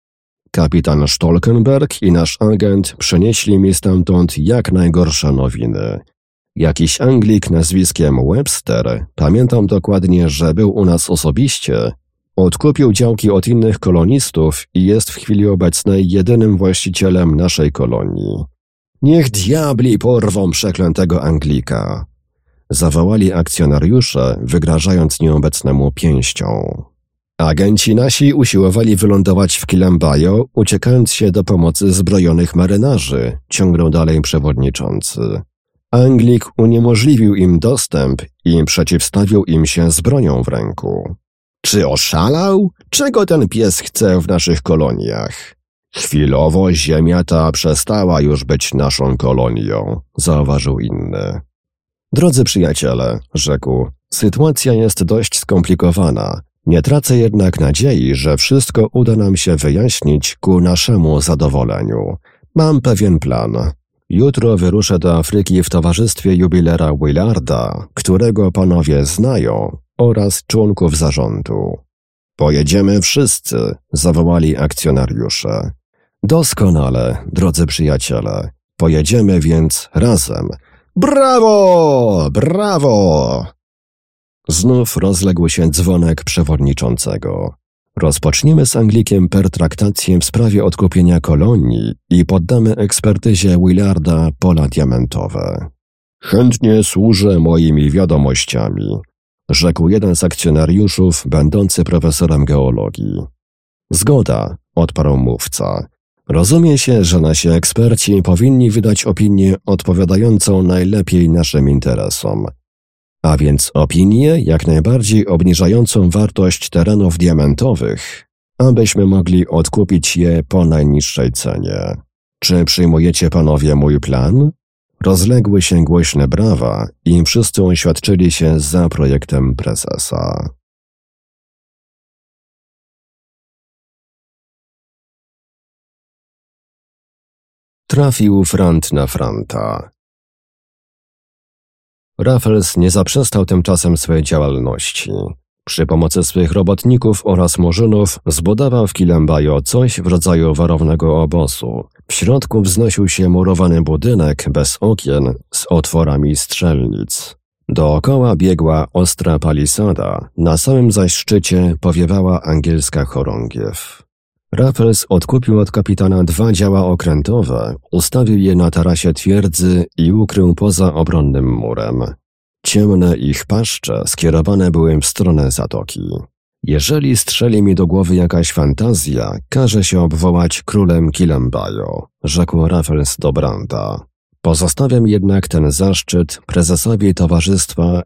Kapitan Stolkenberg i nasz agent przynieśli mi stamtąd jak najgorsze nowiny. Jakiś Anglik nazwiskiem Webster, pamiętam dokładnie, że był u nas osobiście, odkupił działki od innych kolonistów i jest w chwili obecnej jedynym właścicielem naszej kolonii. Niech diabli porwą przeklętego Anglika! Zawołali akcjonariusze, wygrażając nieobecnemu pięścią. Agenci nasi usiłowali wylądować w Kilembajo, uciekając się do pomocy zbrojonych marynarzy, ciągnął dalej przewodniczący. Anglik uniemożliwił im dostęp i przeciwstawił im się z bronią w ręku. Czy oszalał? Czego ten pies chce w naszych koloniach? Chwilowo ziemia ta przestała już być naszą kolonią, zauważył inny. Drodzy przyjaciele, rzekł, sytuacja jest dość skomplikowana. Nie tracę jednak nadziei, że wszystko uda nam się wyjaśnić ku naszemu zadowoleniu. Mam pewien plan. Jutro wyruszę do Afryki w towarzystwie jubilera Willarda, którego panowie znają, oraz członków zarządu. Pojedziemy wszyscy, zawołali akcjonariusze. Doskonale, drodzy przyjaciele. Pojedziemy więc razem. Brawo! Brawo! Znów rozległ się dzwonek przewodniczącego. Rozpoczniemy z Anglikiem pertraktację w sprawie odkupienia kolonii i poddamy ekspertyzie Willarda pola diamentowe. Chętnie służę moimi wiadomościami, rzekł jeden z akcjonariuszów, będący profesorem geologii. Zgoda, odparł mówca. Rozumie się, że nasi eksperci powinni wydać opinię odpowiadającą najlepiej naszym interesom. A więc opinię jak najbardziej obniżającą wartość terenów diamentowych, abyśmy mogli odkupić je po najniższej cenie. Czy przyjmujecie panowie mój plan? Rozległy się głośne brawa i wszyscy oświadczyli się za projektem prezesa. Trafił frant na franta. Raffles nie zaprzestał tymczasem swej działalności. Przy pomocy swych robotników oraz murzynów zbudował w Quilombayo coś w rodzaju warownego obozu. W środku wznosił się murowany budynek bez okien z otworami strzelnic. Dookoła biegła ostra palisada, na samym zaś szczycie powiewała angielska chorągiew. Raffles odkupił od kapitana 2 działa okrętowe, ustawił je na tarasie twierdzy i ukrył poza obronnym murem. Ciemne ich paszcze skierowane były w stronę zatoki. Jeżeli strzeli mi do głowy jakaś fantazja, każe się obwołać królem Quilombayo, rzekł Raffles do Branta. Pozostawiam jednak ten zaszczyt prezesowi Towarzystwa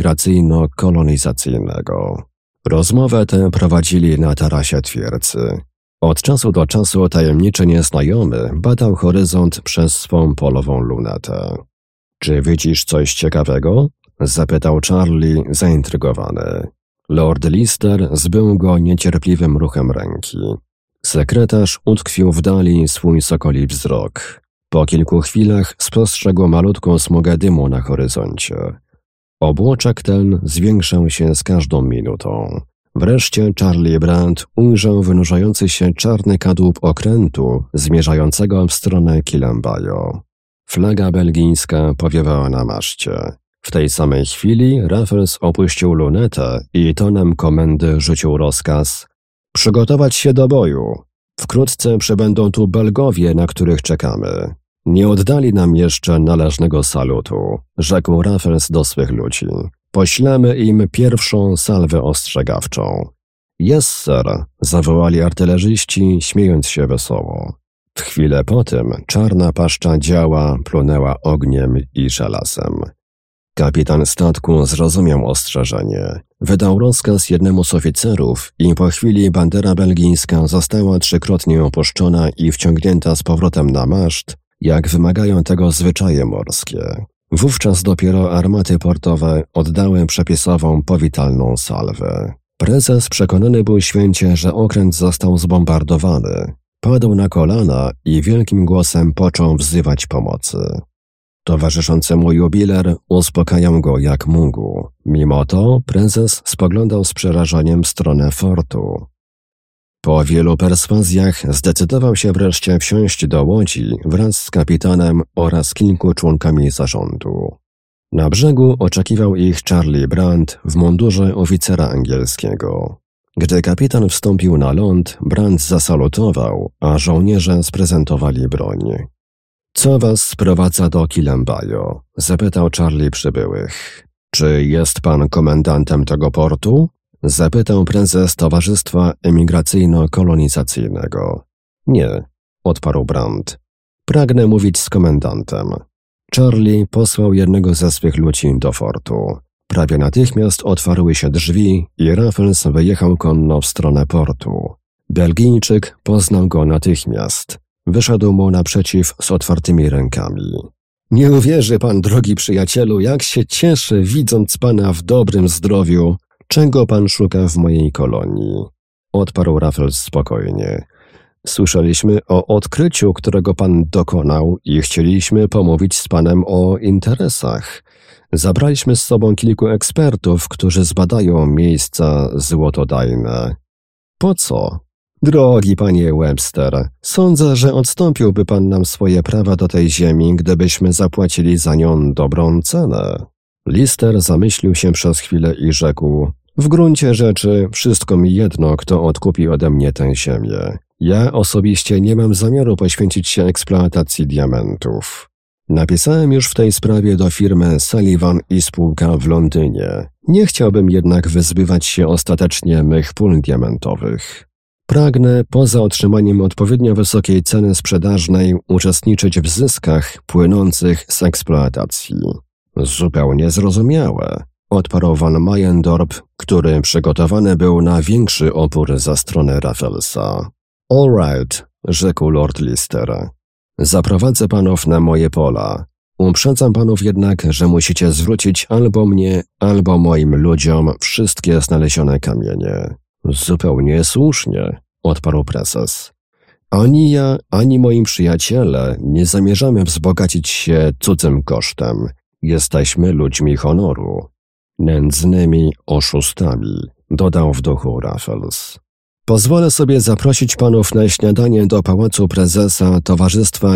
Emigracyjno-Kolonizacyjnego. Rozmowę tę prowadzili na tarasie twierdzy. Od czasu do czasu tajemniczy nieznajomy badał horyzont przez swą polową lunetę. Czy widzisz coś ciekawego? Zapytał Charlie zaintrygowany. Lord Lister zbył go niecierpliwym ruchem ręki. Sekretarz utkwił w dali swój sokoli wzrok. Po kilku chwilach spostrzegł malutką smugę dymu na horyzoncie. Obłoczek ten zwiększał się z każdą minutą. Wreszcie Charlie Brant ujrzał wynurzający się czarny kadłub okrętu zmierzającego w stronę Quilombayo. Flaga belgijska powiewała na maszcie. W tej samej chwili Raffles opuścił lunetę i tonem komendy rzucił rozkaz: przygotować się do boju. Wkrótce przybędą tu Belgowie, na których czekamy. Nie oddali nam jeszcze należnego salutu, rzekł Raffles do swych ludzi. Poślemy im pierwszą salwę ostrzegawczą. Yes, sir, zawołali artylerzyści, śmiejąc się wesoło. W chwilę potem czarna paszcza działa plunęła ogniem i szelasem. Kapitan statku zrozumiał ostrzeżenie. Wydał rozkaz jednemu z oficerów i po chwili bandera belgijska została 3-krotnie opuszczona i wciągnięta z powrotem na maszt, jak wymagają tego zwyczaje morskie. Wówczas dopiero armaty portowe oddały przepisową powitalną salwę. Prezes przekonany był święcie, że okręt został zbombardowany. Padł na kolana i wielkim głosem począł wzywać pomocy. Towarzyszący mu jubiler uspokajał go jak mógł. Mimo to prezes spoglądał z przerażeniem w stronę fortu. Po wielu perswazjach zdecydował się wreszcie wsiąść do łodzi wraz z kapitanem oraz kilku członkami zarządu. Na brzegu oczekiwał ich Charlie Brant w mundurze oficera angielskiego. Gdy kapitan wstąpił na ląd, Brant zasalutował, a żołnierze sprezentowali broń. Co was sprowadza do Quilombayo? Zapytał Charlie przybyłych. Czy jest pan komendantem tego portu? Zapytał prezes Towarzystwa Emigracyjno-Kolonizacyjnego. Nie, odparł Brant. Pragnę mówić z komendantem. Charlie posłał jednego ze swych ludzi do fortu. Prawie natychmiast otwarły się drzwi i Raffles wyjechał konno w stronę portu. Belgijczyk poznał go natychmiast. Wyszedł mu naprzeciw z otwartymi rękami. Nie uwierzy pan, drogi przyjacielu, jak się cieszę, widząc pana w dobrym zdrowiu. Czego pan szuka w mojej kolonii? Odparł Raffles spokojnie. Słyszeliśmy o odkryciu, którego pan dokonał i chcieliśmy pomówić z panem o interesach. Zabraliśmy z sobą kilku ekspertów, którzy zbadają miejsca złotodajne. Po co? Drogi panie Webster, sądzę, że odstąpiłby pan nam swoje prawa do tej ziemi, gdybyśmy zapłacili za nią dobrą cenę. Lister zamyślił się przez chwilę i rzekł: w gruncie rzeczy wszystko mi jedno, kto odkupi ode mnie tę ziemię. Ja osobiście nie mam zamiaru poświęcić się eksploatacji diamentów. Napisałem już w tej sprawie do firmy Sullivan i spółka w Londynie. Nie chciałbym jednak wyzbywać się ostatecznie mych pól diamentowych. Pragnę, poza otrzymaniem odpowiednio wysokiej ceny sprzedażnej, uczestniczyć w zyskach płynących z eksploatacji. Zupełnie zrozumiałe, odparł von Meyendorp, który przygotowany był na większy opór za stronę Raffelsa. All right, rzekł Lord Lister. Zaprowadzę panów na moje pola. Uprzedzam panów jednak, że musicie zwrócić albo mnie, albo moim ludziom wszystkie znalezione kamienie. Zupełnie słusznie, odparł prezes. Ani ja, ani moi przyjaciele nie zamierzamy wzbogacić się cudzym kosztem. Jesteśmy ludźmi honoru. Nędznymi oszustami, dodał w duchu Raffles. Pozwolę sobie zaprosić panów na śniadanie do pałacu prezesa Towarzystwa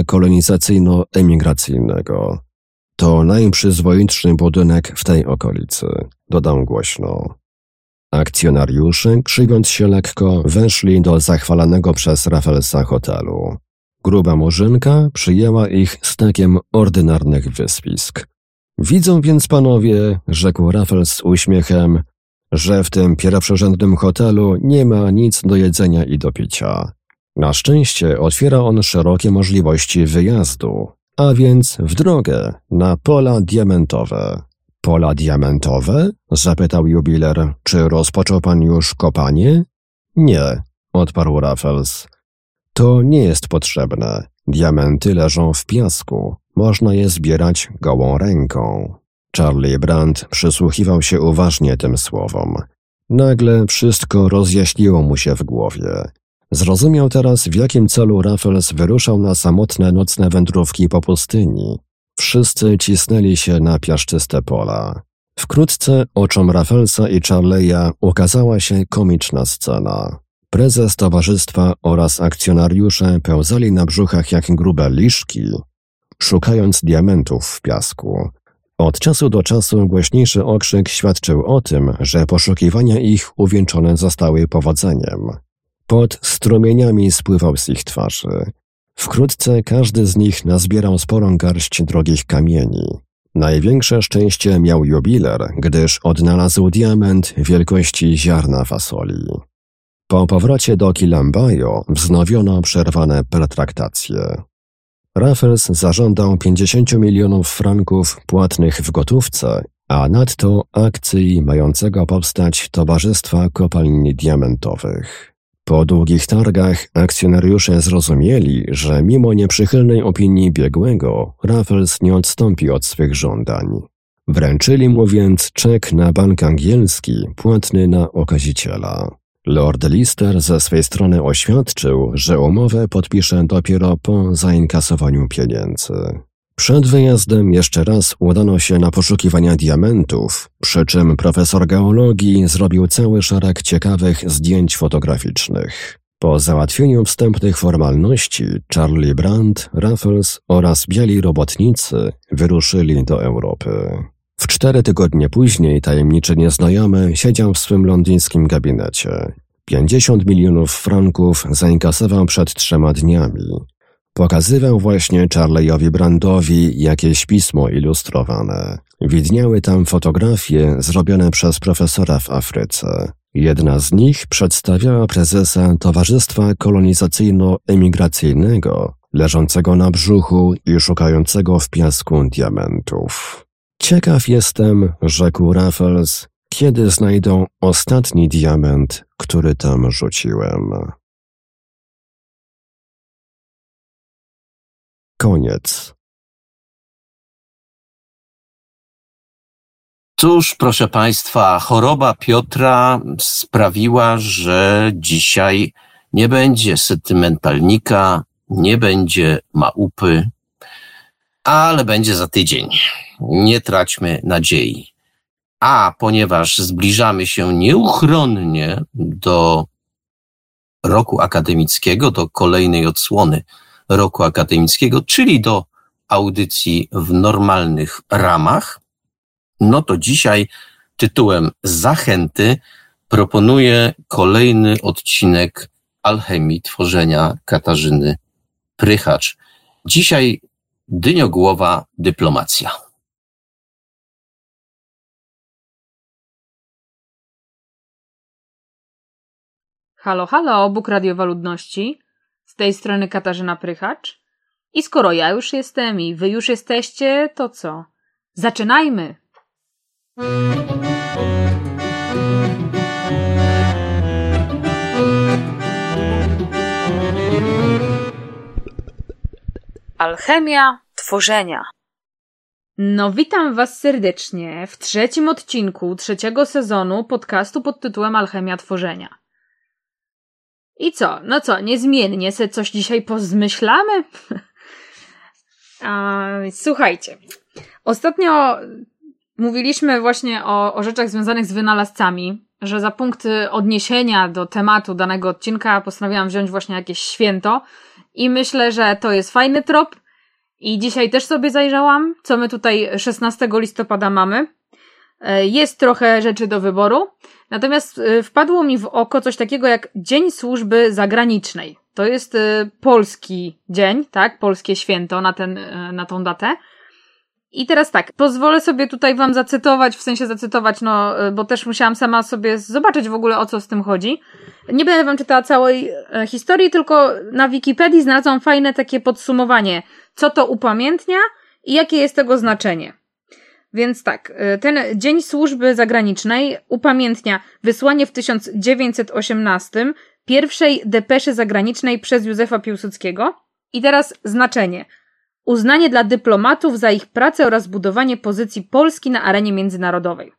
Kolonizacyjno-Emigracyjnego. To najprzyzwoitszy budynek w tej okolicy, dodał głośno. Akcjonariusze, krzywiąc się lekko, weszli do zachwalanego przez Rafflesa hotelu. Gruba murzynka przyjęła ich z takiem ordynarnych wyspisk. Widzą więc panowie, rzekł Raffles z uśmiechem, że w tym pierwszorzędnym hotelu nie ma nic do jedzenia i do picia. Na szczęście otwiera on szerokie możliwości wyjazdu, a więc w drogę na pola diamentowe. Pola diamentowe? Zapytał jubiler. Czy rozpoczął pan już kopanie? Nie, odparł Raffles. To nie jest potrzebne. Diamenty leżą w piasku. Można je zbierać gołą ręką. Charlie Brand przysłuchiwał się uważnie tym słowom. Nagle wszystko rozjaśniło mu się w głowie. Zrozumiał teraz, w jakim celu Raffles wyruszał na samotne nocne wędrówki po pustyni. Wszyscy cisnęli się na piaszczyste pola. Wkrótce oczom Rafflesa i Charlie'a ukazała się komiczna scena. Prezes towarzystwa oraz akcjonariusze pełzali na brzuchach jak grube liszki, szukając diamentów w piasku. Od czasu do czasu głośniejszy okrzyk świadczył o tym, że poszukiwania ich uwieńczone zostały powodzeniem. Pot strumieniami spływał z ich twarzy. Wkrótce każdy z nich nazbierał sporą garść drogich kamieni. Największe szczęście miał jubiler, gdyż odnalazł diament wielkości ziarna fasoli. Po powrocie do Kilambajo wznowiono przerwane pertraktacje. Raffles zażądał 50 milionów franków płatnych w gotówce, a nadto akcji mającego powstać Towarzystwa Kopalni Diamentowych. Po długich targach akcjonariusze zrozumieli, że mimo nieprzychylnej opinii biegłego, Raffles nie odstąpi od swych żądań. Wręczyli mu więc czek na bank angielski, płatny na okaziciela. Lord Lister ze swej strony oświadczył, że umowę podpisze dopiero po zainkasowaniu pieniędzy. Przed wyjazdem jeszcze raz udano się na poszukiwania diamentów, przy czym profesor geologii zrobił cały szereg ciekawych zdjęć fotograficznych. Po załatwieniu wstępnych formalności Charlie Brand, Raffles oraz biali robotnicy wyruszyli do Europy. W 4 tygodnie później tajemniczy nieznajomy siedział w swym londyńskim gabinecie. 50 milionów franków zainkasował przed 3 dniami. Pokazywał właśnie Charlie'owi Brandowi jakieś pismo ilustrowane. Widniały tam fotografie zrobione przez profesora w Afryce. Jedna z nich przedstawiała prezesa Towarzystwa Kolonizacyjno-Emigracyjnego, leżącego na brzuchu i szukającego w piasku diamentów. Ciekaw jestem, rzekł Raffles, kiedy znajdą ostatni diament, który tam rzuciłem. Koniec. Cóż, proszę Państwa, choroba Piotra sprawiła, że dzisiaj nie będzie sentymentalnika, nie będzie małupy, ale będzie za tydzień. Nie traćmy nadziei. A ponieważ zbliżamy się nieuchronnie do roku akademickiego, do kolejnej odsłony roku akademickiego, czyli do audycji w normalnych ramach, no to dzisiaj tytułem zachęty proponuję kolejny odcinek Alchemii tworzenia Katarzyny Prychacz. Dzisiaj dyniogłowa dyplomacja. Halo, halo, Bóg Radiowa Ludności. Z tej strony Katarzyna Prychacz. I skoro ja już jestem i wy już jesteście, to co? Zaczynajmy! Alchemia tworzenia. No, witam was serdecznie w 3. odcinku 3. sezonu podcastu pod tytułem Alchemia Tworzenia. I co? No co, niezmiennie se coś dzisiaj pozmyślamy? Słuchajcie, ostatnio mówiliśmy właśnie o rzeczach związanych z wynalazcami, że za punkt odniesienia do tematu danego odcinka postanowiłam wziąć właśnie jakieś święto i myślę, że to jest fajny trop. I dzisiaj też sobie zajrzałam, co my tutaj 16 listopada mamy. Jest trochę rzeczy do wyboru, natomiast wpadło mi w oko coś takiego jak Dzień Służby Zagranicznej. To jest polski dzień, tak? Polskie święto na tą datę. I teraz tak, pozwolę sobie tutaj wam zacytować, no, bo też musiałam sama sobie zobaczyć w ogóle, o co z tym chodzi. Nie będę wam czytała całej historii, tylko na Wikipedii znalazłam fajne takie podsumowanie, co to upamiętnia i jakie jest tego znaczenie. Więc tak, ten Dzień Służby Zagranicznej upamiętnia wysłanie w 1918 pierwszej depeszy zagranicznej przez Józefa Piłsudskiego. I teraz znaczenie. Uznanie dla dyplomatów za ich pracę oraz budowanie pozycji Polski na arenie międzynarodowej.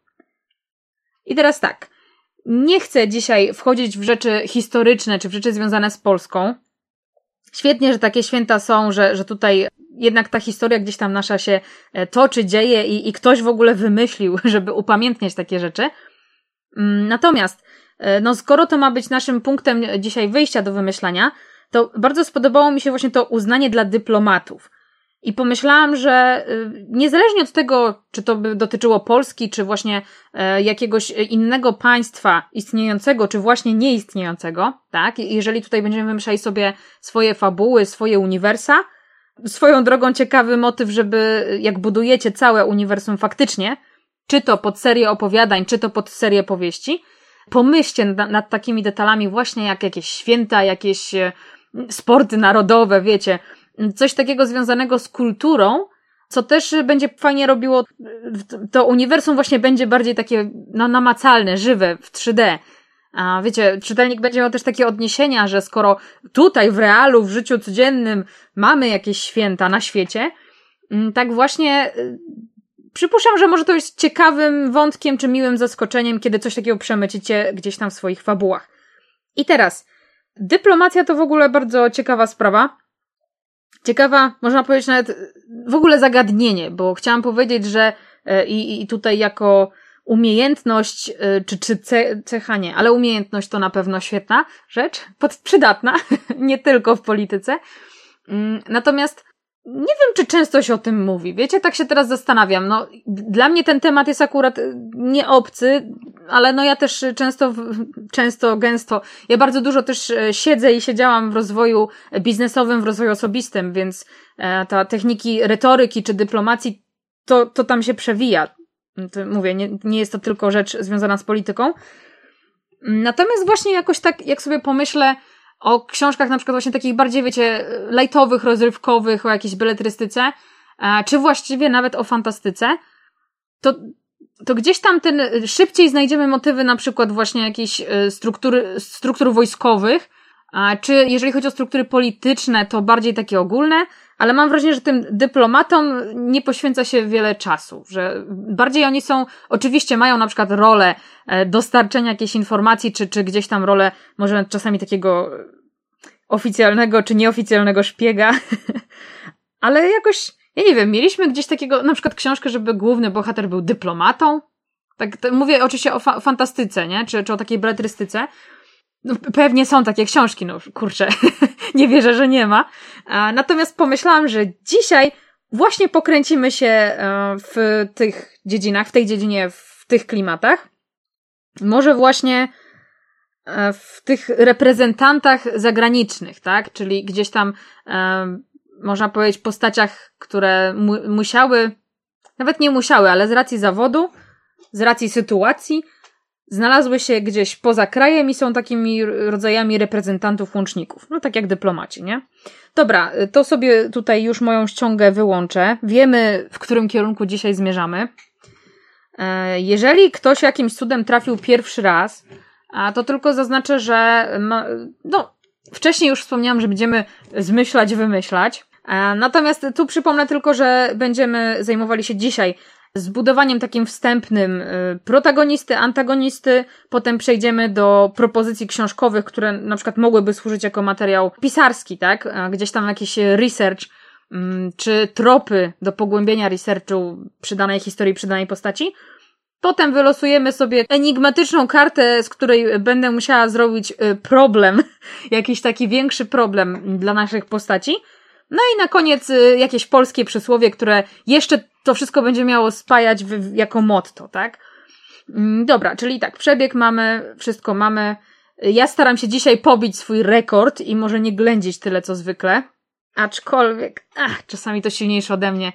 I teraz tak, nie chcę dzisiaj wchodzić w rzeczy historyczne, czy w rzeczy związane z Polską. Świetnie, że takie święta są, że tutaj jednak ta historia gdzieś tam nasza się toczy, dzieje i ktoś w ogóle wymyślił, żeby upamiętniać takie rzeczy. Natomiast, no skoro to ma być naszym punktem dzisiaj wyjścia do wymyślania, to bardzo spodobało mi się właśnie to uznanie dla dyplomatów. I pomyślałam, że niezależnie od tego, czy to by dotyczyło Polski, czy właśnie jakiegoś innego państwa istniejącego, czy właśnie nieistniejącego, tak? Jeżeli tutaj będziemy wymyślali sobie swoje fabuły, swoje uniwersa, swoją drogą ciekawy motyw, żeby jak budujecie całe uniwersum faktycznie, czy to pod serię opowiadań, czy to pod serię powieści, pomyślcie nad takimi detalami właśnie jak jakieś święta, jakieś sporty narodowe, wiecie, coś takiego związanego z kulturą, co też będzie fajnie robiło, to uniwersum właśnie będzie bardziej takie namacalne, żywe, w 3D. A wiecie, czytelnik będzie miał też takie odniesienia, że skoro tutaj w realu, w życiu codziennym mamy jakieś święta na świecie, tak właśnie przypuszczam, że może to jest ciekawym wątkiem czy miłym zaskoczeniem, kiedy coś takiego przemycicie gdzieś tam w swoich fabułach. I teraz, dyplomacja to w ogóle bardzo ciekawa sprawa. Ciekawa, można powiedzieć nawet w ogóle zagadnienie, bo chciałam powiedzieć, że i tutaj jako umiejętność, czy cecha nie, ale umiejętność to na pewno świetna rzecz, przydatna, nie tylko w polityce. Natomiast nie wiem, czy często się o tym mówi. Wiecie, tak się teraz zastanawiam. No, dla mnie ten temat jest akurat nie obcy, ale no ja też gęsto, ja bardzo dużo też siedzę i siedziałam w rozwoju biznesowym, w rozwoju osobistym, więc ta techniki retoryki czy dyplomacji, to tam się przewija. To mówię, nie jest to tylko rzecz związana z polityką. Natomiast właśnie jakoś tak, jak sobie pomyślę o książkach na przykład właśnie takich bardziej, wiecie, lajtowych, rozrywkowych, o jakiejś beletrystyce, czy właściwie nawet o fantastyce, to gdzieś tam szybciej znajdziemy motywy na przykład właśnie jakiejś struktur wojskowych, czy jeżeli chodzi o struktury polityczne, to bardziej takie ogólne, ale mam wrażenie, że tym dyplomatom nie poświęca się wiele czasu, że bardziej oni oczywiście mają na przykład rolę dostarczenia jakiejś informacji, czy gdzieś tam rolę może czasami takiego oficjalnego, czy nieoficjalnego szpiega, ale jakoś, ja nie wiem, mieliśmy gdzieś takiego, na przykład książkę, żeby główny bohater był dyplomatą, tak mówię oczywiście o fantastyce, nie? Czy o takiej beletrystyce. No, pewnie są takie książki, no kurczę, nie wierzę, że nie ma. Natomiast pomyślałam, że dzisiaj właśnie pokręcimy się w tych dziedzinach, w tej dziedzinie, w tych klimatach. Może właśnie w tych reprezentantach zagranicznych, tak? Czyli gdzieś tam, można powiedzieć, postaciach, które musiały, nawet nie musiały, ale z racji zawodu, z racji sytuacji, znalazły się gdzieś poza krajem i są takimi rodzajami reprezentantów łączników. No tak jak dyplomaci, nie? Dobra, to sobie tutaj już moją ściągę wyłączę. Wiemy, w którym kierunku dzisiaj zmierzamy. Jeżeli ktoś jakimś cudem trafił pierwszy raz, to tylko zaznaczę, że wcześniej już wspomniałam, że będziemy zmyślać, wymyślać. Natomiast tu przypomnę tylko, że będziemy zajmowali się dzisiaj zbudowaniem takim wstępnym protagonisty, antagonisty, potem przejdziemy do propozycji książkowych, które na przykład mogłyby służyć jako materiał pisarski, tak? Gdzieś tam jakiś research, czy tropy do pogłębienia researchu przy danej historii, przy danej postaci. Potem wylosujemy sobie enigmatyczną kartę, z której będę musiała zrobić problem, jakiś taki większy problem dla naszych postaci. No i na koniec jakieś polskie przysłowie, które jeszcze to wszystko będzie miało spajać jako motto, tak? Dobra, czyli tak, przebieg mamy, wszystko mamy. Ja staram się dzisiaj pobić swój rekord i może nie ględzić tyle co zwykle. Aczkolwiek, czasami to silniejsze ode mnie.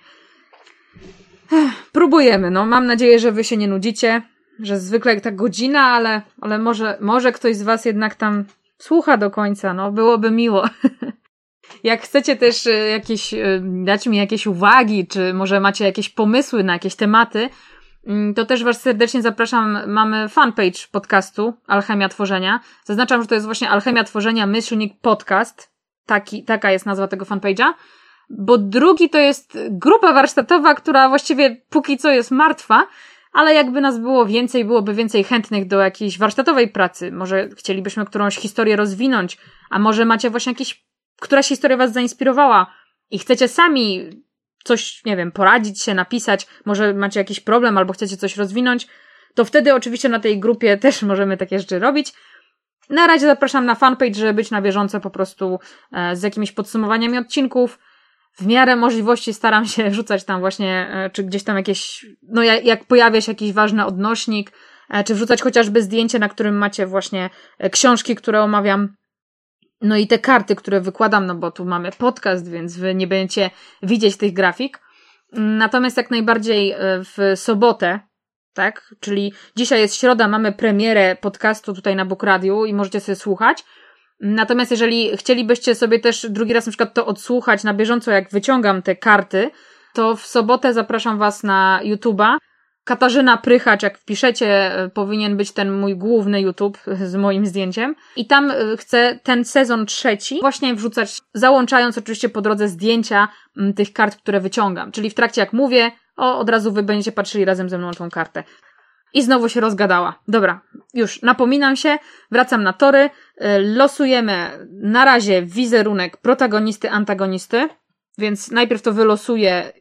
Próbujemy, no. Mam nadzieję, że wy się nie nudzicie, że zwykle ta godzina, ale może ktoś z was jednak tam słucha do końca, no. Byłoby miło. Jak chcecie też dać mi jakieś uwagi, czy może macie jakieś pomysły na jakieś tematy, to też was serdecznie zapraszam. Mamy fanpage podcastu Alchemia Tworzenia. Zaznaczam, że to jest właśnie Alchemia Tworzenia /podcast. Taka jest nazwa tego fanpage'a. Bo drugi to jest grupa warsztatowa, która właściwie póki co jest martwa, ale jakby nas było więcej, byłoby więcej chętnych do jakiejś warsztatowej pracy. Może chcielibyśmy którąś historię rozwinąć, a może macie właśnie któraś historia was zainspirowała i chcecie sami coś, nie wiem, poradzić się, napisać, może macie jakiś problem albo chcecie coś rozwinąć, to wtedy oczywiście na tej grupie też możemy takie rzeczy robić. Na razie zapraszam na fanpage, żeby być na bieżąco po prostu z jakimiś podsumowaniami odcinków. W miarę możliwości staram się wrzucać tam właśnie, czy gdzieś tam jakieś, no jak pojawia się jakiś ważny odnośnik, czy wrzucać chociażby zdjęcie, na którym macie właśnie książki, które omawiam. No i te karty, które wykładam, no bo tu mamy podcast, więc wy nie będziecie widzieć tych grafik. Natomiast jak najbardziej w sobotę, tak, czyli dzisiaj jest środa, mamy premierę podcastu tutaj na Book Radiu i możecie sobie słuchać. Natomiast jeżeli chcielibyście sobie też drugi raz na przykład to odsłuchać na bieżąco, jak wyciągam te karty, to w sobotę zapraszam was na YouTube'a. Katarzyna Prychacz, jak wpiszecie, powinien być ten mój główny YouTube z moim zdjęciem. I tam chcę ten sezon 3 właśnie wrzucać, załączając oczywiście po drodze zdjęcia tych kart, które wyciągam. Czyli w trakcie jak mówię, od razu wy będziecie patrzyli razem ze mną na tą kartę. I znowu się rozgadała. Dobra, już napominam się, wracam na tory. Losujemy na razie wizerunek protagonisty, antagonisty. Więc najpierw to wylosuję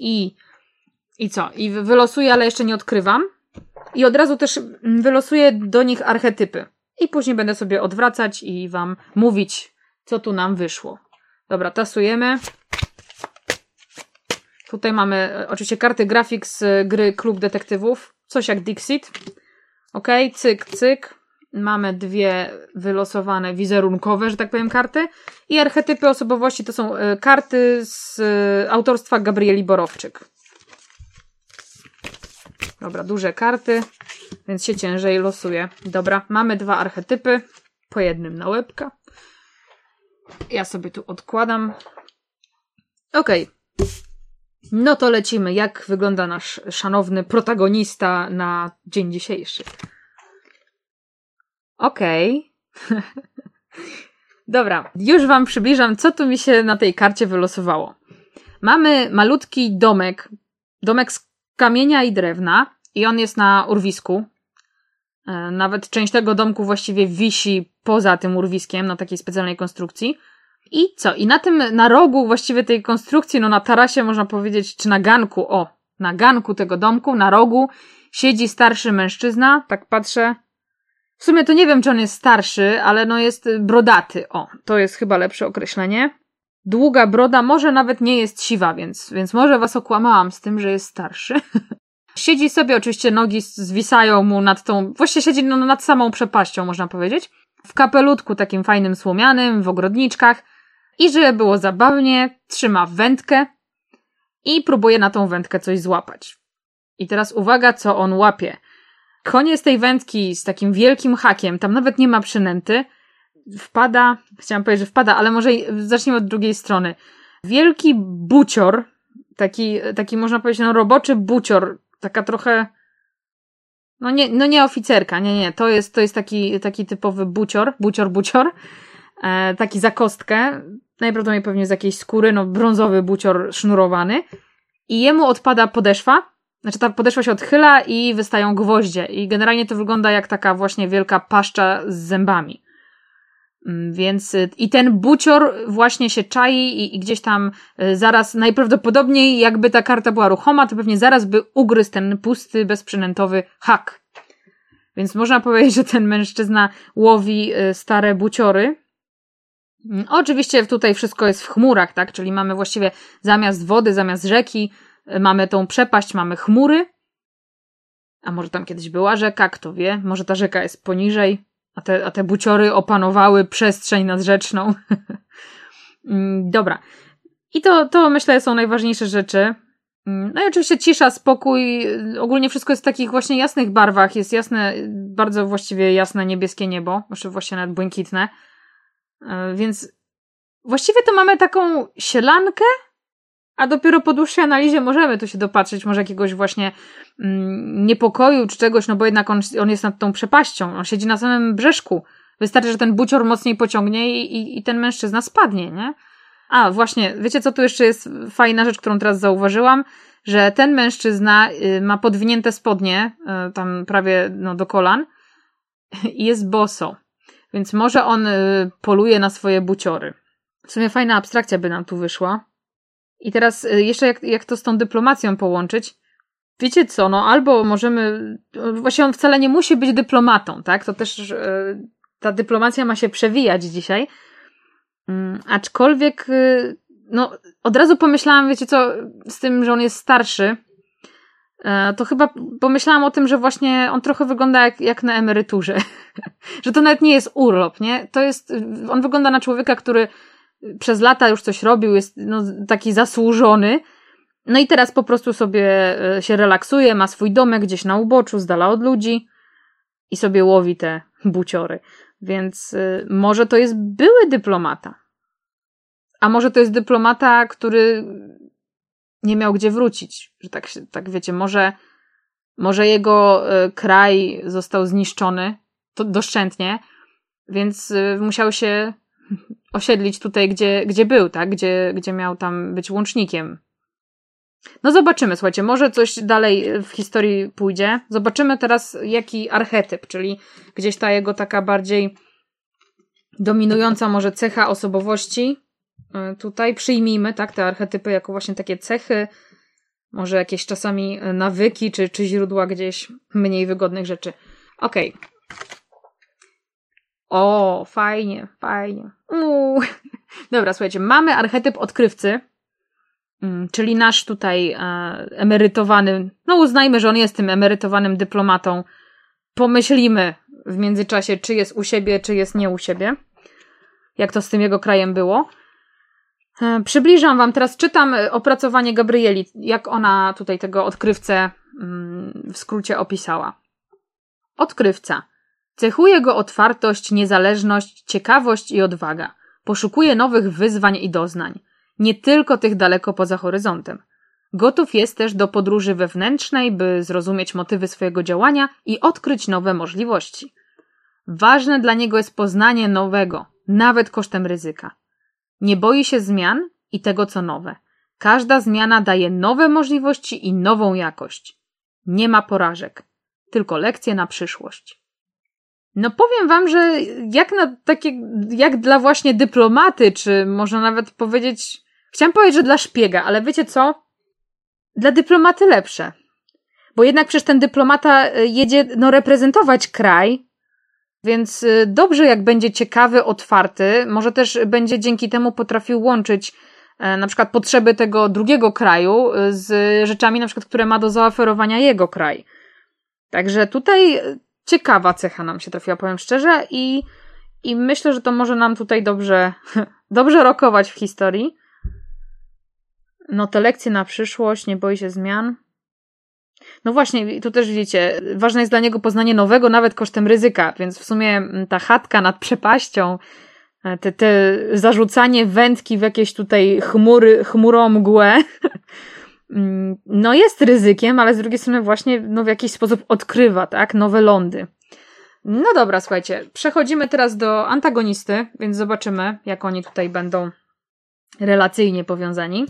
i co? I wylosuję, ale jeszcze nie odkrywam. I od razu też wylosuję do nich archetypy. I później będę sobie odwracać i wam mówić, co tu nam wyszło. Dobra, tasujemy. Tutaj mamy oczywiście karty grafik z gry Klub Detektywów. Coś jak Dixit. Ok, cyk, cyk. Mamy dwie wylosowane wizerunkowe, że tak powiem, karty. I archetypy osobowości to są karty z autorstwa Gabrieli Borowczyk. Dobra, duże karty, więc się ciężej losuje. Dobra, mamy dwa archetypy, po jednym na łebka. Ja sobie tu odkładam. Okej. No to lecimy. Jak wygląda nasz szanowny protagonista na dzień dzisiejszy? Okej. Dobra, już wam przybliżam, co tu mi się na tej karcie wylosowało. Mamy malutki domek z kamienia i drewna i on jest na urwisku. Nawet część tego domku właściwie wisi poza tym urwiskiem na takiej specjalnej konstrukcji. I co? I na rogu właściwie tej konstrukcji, no na tarasie można powiedzieć, czy na ganku, na ganku tego domku, na rogu siedzi starszy mężczyzna, tak patrzę. W sumie to nie wiem, czy on jest starszy, ale no jest brodaty. To jest chyba lepsze określenie. Długa broda, może nawet nie jest siwa, więc może was okłamałam z tym, że jest starszy. Siedzi sobie, oczywiście nogi zwisają mu właściwie siedzi nad samą przepaścią, można powiedzieć. W kapelutku takim fajnym słomianym, w ogrodniczkach. I żeby było zabawnie, trzyma wędkę i próbuje na tą wędkę coś złapać. I teraz uwaga, co on łapie. Koniec tej wędki z takim wielkim hakiem, tam nawet nie ma przynęty, chciałam powiedzieć, że wpada, ale może zacznijmy od drugiej strony. Wielki bucior, taki można powiedzieć, roboczy bucior, taka trochę, nie oficerka, nie, to jest taki typowy bucior, taki za kostkę, najprawdopodobniej pewnie z jakiejś skóry, no brązowy bucior sznurowany i jemu odpada podeszwa, znaczy ta podeszwa się odchyla i wystają gwoździe i generalnie to wygląda jak taka właśnie wielka paszcza z zębami. Więc i ten bucior właśnie się czai i gdzieś tam zaraz, najprawdopodobniej jakby ta karta była ruchoma, to pewnie zaraz by ugryzł ten pusty, bezprzynętowy hak. Więc można powiedzieć, że ten mężczyzna łowi stare buciory. Oczywiście tutaj wszystko jest w chmurach, tak? Czyli mamy właściwie zamiast wody, zamiast rzeki, mamy tą przepaść, mamy chmury. A może tam kiedyś była rzeka, kto wie? Może ta rzeka jest poniżej, a te buciory opanowały przestrzeń nadrzeczną. Dobra. I to myślę są najważniejsze rzeczy. No i oczywiście cisza, spokój. Ogólnie wszystko jest w takich właśnie jasnych barwach. Jest jasne, bardzo właściwie jasne niebieskie niebo. Może właśnie nawet błękitne. Więc właściwie to mamy taką sielankę, a dopiero po dłuższej analizie możemy tu się dopatrzyć może jakiegoś właśnie niepokoju czy czegoś, no bo jednak on jest nad tą przepaścią, on siedzi na samym brzeszku. Wystarczy, że ten bucior mocniej pociągnie i ten mężczyzna spadnie, nie? A właśnie, wiecie co tu jeszcze jest fajna rzecz, którą teraz zauważyłam? Że ten mężczyzna ma podwinięte spodnie, tam prawie do kolan i jest boso. Więc może on poluje na swoje buciory. W sumie fajna abstrakcja by nam tu wyszła. I teraz jeszcze jak to z tą dyplomacją połączyć? Wiecie co, albo możemy... Właśnie on wcale nie musi być dyplomatą, tak? To też ta dyplomacja ma się przewijać dzisiaj. Aczkolwiek od razu pomyślałam, wiecie co, z tym, że on jest starszy, to chyba pomyślałam o tym, że właśnie on trochę wygląda jak na emeryturze. Że to nawet nie jest urlop, nie? On wygląda na człowieka, który przez lata już coś robił, jest taki zasłużony. No i teraz po prostu sobie się relaksuje, ma swój domek gdzieś na uboczu, z dala od ludzi i sobie łowi te buciory. Więc może to jest były dyplomata. A może to jest dyplomata, który nie miał gdzie wrócić. Że tak wiecie, może jego kraj został zniszczony doszczętnie, więc musiał się osiedlić tutaj, gdzie był, tak? Gdzie miał tam być łącznikiem. No zobaczymy, słuchajcie, może coś dalej w historii pójdzie. Zobaczymy teraz jaki archetyp, czyli gdzieś ta jego taka bardziej dominująca może cecha osobowości. Tutaj przyjmijmy, tak, te archetypy jako właśnie takie cechy, może jakieś czasami nawyki, czy źródła gdzieś mniej wygodnych rzeczy. Okej. O, fajnie. Dobra, słuchajcie, mamy archetyp odkrywcy, czyli nasz tutaj emerytowany, uznajmy, że on jest tym emerytowanym dyplomatą. Pomyślimy w międzyczasie, czy jest u siebie, czy jest nie u siebie. Jak to z tym jego krajem było. Przybliżam wam, teraz czytam opracowanie Gabrieli, jak ona tutaj tego odkrywcę w skrócie opisała. Odkrywca. Cechuje go otwartość, niezależność, ciekawość i odwaga. Poszukuje nowych wyzwań i doznań. Nie tylko tych daleko poza horyzontem. Gotów jest też do podróży wewnętrznej, by zrozumieć motywy swojego działania i odkryć nowe możliwości. Ważne dla niego jest poznanie nowego, nawet kosztem ryzyka. Nie boi się zmian i tego, co nowe. Każda zmiana daje nowe możliwości i nową jakość. Nie ma porażek, tylko lekcje na przyszłość. Powiem wam, że jak dla właśnie dyplomaty, czy można nawet powiedzieć, chciałam powiedzieć, że dla szpiega, ale wiecie co? Dla dyplomaty lepsze. Bo jednak przecież ten dyplomata jedzie reprezentować kraj, więc dobrze jak będzie ciekawy, otwarty, może też będzie dzięki temu potrafił łączyć na przykład potrzeby tego drugiego kraju z rzeczami na przykład, które ma do zaoferowania jego kraj. Także tutaj ciekawa cecha nam się trafiła, powiem szczerze, i myślę, że to może nam tutaj dobrze rokować w historii. Te lekcje na przyszłość, nie boi się zmian. Właśnie, tu też widzicie, ważne jest dla niego poznanie nowego, nawet kosztem ryzyka, więc w sumie ta chatka nad przepaścią, te zarzucanie wędki w jakieś tutaj chmuromgłę, jest ryzykiem, ale z drugiej strony właśnie w jakiś sposób odkrywa, tak, nowe lądy. Dobra, słuchajcie, przechodzimy teraz do antagonisty, więc zobaczymy, jak oni tutaj będą relacyjnie powiązani.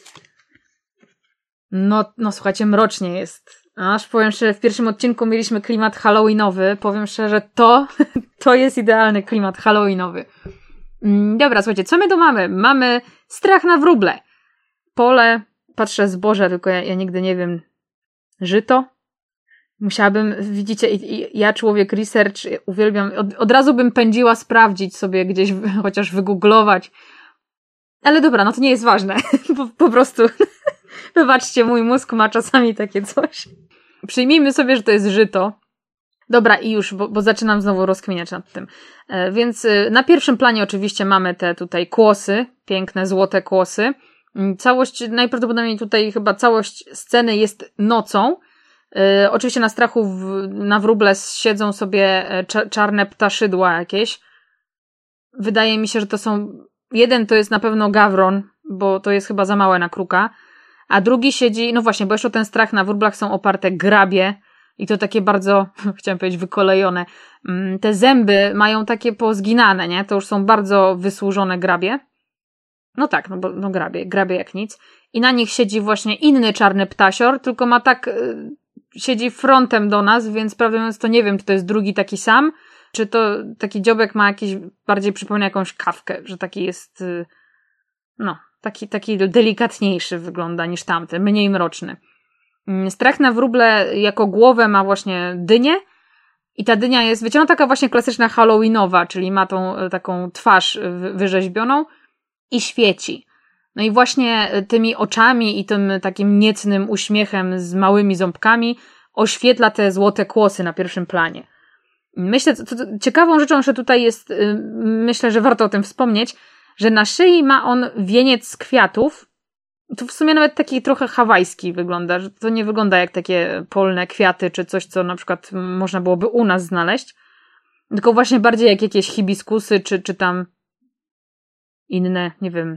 No słuchajcie, mrocznie jest. Aż powiem szczerze, w pierwszym odcinku mieliśmy klimat halloweenowy. Powiem szczerze, to jest idealny klimat halloweenowy. Dobra, słuchajcie, co my tu mamy? Mamy strach na wróble. Pole, patrzę zboże, tylko ja nigdy nie wiem. Żyto? Musiałabym, widzicie, ja człowiek research, uwielbiam, od razu bym pędziła sprawdzić sobie gdzieś, chociaż wygooglować. Ale dobra, no to nie jest ważne. Po prostu, wybaczcie, mój mózg ma czasami takie coś. Przyjmijmy sobie, że to jest żyto. Dobra, i już, bo zaczynam znowu rozkminiać nad tym. Więc na pierwszym planie oczywiście mamy te tutaj kłosy, piękne, złote kłosy. Całość, najprawdopodobniej tutaj chyba całość sceny jest nocą. Oczywiście na strachu na wróble siedzą sobie czarne ptaszydła jakieś. Wydaje mi się, że to są... Jeden to jest na pewno gawron, bo to jest chyba za małe na kruka. A drugi siedzi... No właśnie, bo jeszcze o ten strach na wróblach są oparte grabie. I to takie bardzo, chciałam powiedzieć, wykolejone. Te zęby mają takie pozginane, nie? To już są bardzo wysłużone grabie. No tak, no grabie jak nic. I na nich siedzi właśnie inny czarny ptasior, tylko ma tak... siedzi frontem do nas, więc prawdę mówiąc to nie wiem, czy to jest drugi taki sam, czy to taki dziobek ma jakiś, bardziej przypomina jakąś kawkę, że taki jest, no, taki delikatniejszy wygląda niż tamten, mniej mroczny. Strach na wróble jako głowę ma właśnie dynię i ta dynia jest, wiecie, no taka właśnie klasyczna halloweenowa, czyli ma tą taką twarz wyrzeźbioną i świeci. No i właśnie tymi oczami i tym takim niecnym uśmiechem z małymi ząbkami oświetla te złote kłosy na pierwszym planie. Myślę, ciekawą rzeczą, że tutaj jest, myślę, że warto o tym wspomnieć, że na szyi ma on wieniec z kwiatów. To w sumie nawet taki trochę hawajski wygląda, że to nie wygląda jak takie polne kwiaty, czy coś, co na przykład można byłoby u nas znaleźć, tylko właśnie bardziej jak jakieś hibiskusy, czy tam inne, nie wiem,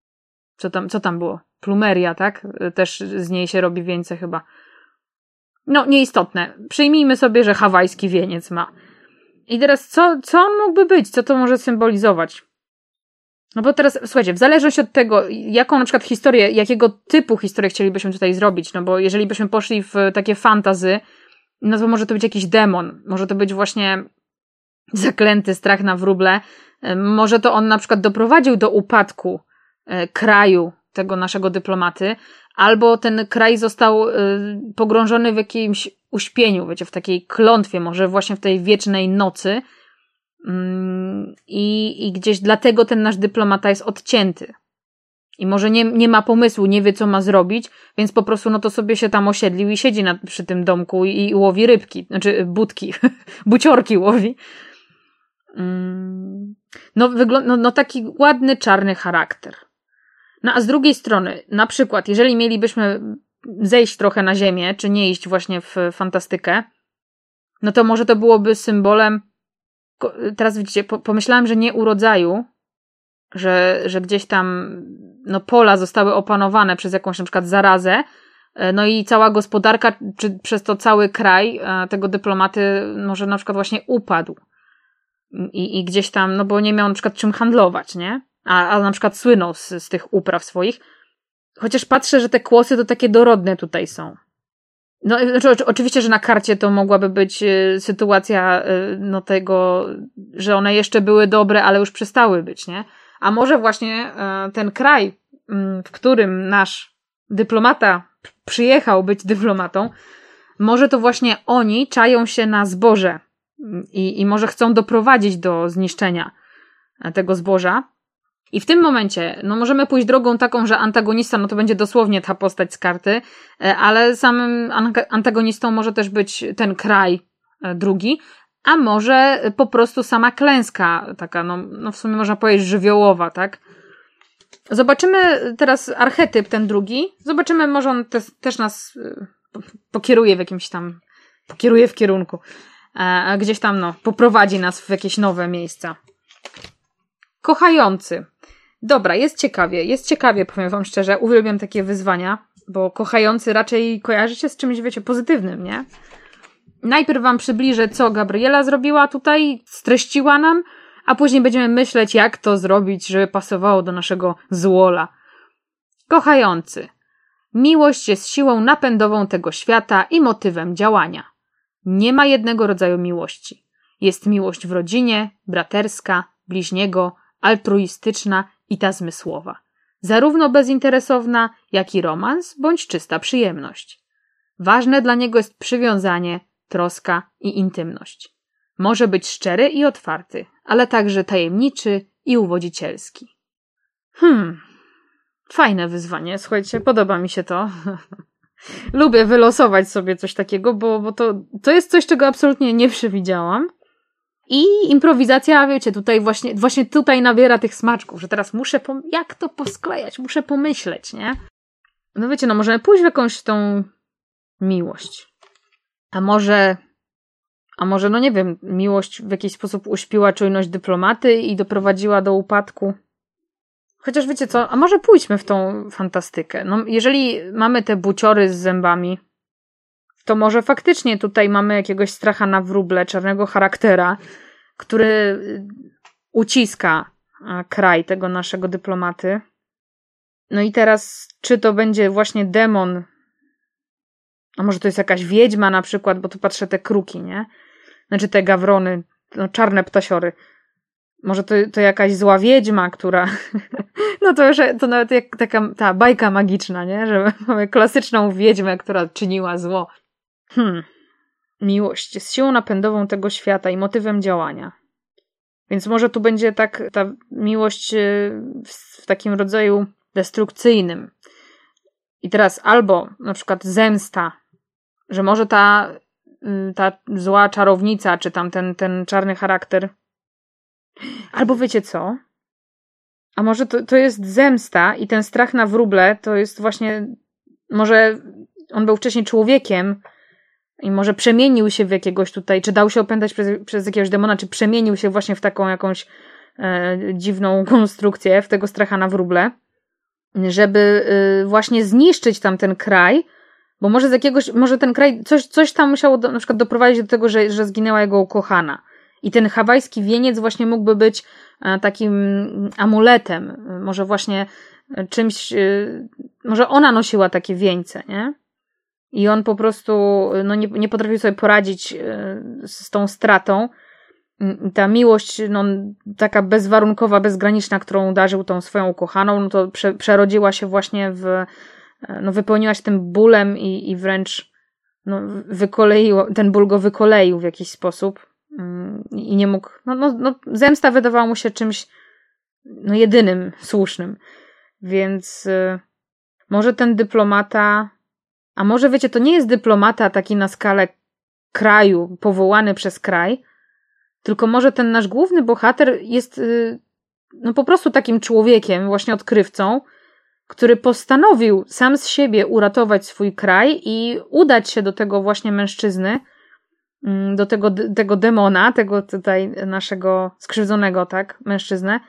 co tam było? Plumeria, tak? Też z niej się robi wieńce chyba. No, nieistotne. Przyjmijmy sobie, że hawajski wieniec ma. I teraz co on mógłby być? Co to może symbolizować? No bo teraz, słuchajcie, w zależności od tego, jaką na przykład historię, jakiego typu historię chcielibyśmy tutaj zrobić, no bo jeżeli byśmy poszli w takie fantasy, no to może to być jakiś demon, może to być właśnie zaklęty strach na wróble, może to on na przykład doprowadził do upadku kraju tego naszego dyplomaty, albo ten kraj został pogrążony w jakimś uśpieniu, wiecie, w takiej klątwie, może właśnie w tej wiecznej nocy i gdzieś dlatego ten nasz dyplomata jest odcięty. I może nie ma pomysłu, nie wie co ma zrobić, więc po prostu no to sobie się tam osiedlił i siedzi przy tym domku i łowi rybki, znaczy budki, buciorki łowi. No taki ładny, czarny charakter. No a z drugiej strony, na przykład, jeżeli mielibyśmy zejść trochę na ziemię, czy nie iść właśnie w fantastykę, no to może to byłoby symbolem, teraz widzicie, pomyślałam, że nie urodzaju, że gdzieś tam no pola zostały opanowane przez jakąś na przykład zarazę, no i cała gospodarka, czy przez to cały kraj tego dyplomaty może na przykład właśnie upadł. I gdzieś tam, no bo nie miał na przykład czym handlować, nie? A na przykład słynął z tych upraw swoich. Chociaż patrzę, że te kłosy to takie dorodne tutaj są. No, znaczy, oczywiście, że na karcie to mogłaby być sytuacja no tego, że one jeszcze były dobre, ale już przestały być, nie? A może właśnie ten kraj, w którym nasz dyplomata przyjechał być dyplomatą, może to właśnie oni czają się na zboże i może chcą doprowadzić do zniszczenia tego zboża. I w tym momencie, no możemy pójść drogą taką, że antagonista, no to będzie dosłownie ta postać z karty, ale samym antagonistą może też być ten kraj drugi, a może po prostu sama klęska, taka, no w sumie można powiedzieć żywiołowa, tak? Zobaczymy teraz archetyp ten drugi, zobaczymy, może on też nas pokieruje w jakimś tam, pokieruje w kierunku, gdzieś tam, no, poprowadzi nas w jakieś nowe miejsca. Kochający. Dobra, jest ciekawie, powiem wam szczerze, uwielbiam takie wyzwania, bo kochający raczej kojarzy się z czymś, wiecie, pozytywnym, nie? Najpierw wam przybliżę, co Gabriela zrobiła tutaj, streściła nam, a później będziemy myśleć, jak to zrobić, żeby pasowało do naszego złola. Kochający. Miłość jest siłą napędową tego świata i motywem działania. Nie ma jednego rodzaju miłości. Jest miłość w rodzinie, braterska, bliźniego, altruistyczna i ta zmysłowa. Zarówno bezinteresowna, jak i romans bądź czysta przyjemność. Ważne dla niego jest przywiązanie, troska i intymność. Może być szczery i otwarty, ale także tajemniczy i uwodzicielski. Fajne wyzwanie, słuchajcie, podoba mi się to. Lubię wylosować sobie coś takiego, bo to jest coś, czego absolutnie nie przewidziałam. I improwizacja, wiecie, tutaj właśnie tutaj nabiera tych smaczków, że teraz muszę, jak to posklejać, muszę pomyśleć, nie? No wiecie, możemy pójść w jakąś tą miłość. A może, no nie wiem, miłość w jakiś sposób uśpiła czujność dyplomaty i doprowadziła do upadku. Chociaż wiecie co, a może pójdźmy w tą fantastykę. No, jeżeli mamy te buciory z zębami, to może faktycznie tutaj mamy jakiegoś stracha na wróble, czarnego charaktera, który uciska kraj tego naszego dyplomaty. No i teraz, czy to będzie właśnie demon, a może to jest jakaś wiedźma na przykład, bo tu patrzę te kruki, nie? Znaczy te gawrony, no czarne ptasiory. Może to jakaś zła wiedźma, która... No to nawet jak taka ta bajka magiczna, nie? Że mamy klasyczną wiedźmę, która czyniła zło. Miłość jest siłą napędową tego świata i motywem działania. Więc może tu będzie tak ta miłość w takim rodzaju destrukcyjnym. I teraz albo na przykład zemsta, że może ta zła czarownica, czy tam ten czarny charakter. Albo wiecie co? A może to jest zemsta i ten strach na wróble to jest właśnie, może on był wcześniej człowiekiem i może przemienił się w jakiegoś tutaj, czy dał się opętać przez jakiegoś demona, czy przemienił się właśnie w taką jakąś dziwną konstrukcję, w tego stracha na wróble, żeby właśnie zniszczyć tam ten kraj, bo może ten kraj, coś tam musiało na przykład doprowadzić do tego, że zginęła jego ukochana. I ten hawajski wieniec właśnie mógłby być takim amuletem. Może właśnie czymś, może ona nosiła takie wieńce, nie? I on po prostu nie potrafił sobie poradzić z tą stratą. Ta miłość, taka bezwarunkowa, bezgraniczna, którą darzył tą swoją ukochaną, no to przerodziła się właśnie wypełniła się tym bólem i wręcz ten ból go wykoleił w jakiś sposób. I nie mógł, zemsta wydawała mu się czymś jedynym słusznym. Więc może ten dyplomata, a może wiecie, to nie jest dyplomata taki na skalę kraju, powołany przez kraj, tylko może ten nasz główny bohater jest po prostu takim człowiekiem, właśnie odkrywcą, który postanowił sam z siebie uratować swój kraj i udać się do tego właśnie mężczyzny, do tego demona, tego tutaj naszego skrzywdzonego, tak, mężczyznę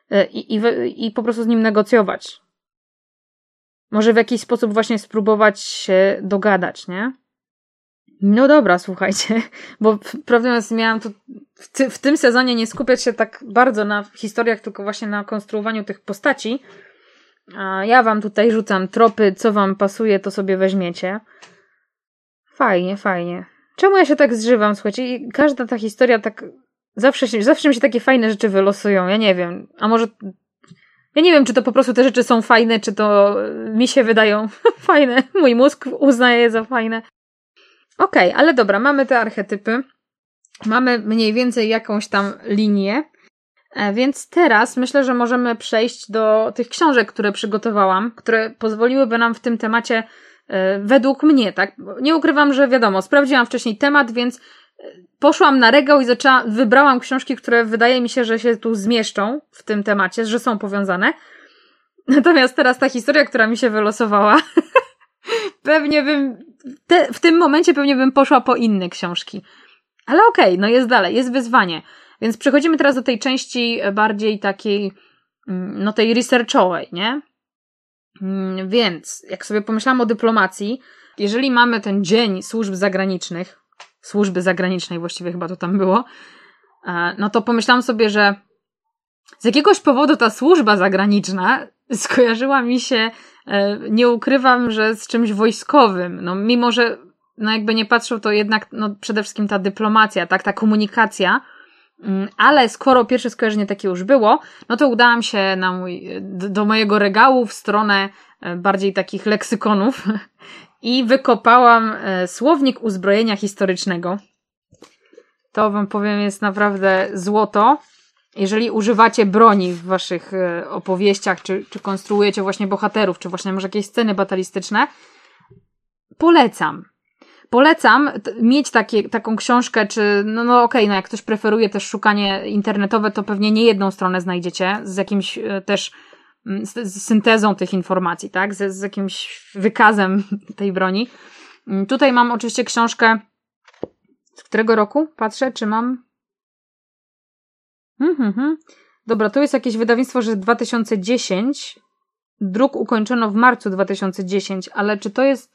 i po prostu z nim negocjować. Może w jakiś sposób właśnie spróbować się dogadać, nie? No dobra, słuchajcie, bo prawdę mówiąc miałam tu w tym sezonie nie skupiać się tak bardzo na historiach, tylko właśnie na konstruowaniu tych postaci. A ja wam tutaj rzucam tropy, co wam pasuje, to sobie weźmiecie. Fajnie, fajnie. Czemu ja się tak zżywam, słuchajcie? I każda ta historia tak... Zawsze mi się takie fajne rzeczy wylosują. Ja nie wiem. A może... Ja nie wiem, czy to po prostu te rzeczy są fajne, czy to mi się wydają fajne. Mój mózg uznaje je za fajne. Okej, ale dobra, mamy te archetypy. Mamy mniej więcej jakąś tam linię. Więc teraz myślę, że możemy przejść do tych książek, które przygotowałam, które pozwoliłyby nam w tym temacie według mnie, tak? Nie ukrywam, że wiadomo, sprawdziłam wcześniej temat, więc poszłam na regał i wybrałam książki, które wydaje mi się, że się tu zmieszczą w tym temacie, że są powiązane. Natomiast teraz ta historia, która mi się wylosowała, pewnie w tym momencie pewnie bym poszła po inne książki. Ale okej, jest dalej, jest wyzwanie. Więc przechodzimy teraz do tej części bardziej takiej, tej researchowej, nie? Więc, jak sobie pomyślałam o dyplomacji, jeżeli mamy ten dzień służby zagranicznej właściwie chyba to tam było, no to pomyślałam sobie, że z jakiegoś powodu ta służba zagraniczna skojarzyła mi się, nie ukrywam, że z czymś wojskowym. No, mimo że no jakby nie patrzył, to jednak no, przede wszystkim ta dyplomacja, tak, ta komunikacja. Ale skoro pierwsze skojarzenie takie już było, no to udałam się do mojego regału w stronę bardziej takich leksykonów i wykopałam słownik uzbrojenia historycznego. To wam powiem, jest naprawdę złoto. Jeżeli używacie broni w waszych opowieściach, czy konstruujecie właśnie bohaterów, czy właśnie może jakieś sceny batalistyczne, Polecam mieć taką książkę, czy okej, jak ktoś preferuje też szukanie internetowe, to pewnie nie jedną stronę znajdziecie z jakimś też z syntezą tych informacji, tak? Z jakimś wykazem tej broni. Tutaj mam oczywiście książkę z którego roku? Patrzę, czy mam... Dobra, to jest jakieś wydawnictwo, że 2010. Druk ukończono w marcu 2010, ale czy to jest...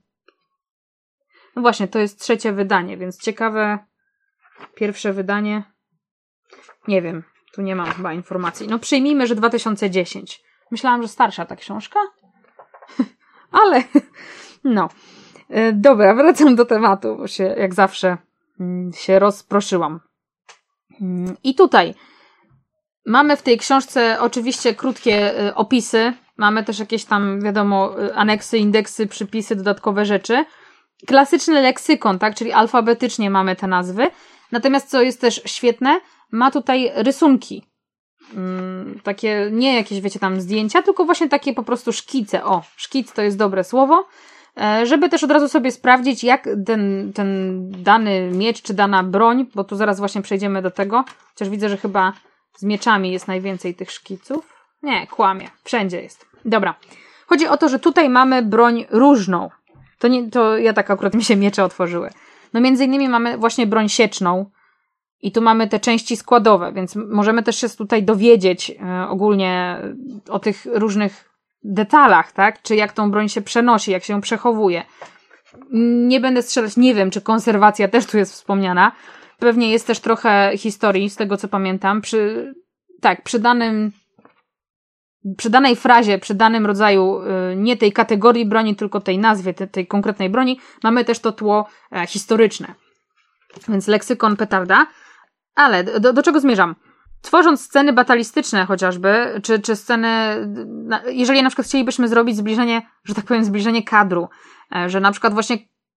No właśnie, to jest 3. wydanie, więc ciekawe, pierwsze wydanie, nie wiem, tu nie mam chyba informacji. No przyjmijmy, że 2010. Myślałam, że starsza ta książka, ale no. Dobra, wracam do tematu, bo się jak zawsze się rozproszyłam. I tutaj mamy w tej książce oczywiście krótkie opisy, mamy też jakieś tam, wiadomo, aneksy, indeksy, przypisy, dodatkowe rzeczy. Klasyczny leksykon, tak, czyli alfabetycznie mamy te nazwy. Natomiast co jest też świetne, ma tutaj rysunki. Takie, nie jakieś, wiecie, tam zdjęcia, tylko właśnie takie po prostu szkice. O, szkic to jest dobre słowo. Żeby też od razu sobie sprawdzić, jak ten dany miecz, czy dana broń, bo tu zaraz właśnie przejdziemy do tego, chociaż widzę, że chyba z mieczami jest najwięcej tych szkiców. Nie, kłamie. Wszędzie jest. Dobra. Chodzi o to, że tutaj mamy broń różną. To ja tak akurat mi się miecze otworzyły. No między innymi mamy właśnie broń sieczną i tu mamy te części składowe, więc możemy też się tutaj dowiedzieć ogólnie o tych różnych detalach, tak? Czy jak tą broń się przenosi, jak się ją przechowuje. Nie będę strzelać, nie wiem, czy konserwacja też tu jest wspomniana. Pewnie jest też trochę historii, z tego co pamiętam. Przy danej frazie, przy danym rodzaju nie tej kategorii broni, tylko tej nazwie, tej konkretnej broni, mamy też to tło historyczne. Więc leksykon petarda. Ale do czego zmierzam? Tworząc sceny batalistyczne chociażby, czy sceny, jeżeli na przykład chcielibyśmy zrobić zbliżenie, że tak powiem, zbliżenie kadru, że na przykład właśnie,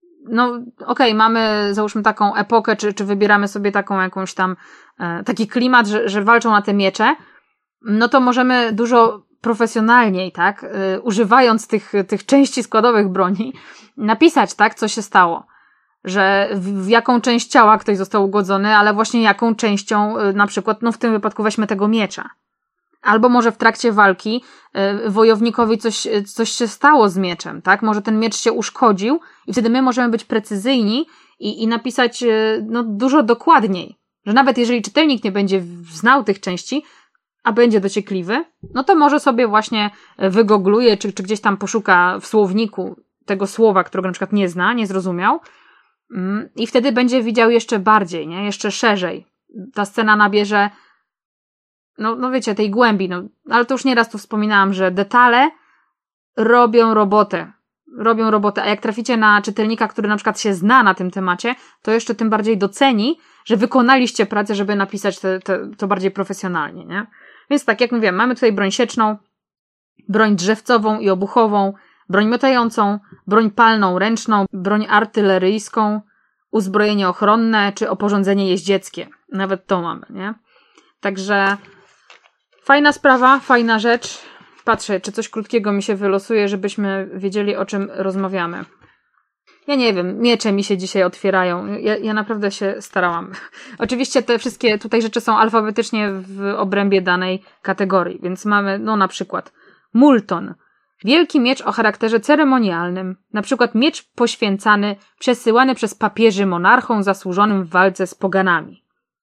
mamy załóżmy taką epokę, czy wybieramy sobie taką jakąś tam, taki klimat, że walczą na te miecze, no to możemy dużo profesjonalniej, tak, używając tych części składowych broni, napisać, tak, co się stało. Że w jaką część ciała ktoś został ugodzony, ale właśnie jaką częścią, na przykład, w tym wypadku weźmy tego miecza. Albo może w trakcie walki wojownikowi coś się stało z mieczem, tak? Może ten miecz się uszkodził i wtedy my możemy być precyzyjni i napisać dużo dokładniej. Że nawet jeżeli czytelnik nie będzie znał tych części, a będzie dociekliwy, no to może sobie właśnie wygoogluje, czy gdzieś tam poszuka w słowniku tego słowa, którego na przykład nie zna, nie zrozumiał, i wtedy będzie widział jeszcze bardziej, nie? Jeszcze szerzej. Ta scena nabierze wiecie, tej głębi. Ale to już nieraz tu wspominałam, że detale robią robotę. A jak traficie na czytelnika, który na przykład się zna na tym temacie, to jeszcze tym bardziej doceni, że wykonaliście pracę, żeby napisać to bardziej profesjonalnie, nie? Więc tak, jak mówiłem, mamy tutaj broń sieczną, broń drzewcową i obuchową, broń miotającą, broń palną ręczną, broń artyleryjską, uzbrojenie ochronne czy oporządzenie jeździeckie. Nawet to mamy, nie? Także fajna sprawa, fajna rzecz. Patrzę, czy coś krótkiego mi się wylosuje, żebyśmy wiedzieli, o czym rozmawiamy. Ja nie wiem, miecze mi się dzisiaj otwierają. Ja naprawdę się starałam. Oczywiście te wszystkie tutaj rzeczy są alfabetycznie w obrębie danej kategorii, więc mamy, na przykład Multon. Wielki miecz o charakterze ceremonialnym, na przykład miecz poświęcany, przesyłany przez papieży monarchom zasłużonym w walce z poganami.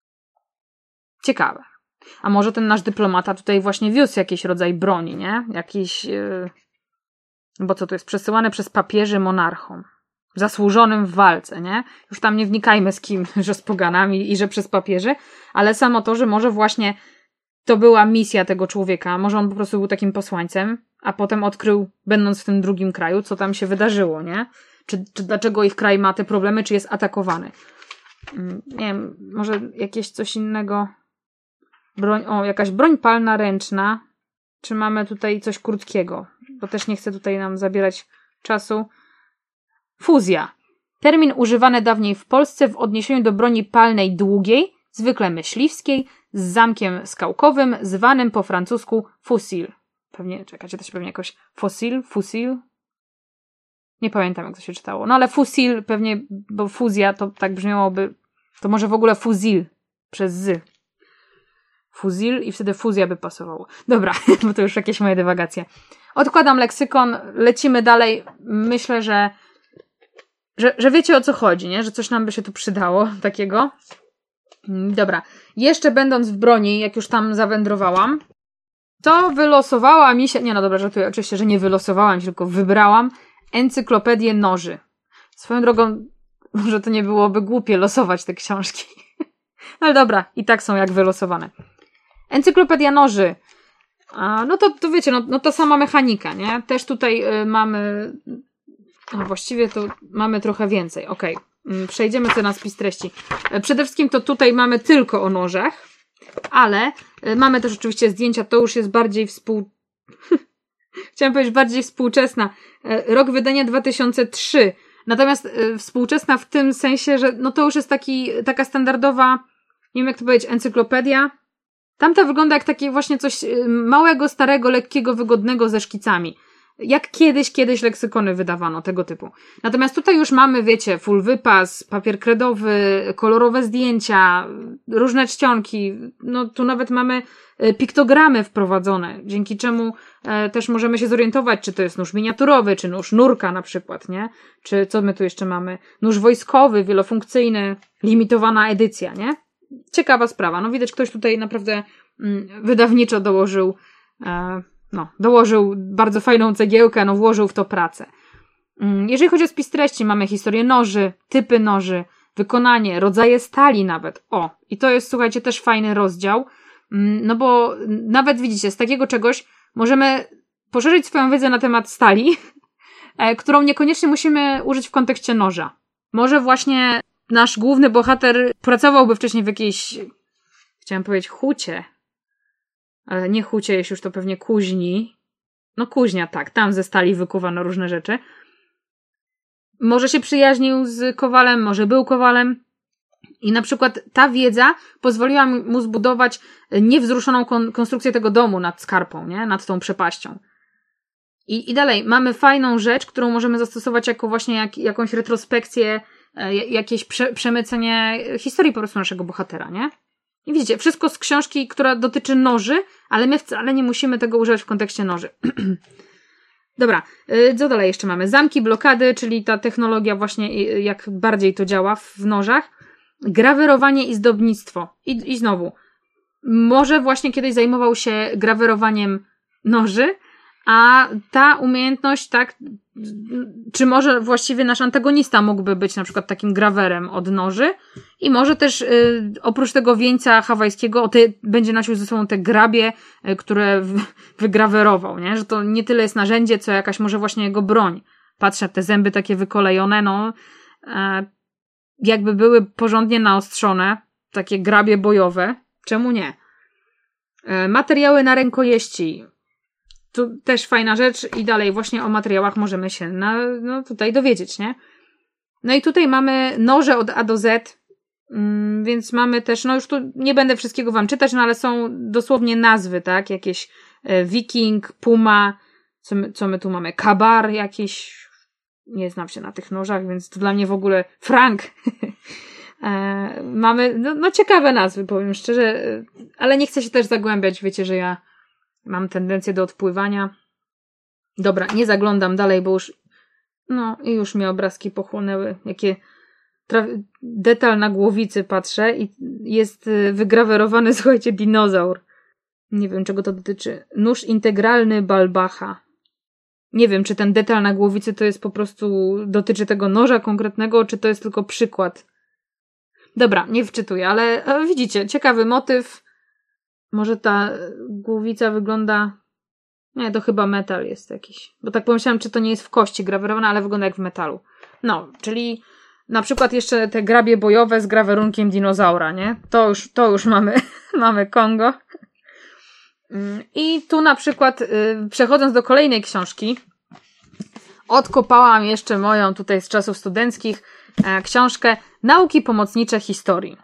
Ciekawe. A może ten nasz dyplomata tutaj właśnie wiózł jakiś rodzaj broni, nie? Jakiś... Bo co to jest? Przesyłane przez papieży monarchom. Zasłużonym w walce, nie? Już tam nie wnikajmy z kim, że z poganami i że przez papieży, ale samo to, że może właśnie to była misja tego człowieka. Może on po prostu był takim posłańcem, a potem odkrył, będąc w tym drugim kraju, co tam się wydarzyło, nie? Czy dlaczego ich kraj ma te problemy, czy jest atakowany. Nie wiem, może jakieś coś innego. Jakaś broń palna ręczna. Czy mamy tutaj coś krótkiego? Bo też nie chcę tutaj nam zabierać czasu. Fuzja. Termin używany dawniej w Polsce w odniesieniu do broni palnej długiej, zwykle myśliwskiej, z zamkiem skałkowym, zwanym po francusku fusil. Pewnie, czekajcie, to się pewnie jakoś fusil? Nie pamiętam, jak to się czytało. No ale fusil pewnie, bo fuzja to tak brzmiałoby, to może w ogóle fuzil przez z. Fuzil i wtedy fuzja by pasowało. Dobra, bo to już jakieś moje dywagacje. Odkładam leksykon, lecimy dalej. Myślę, że wiecie, o co chodzi, nie? Że coś nam by się tu przydało takiego. Dobra. Jeszcze będąc w broni, jak już tam zawędrowałam, to wylosowała mi się... Nie, no dobra, żartuję. Oczywiście, że nie wylosowałam się, tylko wybrałam Encyklopedię Noży. Swoją drogą, może to nie byłoby głupie losować te książki. Ale dobra, i tak są jak wylosowane. Encyklopedia Noży. No to wiecie, no to sama mechanika, nie? Też tutaj mamy... No właściwie to mamy trochę więcej. Okej. Przejdziemy sobie na spis treści. Przede wszystkim to tutaj mamy tylko o nożach, ale mamy też oczywiście zdjęcia, to już jest bardziej Chciałam powiedzieć bardziej współczesna. Rok wydania 2003. Natomiast współczesna w tym sensie, że no to już jest taka standardowa, nie wiem jak to powiedzieć, encyklopedia. Tamta wygląda jak takie właśnie coś małego, starego, lekkiego, wygodnego ze szkicami. Jak kiedyś leksykony wydawano, tego typu. Natomiast tutaj już mamy, wiecie, full wypas, papier kredowy, kolorowe zdjęcia, różne czcionki. No tu nawet mamy piktogramy wprowadzone, dzięki czemu też możemy się zorientować, czy to jest nóż miniaturowy, czy nóż nurka na przykład, nie? Czy co my tu jeszcze mamy? Nóż wojskowy, wielofunkcyjny, limitowana edycja, nie? Ciekawa sprawa. No widać, ktoś tutaj naprawdę wydawniczo dołożył bardzo fajną cegiełkę, włożył w to pracę. Jeżeli chodzi o spis treści, mamy historię noży, typy noży, wykonanie, rodzaje stali nawet. I to jest, słuchajcie, też fajny rozdział, no bo nawet widzicie, z takiego czegoś możemy poszerzyć swoją wiedzę na temat stali, którą niekoniecznie musimy użyć w kontekście noża. Może właśnie nasz główny bohater pracowałby wcześniej w jakiejś, chciałam powiedzieć, hucie, ale nie hucie, jeśli już to pewnie kuźni. No kuźnia, tak, tam ze stali wykuwano różne rzeczy. Może się przyjaźnił z kowalem, może był kowalem i na przykład ta wiedza pozwoliła mu zbudować niewzruszoną konstrukcję tego domu nad skarpą, nie? Nad tą przepaścią. I dalej, mamy fajną rzecz, którą możemy zastosować jako właśnie jakąś retrospekcję, jakieś przemycenie historii po prostu naszego bohatera, nie? I widzicie, wszystko z książki, która dotyczy noży, ale my wcale nie musimy tego używać w kontekście noży. Dobra, co dalej jeszcze mamy? Zamki, blokady, czyli ta technologia właśnie, jak bardziej to działa w nożach. Grawerowanie i zdobnictwo. I znowu, może właśnie kiedyś zajmował się grawerowaniem noży, a ta umiejętność, tak, czy może właściwie nasz antagonista mógłby być na przykład takim grawerem od noży i może też oprócz tego wieńca hawajskiego będzie nosił ze sobą te grabie, które wygrawerował, nie? Że to nie tyle jest narzędzie, co jakaś może właśnie jego broń. Patrzę, te zęby takie wykolejone, jakby były porządnie naostrzone, takie grabie bojowe, czemu nie? Materiały na rękojeści. Tu też fajna rzecz i dalej właśnie o materiałach możemy się tutaj dowiedzieć, nie? No i tutaj mamy noże od A do Z, więc mamy też, już tu nie będę wszystkiego wam czytać, ale są dosłownie nazwy, tak? Jakieś Wiking, Puma, co my tu mamy? Kabar jakiś, nie znam się na tych nożach, więc to dla mnie w ogóle Frank. Mamy, ciekawe nazwy, powiem szczerze, ale nie chcę się też zagłębiać, wiecie, że ja mam tendencję do odpływania. Dobra, nie zaglądam dalej, bo już mnie obrazki pochłonęły. Jakie detal na głowicy patrzę i jest wygrawerowany, słuchajcie, dinozaur. Nie wiem, czego to dotyczy. Nóż integralny Balbacha. Nie wiem, czy ten detal na głowicy to jest po prostu, dotyczy tego noża konkretnego, czy to jest tylko przykład. Dobra, nie wczytuję, ale widzicie, ciekawy motyw. Może ta głowica wygląda... Nie, to chyba metal jest jakiś. Bo tak pomyślałam, czy to nie jest w kości grawerowane, ale wygląda jak w metalu. No, czyli na przykład jeszcze te grabie bojowe z grawerunkiem dinozaura, nie? To już mamy Kongo. I tu na przykład, przechodząc do kolejnej książki, odkopałam jeszcze moją tutaj z czasów studenckich książkę Nauki pomocnicze historii.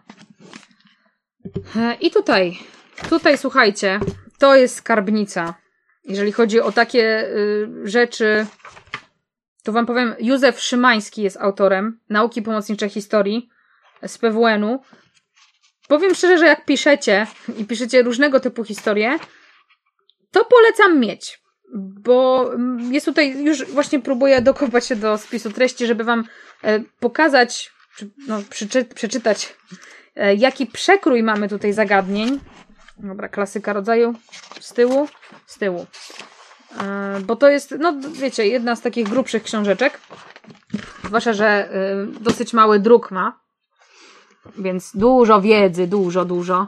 I tutaj słuchajcie, to jest skarbnica. Jeżeli chodzi o takie rzeczy, to wam powiem, Józef Szymański jest autorem Nauki pomocnicze historii z PWN-u. Powiem szczerze, że jak piszecie i piszecie różnego typu historie, to polecam mieć, bo jest tutaj, już właśnie próbuję dokopać się do spisu treści, żeby wam pokazać, przeczytać, jaki przekrój mamy tutaj zagadnień. Dobra, klasyka rodzaju z tyłu. Bo to jest, no wiecie, jedna z takich grubszych książeczek. Zwłaszcza, że dosyć mały druk ma. Więc dużo wiedzy, dużo.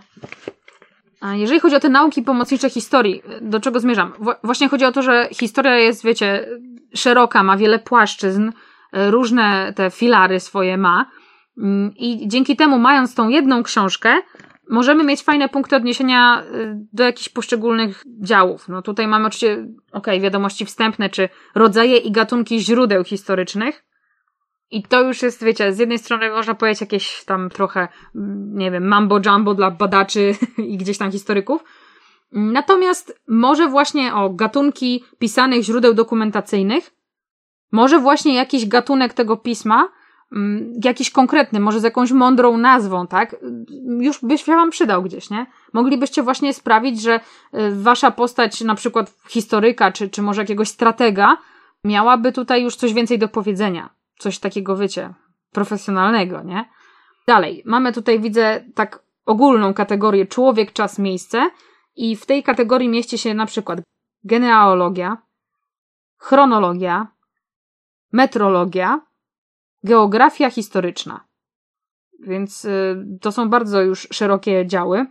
A jeżeli chodzi o te nauki pomocnicze historii, do czego zmierzam? Właśnie chodzi o to, że historia jest, wiecie, szeroka, ma wiele płaszczyzn, różne te filary swoje ma. I dzięki temu, mając tą jedną książkę, możemy mieć fajne punkty odniesienia do jakichś poszczególnych działów. No tutaj mamy oczywiście, wiadomości wstępne, czy rodzaje i gatunki źródeł historycznych. I to już jest, wiecie, z jednej strony można powiedzieć jakieś tam trochę, nie wiem, mambo jumbo dla badaczy i gdzieś tam historyków. Natomiast może właśnie o gatunki pisanych źródeł dokumentacyjnych, może właśnie jakiś gatunek tego pisma, jakiś konkretny, może z jakąś mądrą nazwą, tak? Już by się wam przydał gdzieś, nie? Moglibyście właśnie sprawić, że wasza postać, na przykład historyka, czy może jakiegoś stratega, miałaby tutaj już coś więcej do powiedzenia. Coś takiego, wiecie, profesjonalnego, nie? Dalej, mamy tutaj, widzę, tak ogólną kategorię człowiek, czas, miejsce i w tej kategorii mieści się na przykład genealogia, chronologia, metrologia, geografia historyczna. Więc to są bardzo już szerokie działy.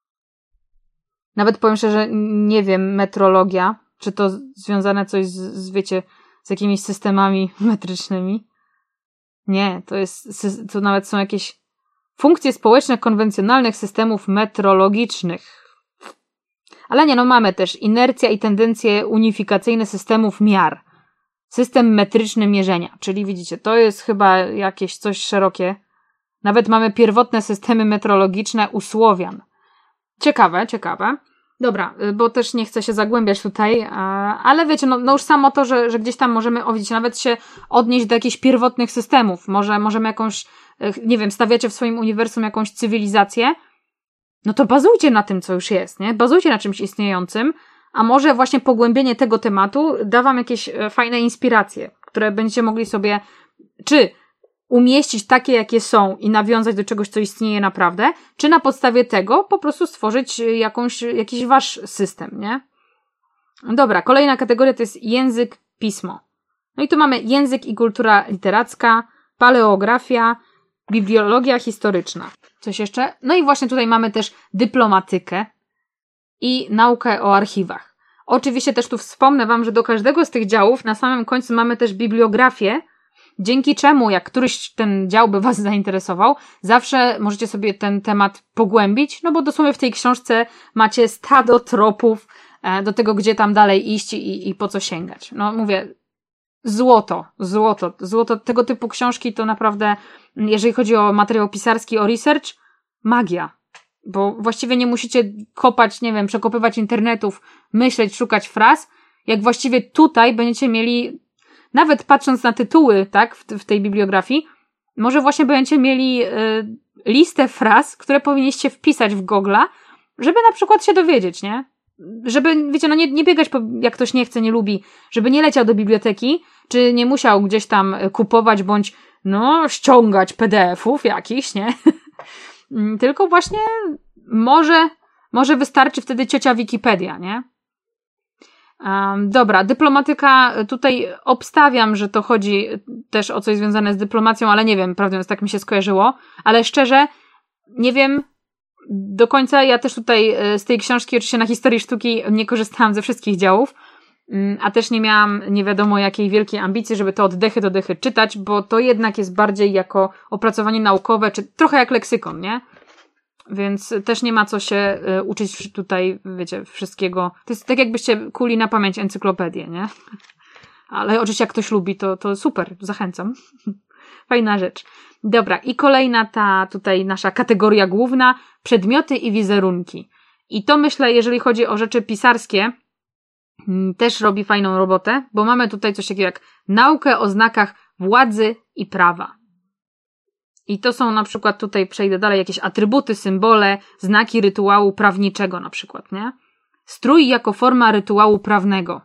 Nawet powiem szczerze, nie wiem, metrologia, czy to związane coś wiecie, z jakimiś systemami metrycznymi. Nie, to nawet są jakieś funkcje społeczne konwencjonalnych systemów metrologicznych. Ale nie, mamy też inercja i tendencje unifikacyjne systemów miar. System metryczny mierzenia, czyli widzicie, to jest chyba jakieś coś szerokie. Nawet mamy pierwotne systemy metrologiczne u Słowian. Ciekawe. Dobra, bo też nie chcę się zagłębiać tutaj, ale wiecie, no już samo to, że gdzieś tam możemy nawet się odnieść do jakichś pierwotnych systemów. Możemy jakąś, nie wiem, stawiacie w swoim uniwersum jakąś cywilizację, no to bazujcie na tym, co już jest, nie? Bazujcie na czymś istniejącym, a może właśnie pogłębienie tego tematu da wam jakieś fajne inspiracje, które będziecie mogli sobie czy umieścić takie, jakie są i nawiązać do czegoś, co istnieje naprawdę, czy na podstawie tego po prostu stworzyć jakiś wasz system, nie? Dobra, kolejna kategoria to jest język, pismo. No i tu mamy język i kultura literacka, paleografia, bibliologia historyczna. Coś jeszcze? No i właśnie tutaj mamy też dyplomatykę i naukę o archiwach. Oczywiście też tu wspomnę wam, że do każdego z tych działów na samym końcu mamy też bibliografię, dzięki czemu, jak któryś ten dział by was zainteresował, zawsze możecie sobie ten temat pogłębić, no bo dosłownie w tej książce macie stado tropów do tego, gdzie tam dalej iść i po co sięgać. No mówię, złoto. Tego typu książki to naprawdę, jeżeli chodzi o materiał pisarski, o research, magia. Bo właściwie nie musicie kopać, nie wiem, przekopywać internetów, myśleć, szukać fraz, jak właściwie tutaj będziecie mieli, nawet patrząc na tytuły, tak, w tej bibliografii, może właśnie będziecie mieli listę fraz, które powinniście wpisać w Google'a, żeby na przykład się dowiedzieć, nie? Żeby, wiecie, no nie biegać, jak ktoś nie chce, nie lubi, żeby nie leciał do biblioteki, czy nie musiał gdzieś tam kupować, bądź, ściągać PDF-ów jakichś, nie? Tylko właśnie może wystarczy wtedy ciocia Wikipedia, nie? Dobra, dyplomatyka, tutaj obstawiam, że to chodzi też o coś związane z dyplomacją, ale nie wiem, prawdę mówiąc, tak mi się skojarzyło, ale szczerze, nie wiem, do końca ja też tutaj z tej książki oczywiście na historii sztuki nie korzystałam ze wszystkich działów, a też nie miałam nie wiadomo jakiej wielkiej ambicji, żeby to od dechy do dechy czytać, bo to jednak jest bardziej jako opracowanie naukowe, czy trochę jak leksykon, nie? Więc też nie ma co się uczyć tutaj, wiecie, wszystkiego. To jest tak jakbyście kuli na pamięć encyklopedię, nie? Ale oczywiście jak ktoś lubi, to super, zachęcam. Fajna rzecz. Dobra, i kolejna ta tutaj nasza kategoria główna, przedmioty i wizerunki. I to myślę, jeżeli chodzi o rzeczy pisarskie, też robi fajną robotę, bo mamy tutaj coś takiego jak naukę o znakach władzy i prawa. I to są na przykład, tutaj przejdę dalej, jakieś atrybuty, symbole, znaki rytuału prawniczego na przykład, nie? Strój jako forma rytuału prawnego.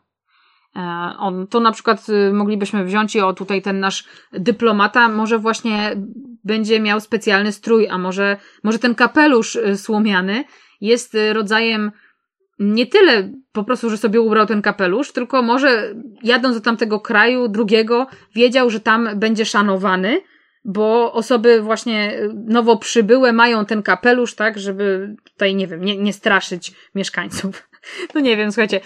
To na przykład moglibyśmy wziąć i tutaj ten nasz dyplomata może właśnie będzie miał specjalny strój, a może ten kapelusz słomiany jest rodzajem nie tyle po prostu, że sobie ubrał ten kapelusz, tylko może jadąc do tamtego kraju drugiego wiedział, że tam będzie szanowany, bo osoby właśnie nowo przybyłe mają ten kapelusz, tak, żeby tutaj, nie wiem, nie straszyć mieszkańców. No nie wiem, słuchajcie,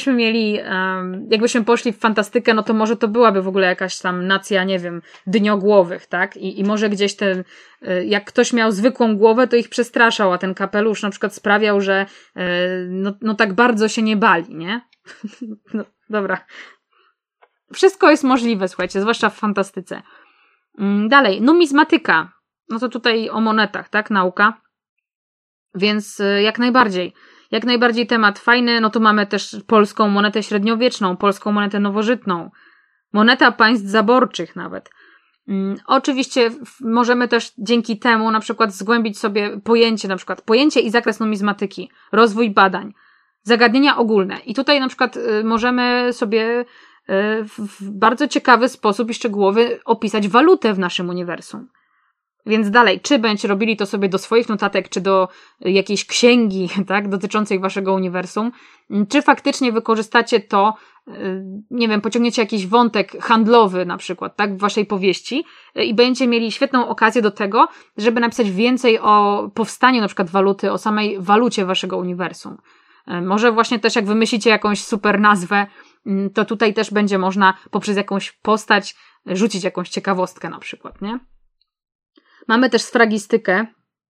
jakbyśmy poszli w fantastykę, no to może to byłaby w ogóle jakaś tam nacja, nie wiem, dyniogłowych, tak? I może gdzieś jak ktoś miał zwykłą głowę, to ich przestraszał, a ten kapelusz na przykład sprawiał, że no tak bardzo się nie bali, nie? No, dobra. Wszystko jest możliwe, słuchajcie, zwłaszcza w fantastyce. Dalej, numizmatyka. No to tutaj o monetach, tak? Nauka. Więc jak najbardziej temat fajny. No to mamy też polską monetę średniowieczną, polską monetę nowożytną, moneta państw zaborczych nawet. Oczywiście możemy też dzięki temu na przykład zgłębić sobie pojęcie i zakres numizmatyki, rozwój badań, zagadnienia ogólne. I tutaj na przykład możemy sobie w bardzo ciekawy sposób i szczegółowy opisać walutę w naszym uniwersum. Więc dalej, czy będziecie robili to sobie do swoich notatek, czy do jakiejś księgi, tak, dotyczącej waszego uniwersum, czy faktycznie wykorzystacie to, nie wiem, pociągniecie jakiś wątek handlowy na przykład, tak, w waszej powieści i będziecie mieli świetną okazję do tego, żeby napisać więcej o powstaniu na przykład waluty, o samej walucie waszego uniwersum. Może właśnie też jak wymyślicie jakąś super nazwę, to tutaj też będzie można poprzez jakąś postać rzucić jakąś ciekawostkę na przykład, nie? Mamy też sfragistykę.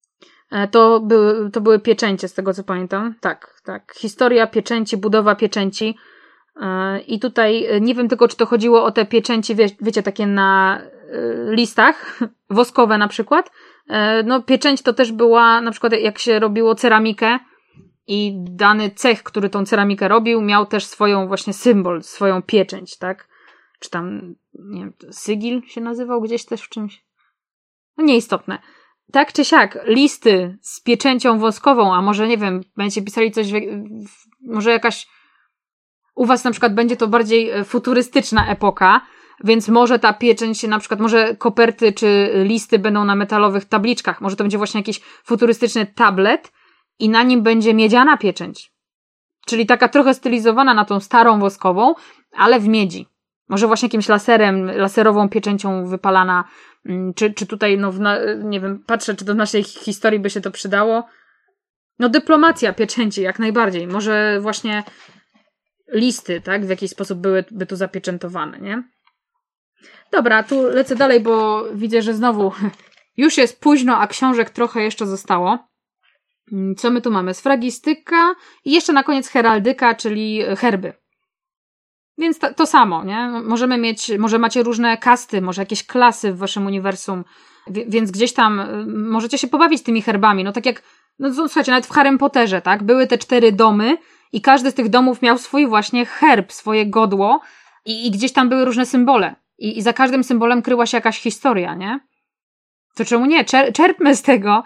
To były pieczęcie, z tego co pamiętam. Tak. Historia pieczęci, budowa pieczęci. I tutaj nie wiem tylko, czy to chodziło o te pieczęci, wiecie, takie na listach, woskowe na przykład. No pieczęć to też była, na przykład jak się robiło ceramikę i dany cech, który tą ceramikę robił, miał też swoją właśnie symbol, swoją pieczęć, tak? Czy tam, nie wiem, sygil się nazywał gdzieś też w czymś? No nieistotne. Tak czy siak, listy z pieczęcią woskową, a może, nie wiem, będziecie pisali coś, może jakaś, u was na przykład będzie to bardziej futurystyczna epoka, więc może ta pieczęć, na przykład, może koperty czy listy będą na metalowych tabliczkach, może to będzie właśnie jakiś futurystyczny tablet i na nim będzie miedziana pieczęć. Czyli taka trochę stylizowana na tą starą woskową, ale w miedzi. Może właśnie jakimś laserową pieczęcią wypalana, czy tutaj, no nie wiem, patrzę, czy do naszej historii by się to przydało. No dyplomacja pieczęci, jak najbardziej. Może właśnie listy, tak, w jakiś sposób byłyby tu zapieczętowane, nie? Dobra, tu lecę dalej, bo widzę, że znowu już jest późno, a książek trochę jeszcze zostało. Co my tu mamy? Sfragistyka i jeszcze na koniec heraldyka, czyli herby. Więc to samo, nie? Może macie różne kasty, może jakieś klasy w waszym uniwersum, więc gdzieś tam możecie się pobawić tymi herbami. No tak jak, no słuchajcie, nawet w Harrym Potterze, tak? Były te 4 domy i każdy z tych domów miał swój właśnie herb, swoje godło i gdzieś tam były różne symbole. I za każdym symbolem kryła się jakaś historia, nie? To czemu nie? Czerpmy z tego.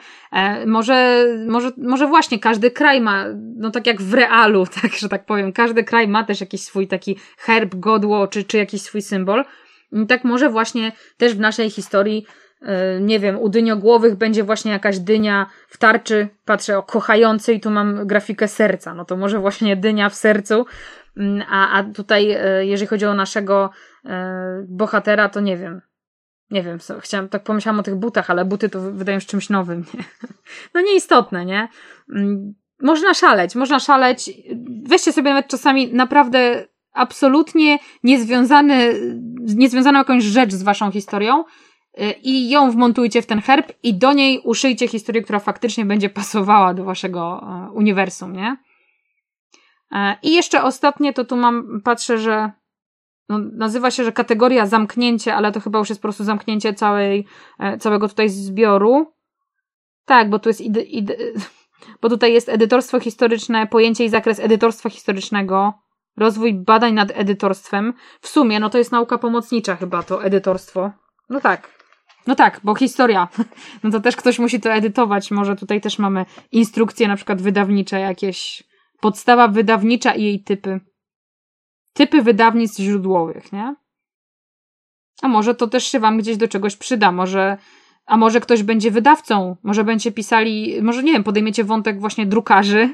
Może właśnie każdy kraj ma, no tak jak w realu, tak, że tak powiem, każdy kraj ma też jakiś swój taki herb, godło, czy jakiś swój symbol. I tak może właśnie też w naszej historii, nie wiem, u dyniogłowych będzie właśnie jakaś dynia w tarczy, patrzę o kochającej, tu mam grafikę serca, no to może właśnie dynia w sercu, a tutaj jeżeli chodzi o naszego bohatera, to nie wiem, Nie wiem, tak pomyślałam o tych butach, ale buty to wydają się czymś nowym, nie? No nieistotne, nie? Można szaleć. Weźcie sobie nawet czasami naprawdę absolutnie niezwiązaną jakąś rzecz z waszą historią i ją wmontujcie w ten herb i do niej uszyjcie historię, która faktycznie będzie pasowała do waszego uniwersum, nie? I jeszcze ostatnie, to tu patrzę, że nazywa się, że kategoria zamknięcie, ale to chyba już jest po prostu zamknięcie całego tutaj zbioru. Tak, bo tu jest bo tutaj jest edytorstwo historyczne, pojęcie i zakres edytorstwa historycznego, rozwój badań nad edytorstwem. W sumie, to jest nauka pomocnicza chyba to edytorstwo. No tak, bo historia. No to też ktoś musi to edytować. Może tutaj też mamy instrukcje na przykład wydawnicze jakieś. Podstawa wydawnicza i jej typy. Typy wydawnictw źródłowych, nie? A może to też się wam gdzieś do czegoś przyda. A może ktoś będzie wydawcą. Może będziecie pisali, może nie wiem, podejmiecie wątek właśnie drukarzy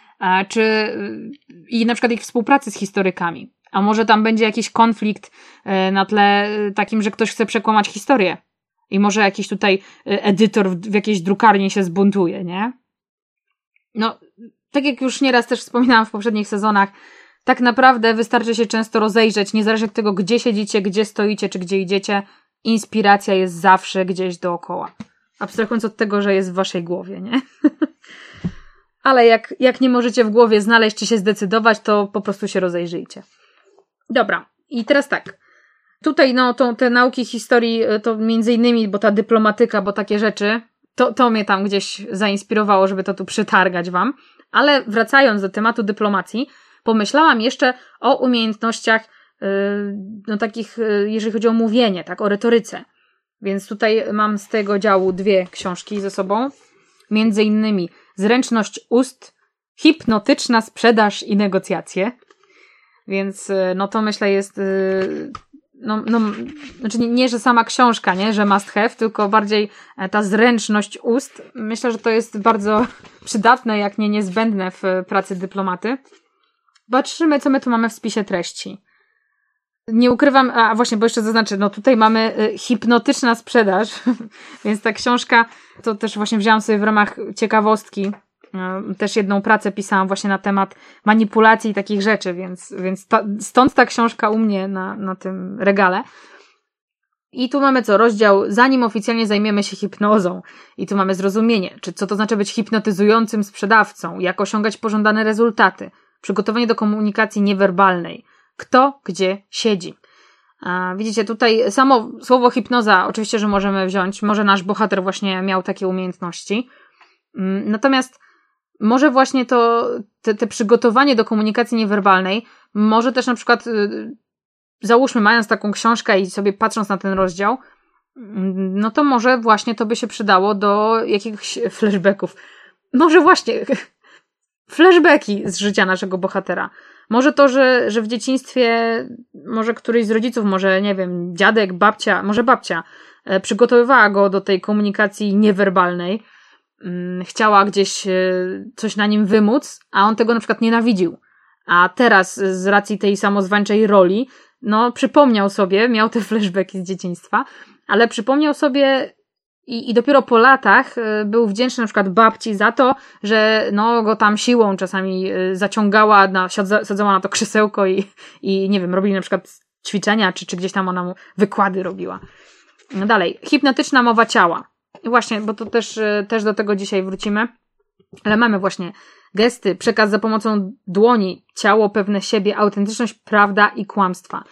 i na przykład ich współpracy z historykami. A może tam będzie jakiś konflikt na tle takim, że ktoś chce przekłamać historię. I może jakiś tutaj edytor w jakiejś drukarni się zbuntuje, nie? Tak jak już nieraz też wspominałam w poprzednich sezonach, tak naprawdę wystarczy się często rozejrzeć, niezależnie od tego, gdzie siedzicie, gdzie stoicie, czy gdzie idziecie. Inspiracja jest zawsze gdzieś dookoła. Abstrahując od tego, że jest w waszej głowie, nie? Ale jak nie możecie w głowie znaleźć, czy się zdecydować, to po prostu się rozejrzyjcie. Dobra, i teraz tak. Tutaj, te nauki historii, to między innymi, bo ta dyplomatyka, bo takie rzeczy, to mnie tam gdzieś zainspirowało, żeby to tu przytargać wam. Ale wracając do tematu dyplomacji, pomyślałam jeszcze o umiejętnościach takich, jeżeli chodzi o mówienie, tak, o retoryce. Więc tutaj mam z tego działu 2 książki ze sobą. Między innymi Zręczność ust, hipnotyczna sprzedaż i negocjacje. Więc to myślę jest znaczy nie, że sama książka, nie, że must have, tylko bardziej ta zręczność ust. Myślę, że to jest bardzo przydatne, jak nie niezbędne w pracy dyplomaty. Patrzymy, co my tu mamy w spisie treści. Nie ukrywam, bo jeszcze zaznaczę, tutaj mamy hipnotyczna sprzedaż, więc ta książka, to też właśnie wzięłam sobie w ramach ciekawostki, też jedną pracę pisałam właśnie na temat manipulacji i takich rzeczy, więc stąd ta książka u mnie na tym regale. I tu mamy rozdział, zanim oficjalnie zajmiemy się hipnozą. I tu mamy zrozumienie, co to znaczy być hipnotyzującym sprzedawcą, jak osiągać pożądane rezultaty, przygotowanie do komunikacji niewerbalnej, kto gdzie siedzi. Widzicie, tutaj samo słowo hipnoza oczywiście, że możemy wziąć, może nasz bohater właśnie miał takie umiejętności. Natomiast może właśnie te przygotowanie do komunikacji niewerbalnej, może też na przykład, załóżmy, mając taką książkę i sobie patrząc na ten rozdział, to może właśnie to by się przydało do jakichś flashbacków. Może właśnie flashbacki z życia naszego bohatera. Może to, że w dzieciństwie może któryś z rodziców, może nie wiem, dziadek, babcia, może babcia przygotowywała go do tej komunikacji niewerbalnej, chciała gdzieś coś na nim wymóc, a on tego na przykład nienawidził. A teraz z racji tej samozwańczej roli, przypomniał sobie, miał te flashbacki z dzieciństwa, ale przypomniał sobie i dopiero po latach był wdzięczny na przykład babci za to, że go tam siłą czasami zaciągała, sadzała na to krzesełko i nie wiem, robili na przykład ćwiczenia, czy gdzieś tam ona mu wykłady robiła. Dalej, hipnotyczna mowa ciała. I właśnie, bo to też do tego dzisiaj wrócimy, ale mamy właśnie gesty, przekaz za pomocą dłoni, ciało pewne siebie, autentyczność, prawda i kłamstwa.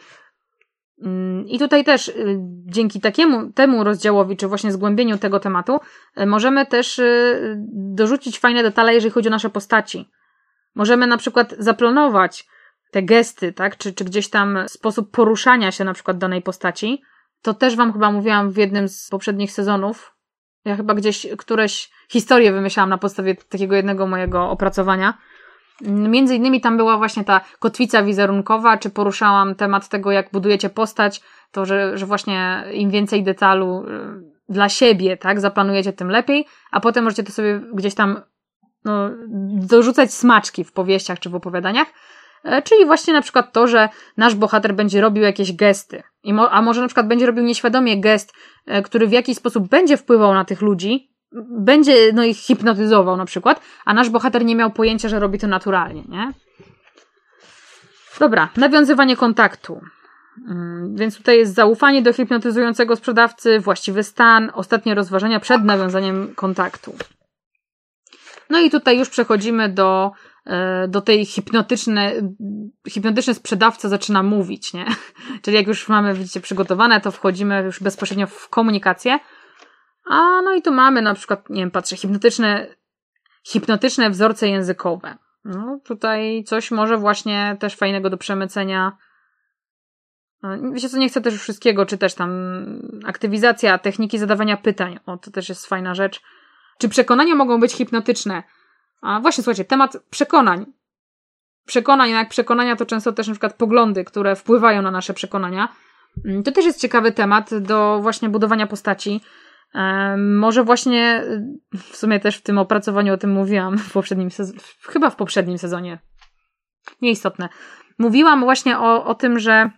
I tutaj też dzięki temu rozdziałowi, czy właśnie zgłębieniu tego tematu, możemy też dorzucić fajne detale, jeżeli chodzi o nasze postaci. Możemy na przykład zaplanować te gesty, tak, czy gdzieś tam sposób poruszania się na przykład danej postaci. To też wam chyba mówiłam w jednym z poprzednich sezonów. Ja chyba gdzieś któreś historię wymyślałam na podstawie takiego jednego mojego opracowania. Między innymi tam była właśnie ta kotwica wizerunkowa, czy poruszałam temat tego, jak budujecie postać, to, że właśnie im więcej detalu dla siebie, tak, zaplanujecie, tym lepiej, a potem możecie to sobie gdzieś tam dorzucać smaczki w powieściach czy w opowiadaniach. Czyli właśnie na przykład to, że nasz bohater będzie robił jakieś gesty. A może na przykład będzie robił nieświadomie gest, który w jakiś sposób będzie wpływał na tych ludzi, będzie ich hipnotyzował na przykład, a nasz bohater nie miał pojęcia, że robi to naturalnie, nie? Dobra, nawiązywanie kontaktu. Więc tutaj jest zaufanie do hipnotyzującego sprzedawcy, właściwy stan, ostatnie rozważania przed nawiązaniem kontaktu. No i tutaj już przechodzimy do tej hipnotyczny sprzedawca zaczyna mówić, nie? Czyli jak już mamy, widzicie, przygotowane, to wchodzimy już bezpośrednio w komunikację. No i tu mamy na przykład, nie wiem, patrzę, hipnotyczne wzorce językowe. No tutaj coś może właśnie też fajnego do przemycenia. Wiecie co, nie chcę też wszystkiego, czy też tam aktywizacja techniki zadawania pytań. To też jest fajna rzecz. Czy przekonania mogą być hipnotyczne? A właśnie, słuchajcie, temat przekonań. Jak przekonania to często też na przykład poglądy, które wpływają na nasze przekonania. To też jest ciekawy temat do właśnie budowania postaci. Może właśnie, w sumie też w tym opracowaniu o tym mówiłam chyba w poprzednim sezonie. Nieistotne. Mówiłam właśnie o tym,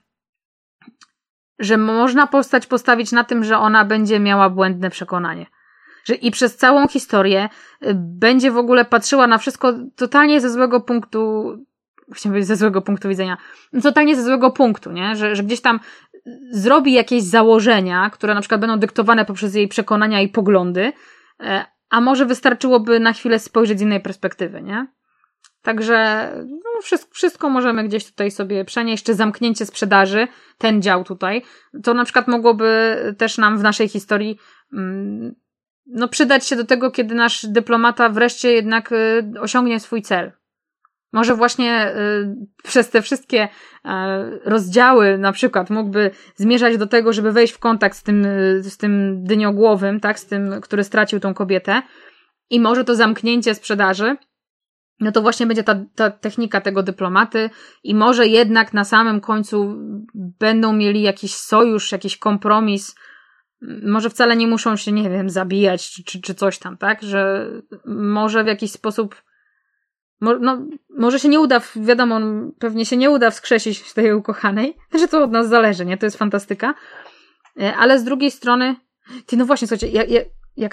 że można postać postawić na tym, że ona będzie miała błędne przekonanie. I przez całą historię będzie w ogóle patrzyła na wszystko totalnie ze złego punktu, chciałam powiedzieć ze złego punktu widzenia, totalnie ze złego punktu, nie? Że gdzieś tam zrobi jakieś założenia, które na przykład będą dyktowane poprzez jej przekonania i poglądy, a może wystarczyłoby na chwilę spojrzeć z innej perspektywy, nie? Także wszystko możemy gdzieś tutaj sobie przenieść, czy zamknięcie sprzedaży, ten dział tutaj, to na przykład mogłoby też nam w naszej historii przydać się do tego, kiedy nasz dyplomata wreszcie jednak osiągnie swój cel. Może właśnie przez te wszystkie rozdziały na przykład mógłby zmierzać do tego, żeby wejść w kontakt z tym dyniogłowym, tak, z tym, który stracił tą kobietę, i może to zamknięcie sprzedaży, no to właśnie będzie ta technika tego dyplomaty, i może jednak na samym końcu będą mieli jakiś sojusz, jakiś kompromis. Może wcale nie muszą się, nie wiem, zabijać czy coś tam, tak? Że może w jakiś sposób może się nie uda, wiadomo, pewnie się nie uda wskrzesić tej ukochanej, że to od nas zależy, nie? To jest fantastyka. Ale z drugiej strony, no właśnie, słuchajcie,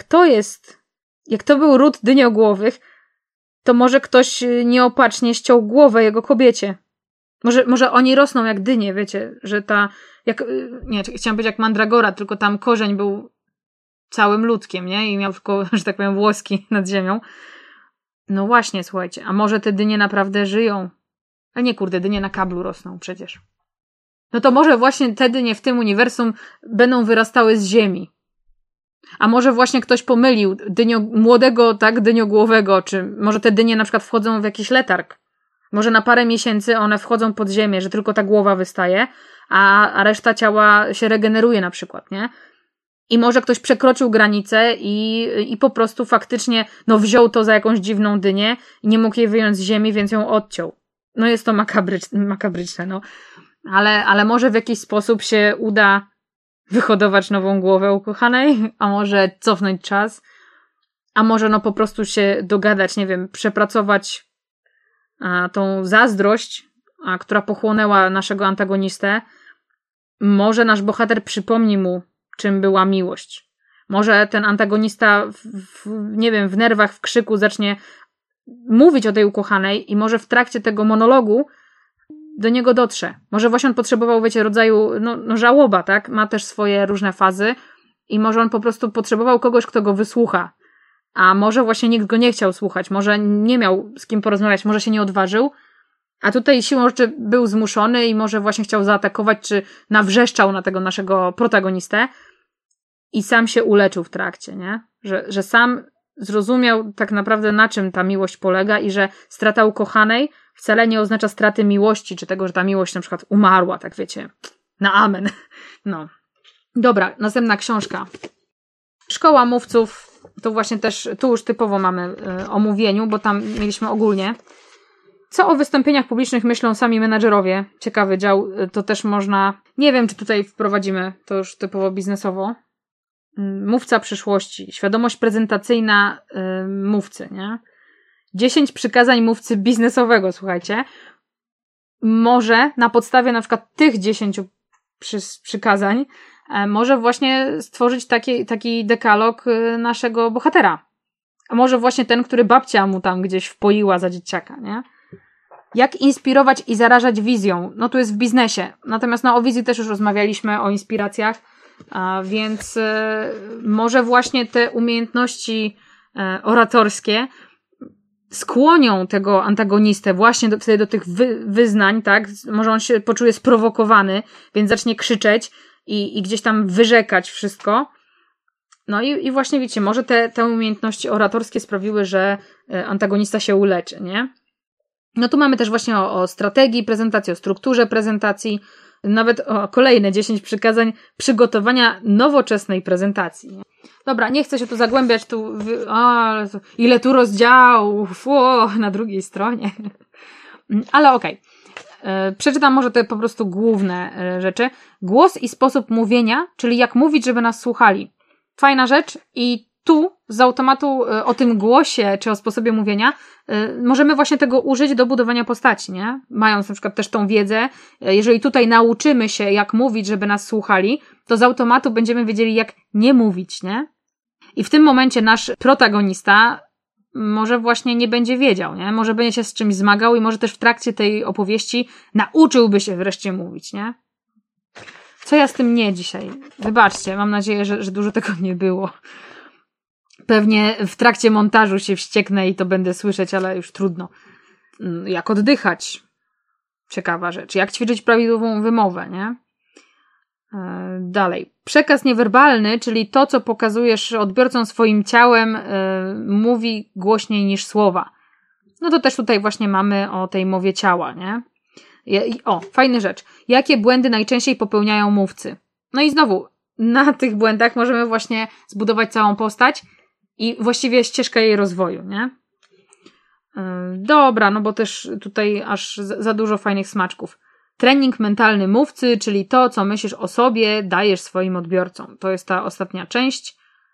jak to był ród dyniogłowych, to może ktoś nieopatrznie ściął głowę jego kobiecie. Może oni rosną jak dynie, wiecie, że chciałam powiedzieć jak mandragora, tylko tam korzeń był całym ludkiem, nie? I miał tylko, że tak powiem, włoski nad ziemią. No właśnie, słuchajcie, a może te dynie naprawdę żyją? A nie, kurde, dynie na kablu rosną przecież. No to może właśnie te dynie w tym uniwersum będą wyrastały z ziemi. A może właśnie ktoś pomylił młodego, tak, dyniogłowego, czy może te dynie na przykład wchodzą w jakiś letarg. Może na parę miesięcy one wchodzą pod ziemię, że tylko ta głowa wystaje, a reszta ciała się regeneruje na przykład, nie? I może ktoś przekroczył granicę i po prostu faktycznie wziął to za jakąś dziwną dynię i nie mógł jej wyjąć z ziemi, więc ją odciął. No jest to makabryczne, no. Ale może w jakiś sposób się uda wyhodować nową głowę ukochanej, a może cofnąć czas, a może po prostu się dogadać, nie wiem, przepracować tą zazdrość, która pochłonęła naszego antagonistę. Może nasz bohater przypomni mu, czym była miłość. Może ten antagonista nie wiem, w nerwach, w krzyku zacznie mówić o tej ukochanej i może w trakcie tego monologu do niego dotrze. Może właśnie on potrzebował, wiecie, rodzaju żałoba, tak? Ma też swoje różne fazy i może on po prostu potrzebował kogoś, kto go wysłucha. A może właśnie nikt go nie chciał słuchać, może nie miał z kim porozmawiać, może się nie odważył, a tutaj siłą rzeczy był zmuszony i może właśnie chciał zaatakować, czy nawrzeszczał na tego naszego protagonistę i sam się uleczył w trakcie, nie? Że sam zrozumiał tak naprawdę, na czym ta miłość polega i że strata ukochanej wcale nie oznacza straty miłości, czy tego, że ta miłość na przykład umarła, tak wiecie, na amen. No. Dobra, następna książka. Szkoła mówców, to właśnie też, tu już typowo mamy o mówieniu, bo tam mieliśmy ogólnie. Co o wystąpieniach publicznych myślą sami menadżerowie? Ciekawy dział, to też można, nie wiem, czy tutaj wprowadzimy, to już typowo biznesowo. Mówca przyszłości, świadomość prezentacyjna mówcy, nie? 10 przykazań mówcy biznesowego, słuchajcie. może na podstawie na przykład tych 10 przykazań może właśnie stworzyć taki dekalog naszego bohatera. A może właśnie ten, który babcia mu tam gdzieś wpoiła za dzieciaka, nie? Jak inspirować i zarażać wizją? No tu jest w biznesie. Natomiast o wizji też już rozmawialiśmy, o inspiracjach, więc może właśnie te umiejętności oratorskie skłonią tego antagonistę właśnie wtedy do tych wyznań, tak? Może on się poczuje sprowokowany, więc zacznie krzyczeć i gdzieś tam wyrzekać wszystko. No i właśnie wiecie, może te umiejętności oratorskie sprawiły, że antagonista się uleczy, nie? No tu mamy też właśnie o strategii prezentacji, o strukturze prezentacji, nawet o kolejne 10 przykazań przygotowania nowoczesnej prezentacji. Nie? Dobra, nie chcę się tu zagłębiać, ile tu rozdziałów, na drugiej stronie. Ale okej. Przeczytam może te po prostu główne rzeczy. Głos i sposób mówienia, czyli jak mówić, żeby nas słuchali. Fajna rzecz i tu z automatu o tym głosie czy o sposobie mówienia możemy właśnie tego użyć do budowania postaci, nie? Mając na przykład też tą wiedzę, jeżeli tutaj nauczymy się jak mówić, żeby nas słuchali, to z automatu będziemy wiedzieli jak nie mówić, nie? I w tym momencie nasz protagonista może właśnie nie będzie wiedział, nie? Może będzie się z czymś zmagał i może też w trakcie tej opowieści nauczyłby się wreszcie mówić, nie? Co ja z tym nie dzisiaj? Wybaczcie, mam nadzieję, że dużo tego nie było. Pewnie w trakcie montażu się wścieknę i to będę słyszeć, ale już trudno. Jak oddychać? Ciekawa rzecz. Jak ćwiczyć prawidłową wymowę, nie? Dalej. Przekaz niewerbalny, czyli to, co pokazujesz odbiorcom swoim ciałem, mówi głośniej niż słowa. No to też tutaj właśnie mamy o tej mowie ciała, nie? Fajna rzecz. Jakie błędy najczęściej popełniają mówcy? No i znowu, na tych błędach możemy właśnie zbudować całą postać i właściwie ścieżkę jej rozwoju, nie? Dobra, no bo też tutaj aż za dużo fajnych smaczków. Trening mentalny mówcy, czyli to, co myślisz o sobie, dajesz swoim odbiorcom. To jest ta ostatnia część.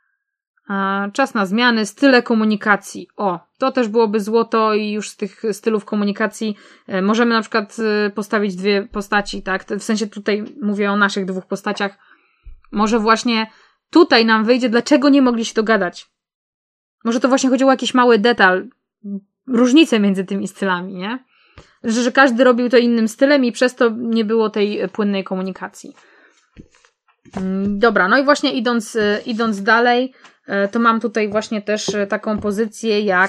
Czas na zmiany, style komunikacji. To też byłoby złoto i już z tych stylów komunikacji możemy na przykład postawić 2 postaci, tak? W sensie tutaj mówię o naszych 2 postaciach. Może właśnie tutaj nam wyjdzie, dlaczego nie mogli się dogadać. Może to właśnie chodziło o jakiś mały detal, różnicę między tymi stylami, nie? Że każdy robił to innym stylem i przez to nie było tej płynnej komunikacji. Dobra, no i właśnie idąc dalej, to mam tutaj właśnie też taką pozycję jak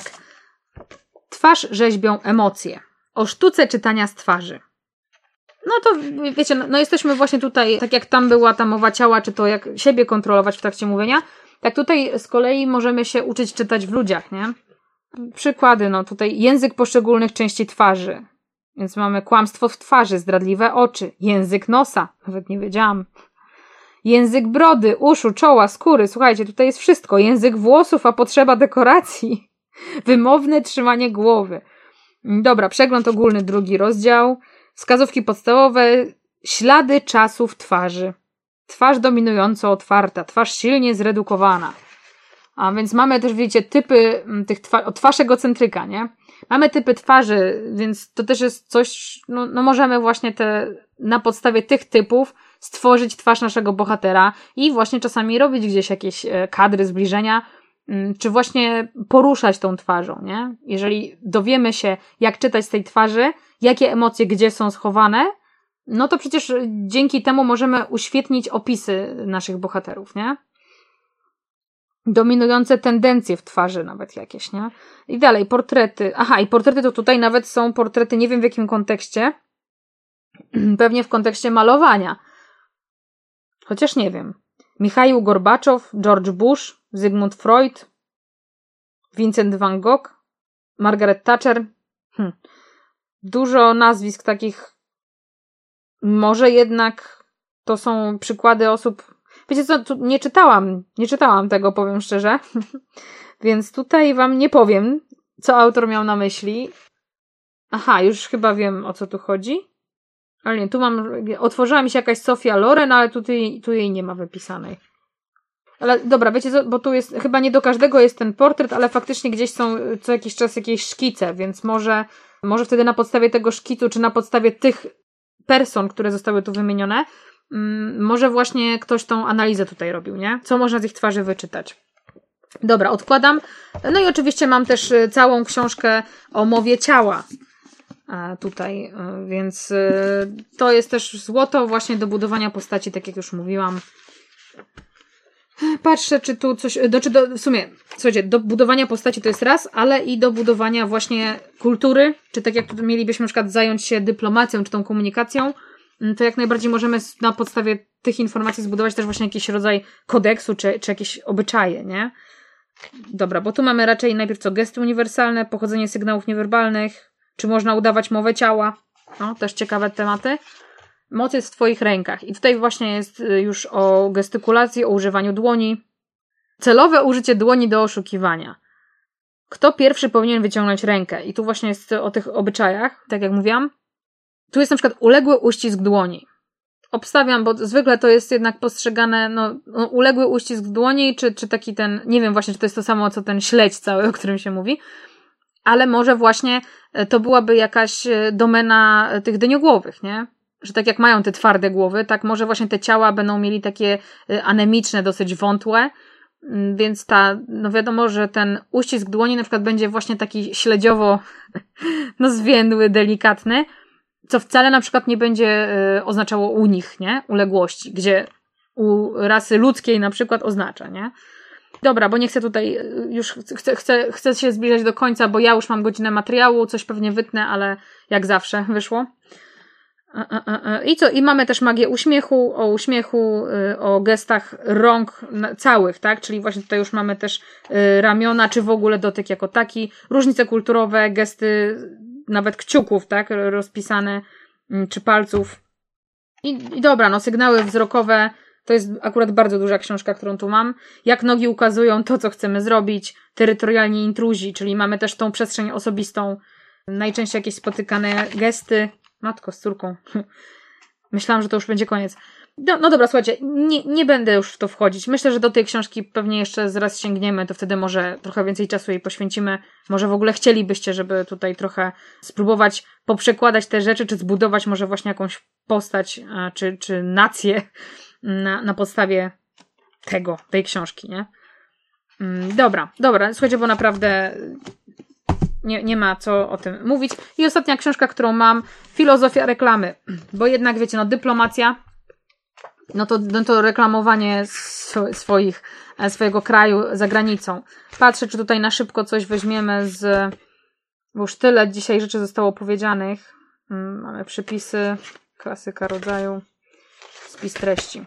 twarz rzeźbią emocje. O sztuce czytania z twarzy. No to wiecie, no jesteśmy właśnie tutaj, tak jak tam była ta mowa ciała, czy to jak siebie kontrolować w trakcie mówienia, tak tutaj z kolei możemy się uczyć czytać w ludziach, nie? Przykłady, no tutaj język poszczególnych części twarzy. Więc mamy kłamstwo w twarzy, zdradliwe oczy, język nosa, nawet nie wiedziałam. Język brody, uszu, czoła, skóry, słuchajcie, tutaj jest wszystko. Język włosów, a potrzeba dekoracji. Wymowne trzymanie głowy. Dobra, przegląd ogólny, 2 rozdział. Wskazówki podstawowe, ślady czasu w twarzy. Twarz dominująco otwarta, twarz silnie zredukowana. A więc mamy też, wiecie, typy tych twarz egocentryka, nie? Mamy typy twarzy, więc to też jest coś, no możemy właśnie na podstawie tych typów stworzyć twarz naszego bohatera i właśnie czasami robić gdzieś jakieś kadry, zbliżenia, czy właśnie poruszać tą twarzą, nie? Jeżeli dowiemy się, jak czytać z tej twarzy, jakie emocje gdzie są schowane, no to przecież dzięki temu możemy uświetnić opisy naszych bohaterów, nie? Dominujące tendencje w twarzy nawet jakieś, nie? I dalej, portrety. I portrety to tutaj nawet są portrety, nie wiem w jakim kontekście. Pewnie w kontekście malowania. Chociaż nie wiem. Michaił Gorbaczow, George Bush, Zygmunt Freud, Vincent van Gogh, Margaret Thatcher. Dużo nazwisk takich. Może jednak to są przykłady osób. Wiecie co, tu nie czytałam tego, powiem szczerze, więc tutaj wam nie powiem, co autor miał na myśli. Już chyba wiem, o co tu chodzi. Ale nie, otworzyła mi się jakaś Sofia Loren, ale tu jej nie ma wypisanej. Ale dobra, wiecie co, bo tu jest, chyba nie do każdego jest ten portret, ale faktycznie gdzieś są co jakiś czas jakieś szkice, więc Może wtedy na podstawie tego szkicu, czy na podstawie tych person, które zostały tu wymienione, może właśnie ktoś tą analizę tutaj robił, nie? Co można z ich twarzy wyczytać. Dobra, odkładam. No i oczywiście mam też całą książkę o mowie ciała tutaj, więc to jest też złoto właśnie do budowania postaci, tak jak już mówiłam. Patrzę, czy tu coś, w sumie, słuchajcie, do budowania postaci to jest raz, ale i do budowania właśnie kultury, czy tak jak tu mielibyśmy na przykład zająć się dyplomacją, czy tą komunikacją, to jak najbardziej możemy na podstawie tych informacji zbudować też właśnie jakiś rodzaj kodeksu, czy jakieś obyczaje, nie? Dobra, bo tu mamy raczej najpierw co gesty uniwersalne, pochodzenie sygnałów niewerbalnych, czy można udawać mowę ciała, no, też ciekawe tematy. Moc jest w twoich rękach. I tutaj właśnie jest już o gestykulacji, o używaniu dłoni. Celowe użycie dłoni do oszukiwania. Kto pierwszy powinien wyciągnąć rękę? I tu właśnie jest o tych obyczajach, tak jak mówiłam. Tu jest na przykład uległy uścisk dłoni. Obstawiam, bo zwykle to jest jednak postrzegane, uległy uścisk dłoni, czy taki ten, nie wiem właśnie, czy to jest to samo, co ten śledź cały, o którym się mówi, ale może właśnie to byłaby jakaś domena tych dyniogłowych, nie? Że tak jak mają te twarde głowy, tak może właśnie te ciała będą mieli takie anemiczne, dosyć wątłe, więc no wiadomo, że ten uścisk dłoni na przykład będzie właśnie taki śledziowo zwiędły, delikatny, co wcale na przykład nie będzie oznaczało u nich, nie? Uległości, gdzie u rasy ludzkiej na przykład oznacza, nie? Dobra, bo nie chcę tutaj, już chcę się zbliżać do końca, bo ja już mam godzinę materiału, coś pewnie wytnę, ale jak zawsze wyszło. I co? I mamy też magię uśmiechu, o gestach rąk całych, tak? Czyli właśnie tutaj już mamy też ramiona, czy w ogóle dotyk jako taki, różnice kulturowe, gesty nawet kciuków, tak? Rozpisane, czy palców. I dobra, sygnały wzrokowe, to jest akurat bardzo duża książka, którą tu mam. Jak nogi ukazują to, co chcemy zrobić, terytorialni intruzi, czyli mamy też tą przestrzeń osobistą, najczęściej jakieś spotykane gesty. Matko z córką. Myślałam, że to już będzie koniec. No dobra, słuchajcie, nie będę już w to wchodzić. Myślę, że do tej książki pewnie jeszcze zaraz sięgniemy, to wtedy może trochę więcej czasu jej poświęcimy. Może w ogóle chcielibyście, żeby tutaj trochę spróbować poprzekładać te rzeczy, czy zbudować może właśnie jakąś postać, czy nację na podstawie tej książki, nie? Dobra, słuchajcie, bo naprawdę nie ma co o tym mówić. I ostatnia książka, którą mam, Filozofia reklamy. Bo jednak, wiecie, dyplomacja, to reklamowanie swojego kraju za granicą. Patrzę, czy tutaj na szybko coś weźmiemy bo już tyle dzisiaj rzeczy zostało powiedzianych. Mamy przepisy, klasyka rodzaju, spis treści.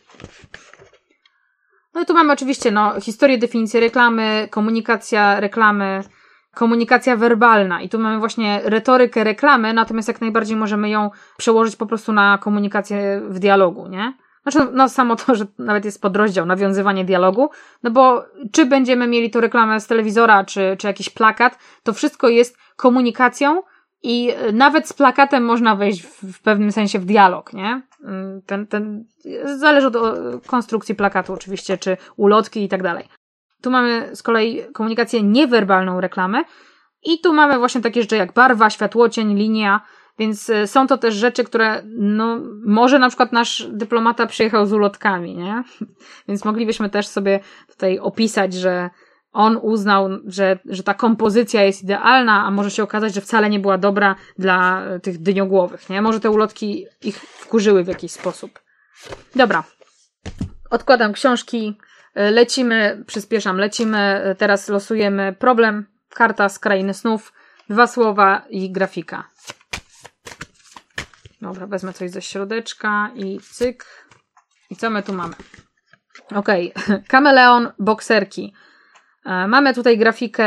No i tu mamy oczywiście historię, definicję reklamy, komunikacja reklamy, komunikacja werbalna. I tu mamy właśnie retorykę reklamy, natomiast jak najbardziej możemy ją przełożyć po prostu na komunikację w dialogu, nie? Znaczy, samo to, że nawet jest podrozdział, nawiązywanie dialogu, bo czy będziemy mieli tą reklamę z telewizora, czy jakiś plakat, to wszystko jest komunikacją i nawet z plakatem można wejść w pewnym sensie w dialog, nie? Zależy od konstrukcji plakatu oczywiście, czy ulotki i tak dalej. Tu mamy z kolei komunikację niewerbalną reklamę i tu mamy właśnie takie rzeczy jak barwa, światłocień, linia, więc są to też rzeczy, które może na przykład nasz dyplomata przyjechał z ulotkami, nie? Więc moglibyśmy też sobie tutaj opisać, że on uznał, że ta kompozycja jest idealna, a może się okazać, że wcale nie była dobra dla tych dyniogłowych, nie? Może te ulotki ich wkurzyły w jakiś sposób. Dobra. Odkładam książki, przyspieszam, lecimy, teraz losujemy problem, karta z krainy snów, 2 słowa i grafika. Dobra, wezmę coś ze środeczka i cyk. I co my tu mamy? Okej, kameleon, bokserki. Mamy tutaj grafikę,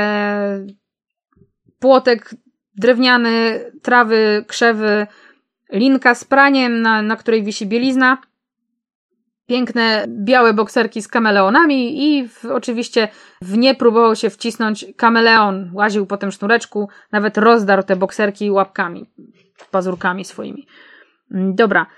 płotek drewniany, trawy, krzewy, linka z praniem, na której wisi bielizna. Piękne, białe bokserki z kameleonami i oczywiście w nie próbował się wcisnąć kameleon. Łaził po tym sznureczku, nawet rozdarł te bokserki łapkami, pazurkami swoimi. Dobra.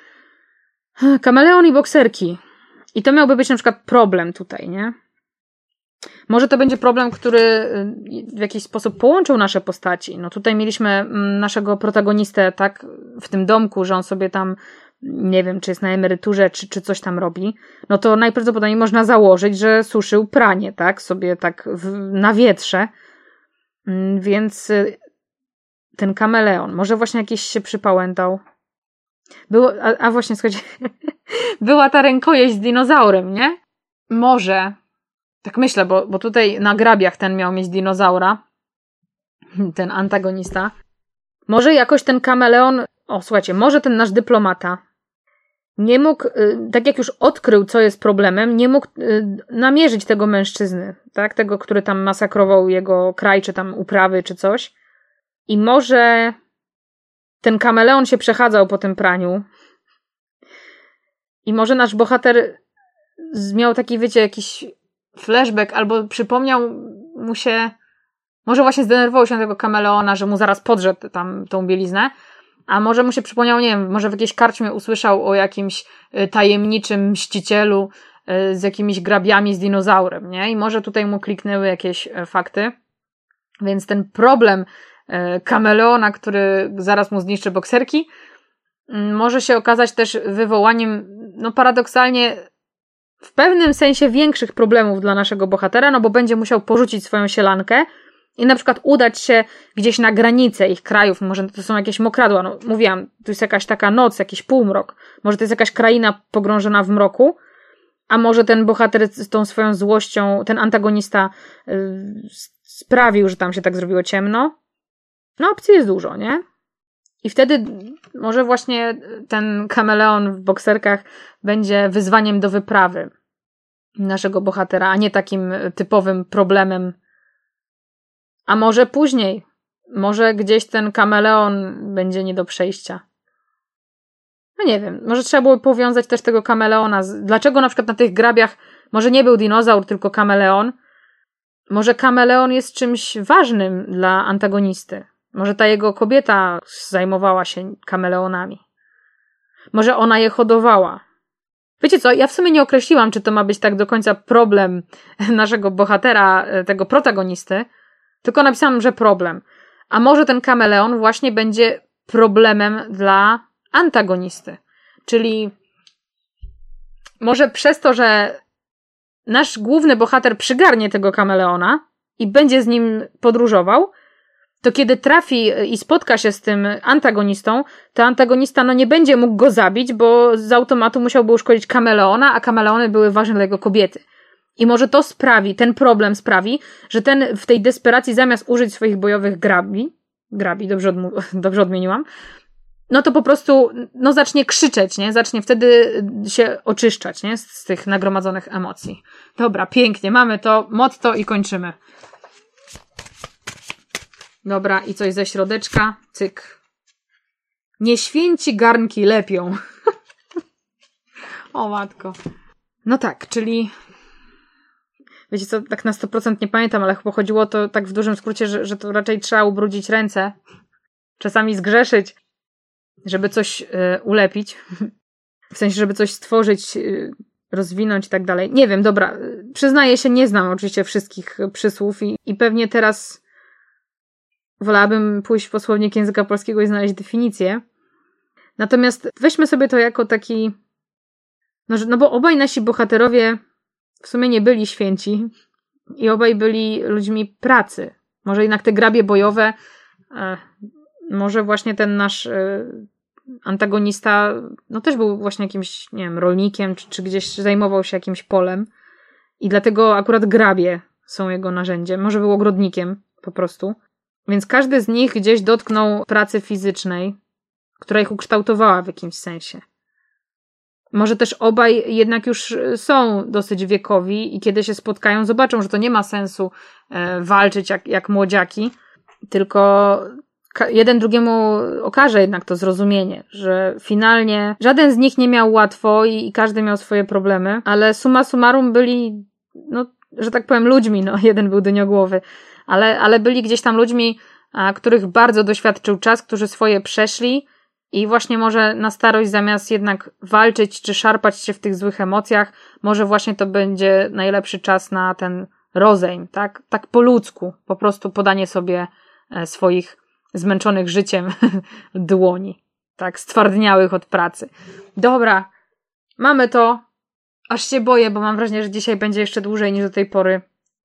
Kameleon i bokserki. I to miałby być na przykład problem tutaj, nie? Może to będzie problem, który w jakiś sposób połączył nasze postaci. No tutaj mieliśmy naszego protagonistę, tak, w tym domku, że on sobie tam, nie wiem, czy jest na emeryturze, czy coś tam robi. No to najprawdopodobniej można założyć, że suszył pranie, tak, sobie tak na wietrze. Więc ten kameleon, może właśnie jakiś się przypałętał. A właśnie, słuchajcie, była ta rękojeść z dinozaurem, nie? Może, tak myślę, bo tutaj na grabiach ten miał mieć dinozaura, ten antagonista. Może jakoś ten kameleon, słuchajcie, może ten nasz dyplomata nie mógł, tak jak już odkrył, co jest problemem, nie mógł namierzyć tego mężczyzny, tak? Tego, który tam masakrował jego kraj, czy tam uprawy, czy coś. I może ten kameleon się przechadzał po tym praniu. I może nasz bohater miał taki, wiecie, jakiś flashback, albo przypomniał mu się, może właśnie zdenerwował się na tego kameleona, że mu zaraz podrze tam tą bieliznę, a może mu się przypomniał, nie wiem, może w jakiejś karczmie usłyszał o jakimś tajemniczym mścicielu z jakimiś grabiami, z dinozaurem, nie? I może tutaj mu kliknęły jakieś fakty. Więc ten problem kameleona, który zaraz mu zniszczy bokserki, może się okazać też wywołaniem, no paradoksalnie, w pewnym sensie większych problemów dla naszego bohatera, no bo będzie musiał porzucić swoją sielankę i na przykład udać się gdzieś na granicę ich krajów, może to są jakieś mokradła, no mówiłam, tu jest jakaś taka noc, jakiś półmrok, może to jest jakaś kraina pogrążona w mroku, a może ten bohater z tą swoją złością, ten antagonista sprawił, że tam się tak zrobiło ciemno. No opcji jest dużo, nie? I wtedy może właśnie ten kameleon w bokserkach będzie wyzwaniem do wyprawy naszego bohatera, a nie takim typowym problemem. A może później, może gdzieś ten kameleon będzie nie do przejścia. No nie wiem, może trzeba było powiązać też tego kameleona. Dlaczego na przykład na tych grabiach może nie był dinozaur, tylko kameleon? Może kameleon jest czymś ważnym dla antagonisty. Może ta jego kobieta zajmowała się kameleonami. Może ona je hodowała. Wiecie co, ja w sumie nie określiłam, czy to ma być tak do końca problem naszego bohatera, tego protagonisty, tylko napisałam, że problem. A może ten kameleon właśnie będzie problemem dla antagonisty. Czyli może przez to, że nasz główny bohater przygarnie tego kameleona i będzie z nim podróżował, to kiedy trafi i spotka się z tym antagonistą, to antagonista nie będzie mógł go zabić, bo z automatu musiałby uszkodzić kameleona, a kameleony były ważne dla jego kobiety. I może to sprawi, ten problem sprawi, że ten w tej desperacji zamiast użyć swoich bojowych grabi, dobrze odmieniłam, no to po prostu zacznie krzyczeć, nie? Zacznie wtedy się oczyszczać, nie? Z tych nagromadzonych emocji. Dobra, pięknie, mamy to motto i kończymy. Dobra, i coś ze środeczka. Cyk. Nieświęci garnki lepią. O matko. No tak, czyli wiecie co, tak na 100% nie pamiętam, ale chyba chodziło to tak w dużym skrócie, że to raczej trzeba ubrudzić ręce. Czasami zgrzeszyć, żeby coś ulepić. W sensie, żeby coś stworzyć, rozwinąć i tak dalej. Nie wiem, dobra. Przyznaję się, nie znam oczywiście wszystkich przysłów i pewnie teraz wolałabym pójść po słownik języka polskiego i znaleźć definicję. Natomiast weźmy sobie to jako taki... No bo obaj nasi bohaterowie w sumie nie byli święci i obaj byli ludźmi pracy. Może jednak te grabie bojowe, może właśnie ten nasz antagonista też był właśnie jakimś, nie wiem, rolnikiem, czy gdzieś zajmował się jakimś polem i dlatego akurat grabie są jego narzędziem. Może był ogrodnikiem po prostu. Więc każdy z nich gdzieś dotknął pracy fizycznej, która ich ukształtowała w jakimś sensie. Może też obaj jednak już są dosyć wiekowi i kiedy się spotkają, zobaczą, że to nie ma sensu walczyć jak młodziaki, tylko jeden drugiemu okaże jednak to zrozumienie, że finalnie żaden z nich nie miał łatwo i każdy miał swoje problemy, ale summa summarum byli, że tak powiem, ludźmi, jeden był dyniogłowy, ale byli gdzieś tam ludźmi, których bardzo doświadczył czas, którzy swoje przeszli i właśnie może na starość zamiast jednak walczyć czy szarpać się w tych złych emocjach, może właśnie to będzie najlepszy czas na ten rozejm, tak po ludzku, po prostu podanie sobie swoich zmęczonych życiem dłoni, tak, stwardniałych od pracy. Dobra, mamy to. Aż się boję, bo mam wrażenie, że dzisiaj będzie jeszcze dłużej niż do tej pory.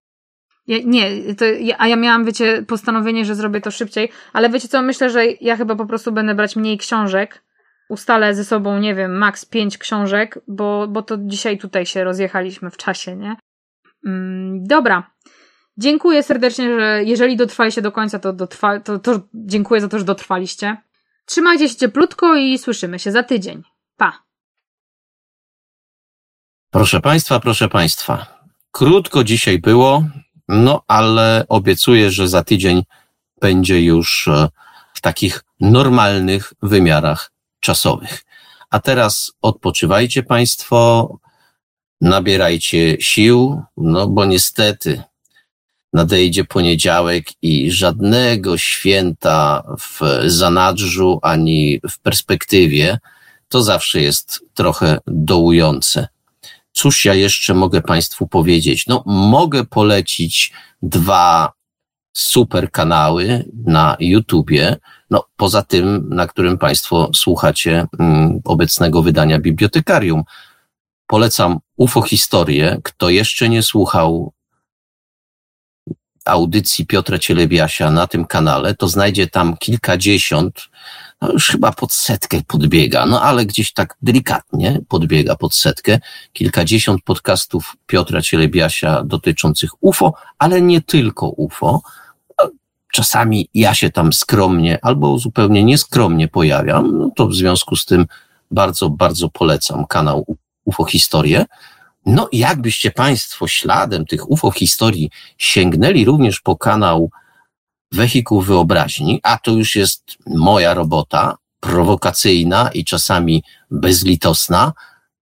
Ja miałam, wiecie, postanowienie, że zrobię to szybciej, ale wiecie co, myślę, że ja chyba po prostu będę brać mniej książek. Ustalę ze sobą, nie wiem, maks 5 książek, bo to dzisiaj tutaj się rozjechaliśmy w czasie, nie? Dobra. Dziękuję serdecznie, że jeżeli dotrwaliście do końca, to dziękuję za to, że dotrwaliście. Trzymajcie się cieplutko i słyszymy się za tydzień. Pa! Proszę Państwa, krótko dzisiaj było, ale obiecuję, że za tydzień będzie już w takich normalnych wymiarach czasowych. A teraz odpoczywajcie Państwo, nabierajcie sił, bo niestety nadejdzie poniedziałek i żadnego święta w zanadrzu ani w perspektywie. To zawsze jest trochę dołujące. Cóż ja jeszcze mogę Państwu powiedzieć? Mogę polecić 2 super kanały na YouTubie, poza tym, na którym Państwo słuchacie obecnego wydania Bibliotekarium. Polecam UFO Historię. Kto jeszcze nie słuchał audycji Piotra Cielebiasia na tym kanale, to znajdzie tam kilkadziesiąt, już chyba pod 100 podbiega, ale gdzieś tak delikatnie podbiega pod 100, kilkadziesiąt podcastów Piotra Cielebiasia dotyczących UFO, ale nie tylko UFO. Czasami ja się tam skromnie albo zupełnie nieskromnie pojawiam, to w związku z tym bardzo, bardzo polecam kanał UFO Historię. Jakbyście Państwo śladem tych UFO Historii sięgnęli również po kanał Wehikuł Wyobraźni, a to już jest moja robota, prowokacyjna i czasami bezlitosna.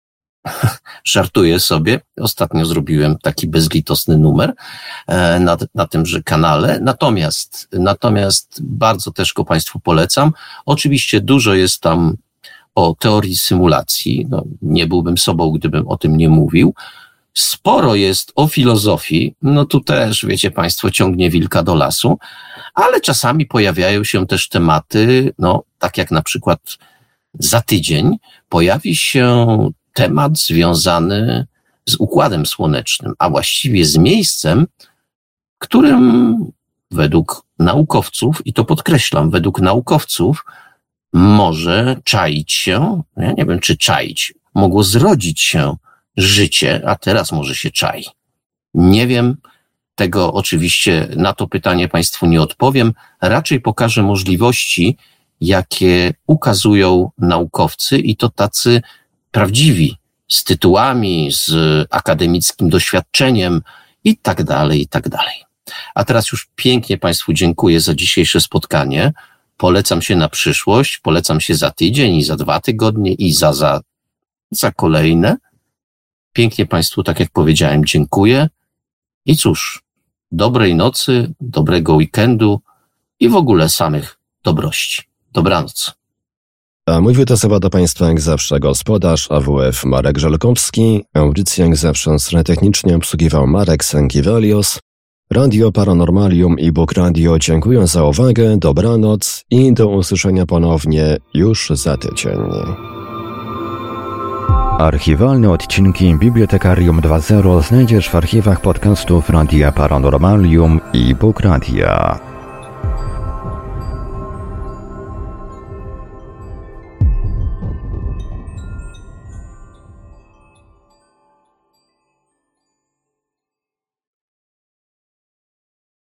Żartuję sobie, ostatnio zrobiłem taki bezlitosny numer na tymże kanale, natomiast bardzo też go Państwu polecam. Oczywiście dużo jest tam o teorii symulacji, nie byłbym sobą, gdybym o tym nie mówił. Sporo jest o filozofii, tu też, wiecie Państwo, ciągnie wilka do lasu, ale czasami pojawiają się też tematy, tak jak na przykład za tydzień pojawi się temat związany z Układem Słonecznym, a właściwie z miejscem, którym według naukowców, i to podkreślam, według naukowców, może czaić się, ja nie wiem czy czaić, mogło zrodzić się życie, a teraz może się czai. Nie wiem, tego oczywiście na to pytanie Państwu nie odpowiem, raczej pokażę możliwości, jakie ukazują naukowcy i to tacy prawdziwi, z tytułami, z akademickim doświadczeniem i tak dalej, i tak dalej. A teraz już pięknie Państwu dziękuję za dzisiejsze spotkanie. Polecam się na przyszłość, polecam się za tydzień i za 2 tygodnie i za kolejne. Pięknie Państwu, tak jak powiedziałem, dziękuję. I cóż, dobrej nocy, dobrego weekendu i w ogóle samych dobrości. Dobranoc. A mówił to chyba do Państwa jak zawsze gospodarz AWF Marek Żelkowski. Audycję jak zawsze stronę technicznie obsługiwał Marek Sękiewelios. Radio Paranormalium i Bóg Radio dziękuję za uwagę, dobranoc i do usłyszenia ponownie już za tydzień. Archiwalne odcinki Bibliotekarium 2.0 znajdziesz w archiwach podcastów Radia Paranormalium i Bóg Radia.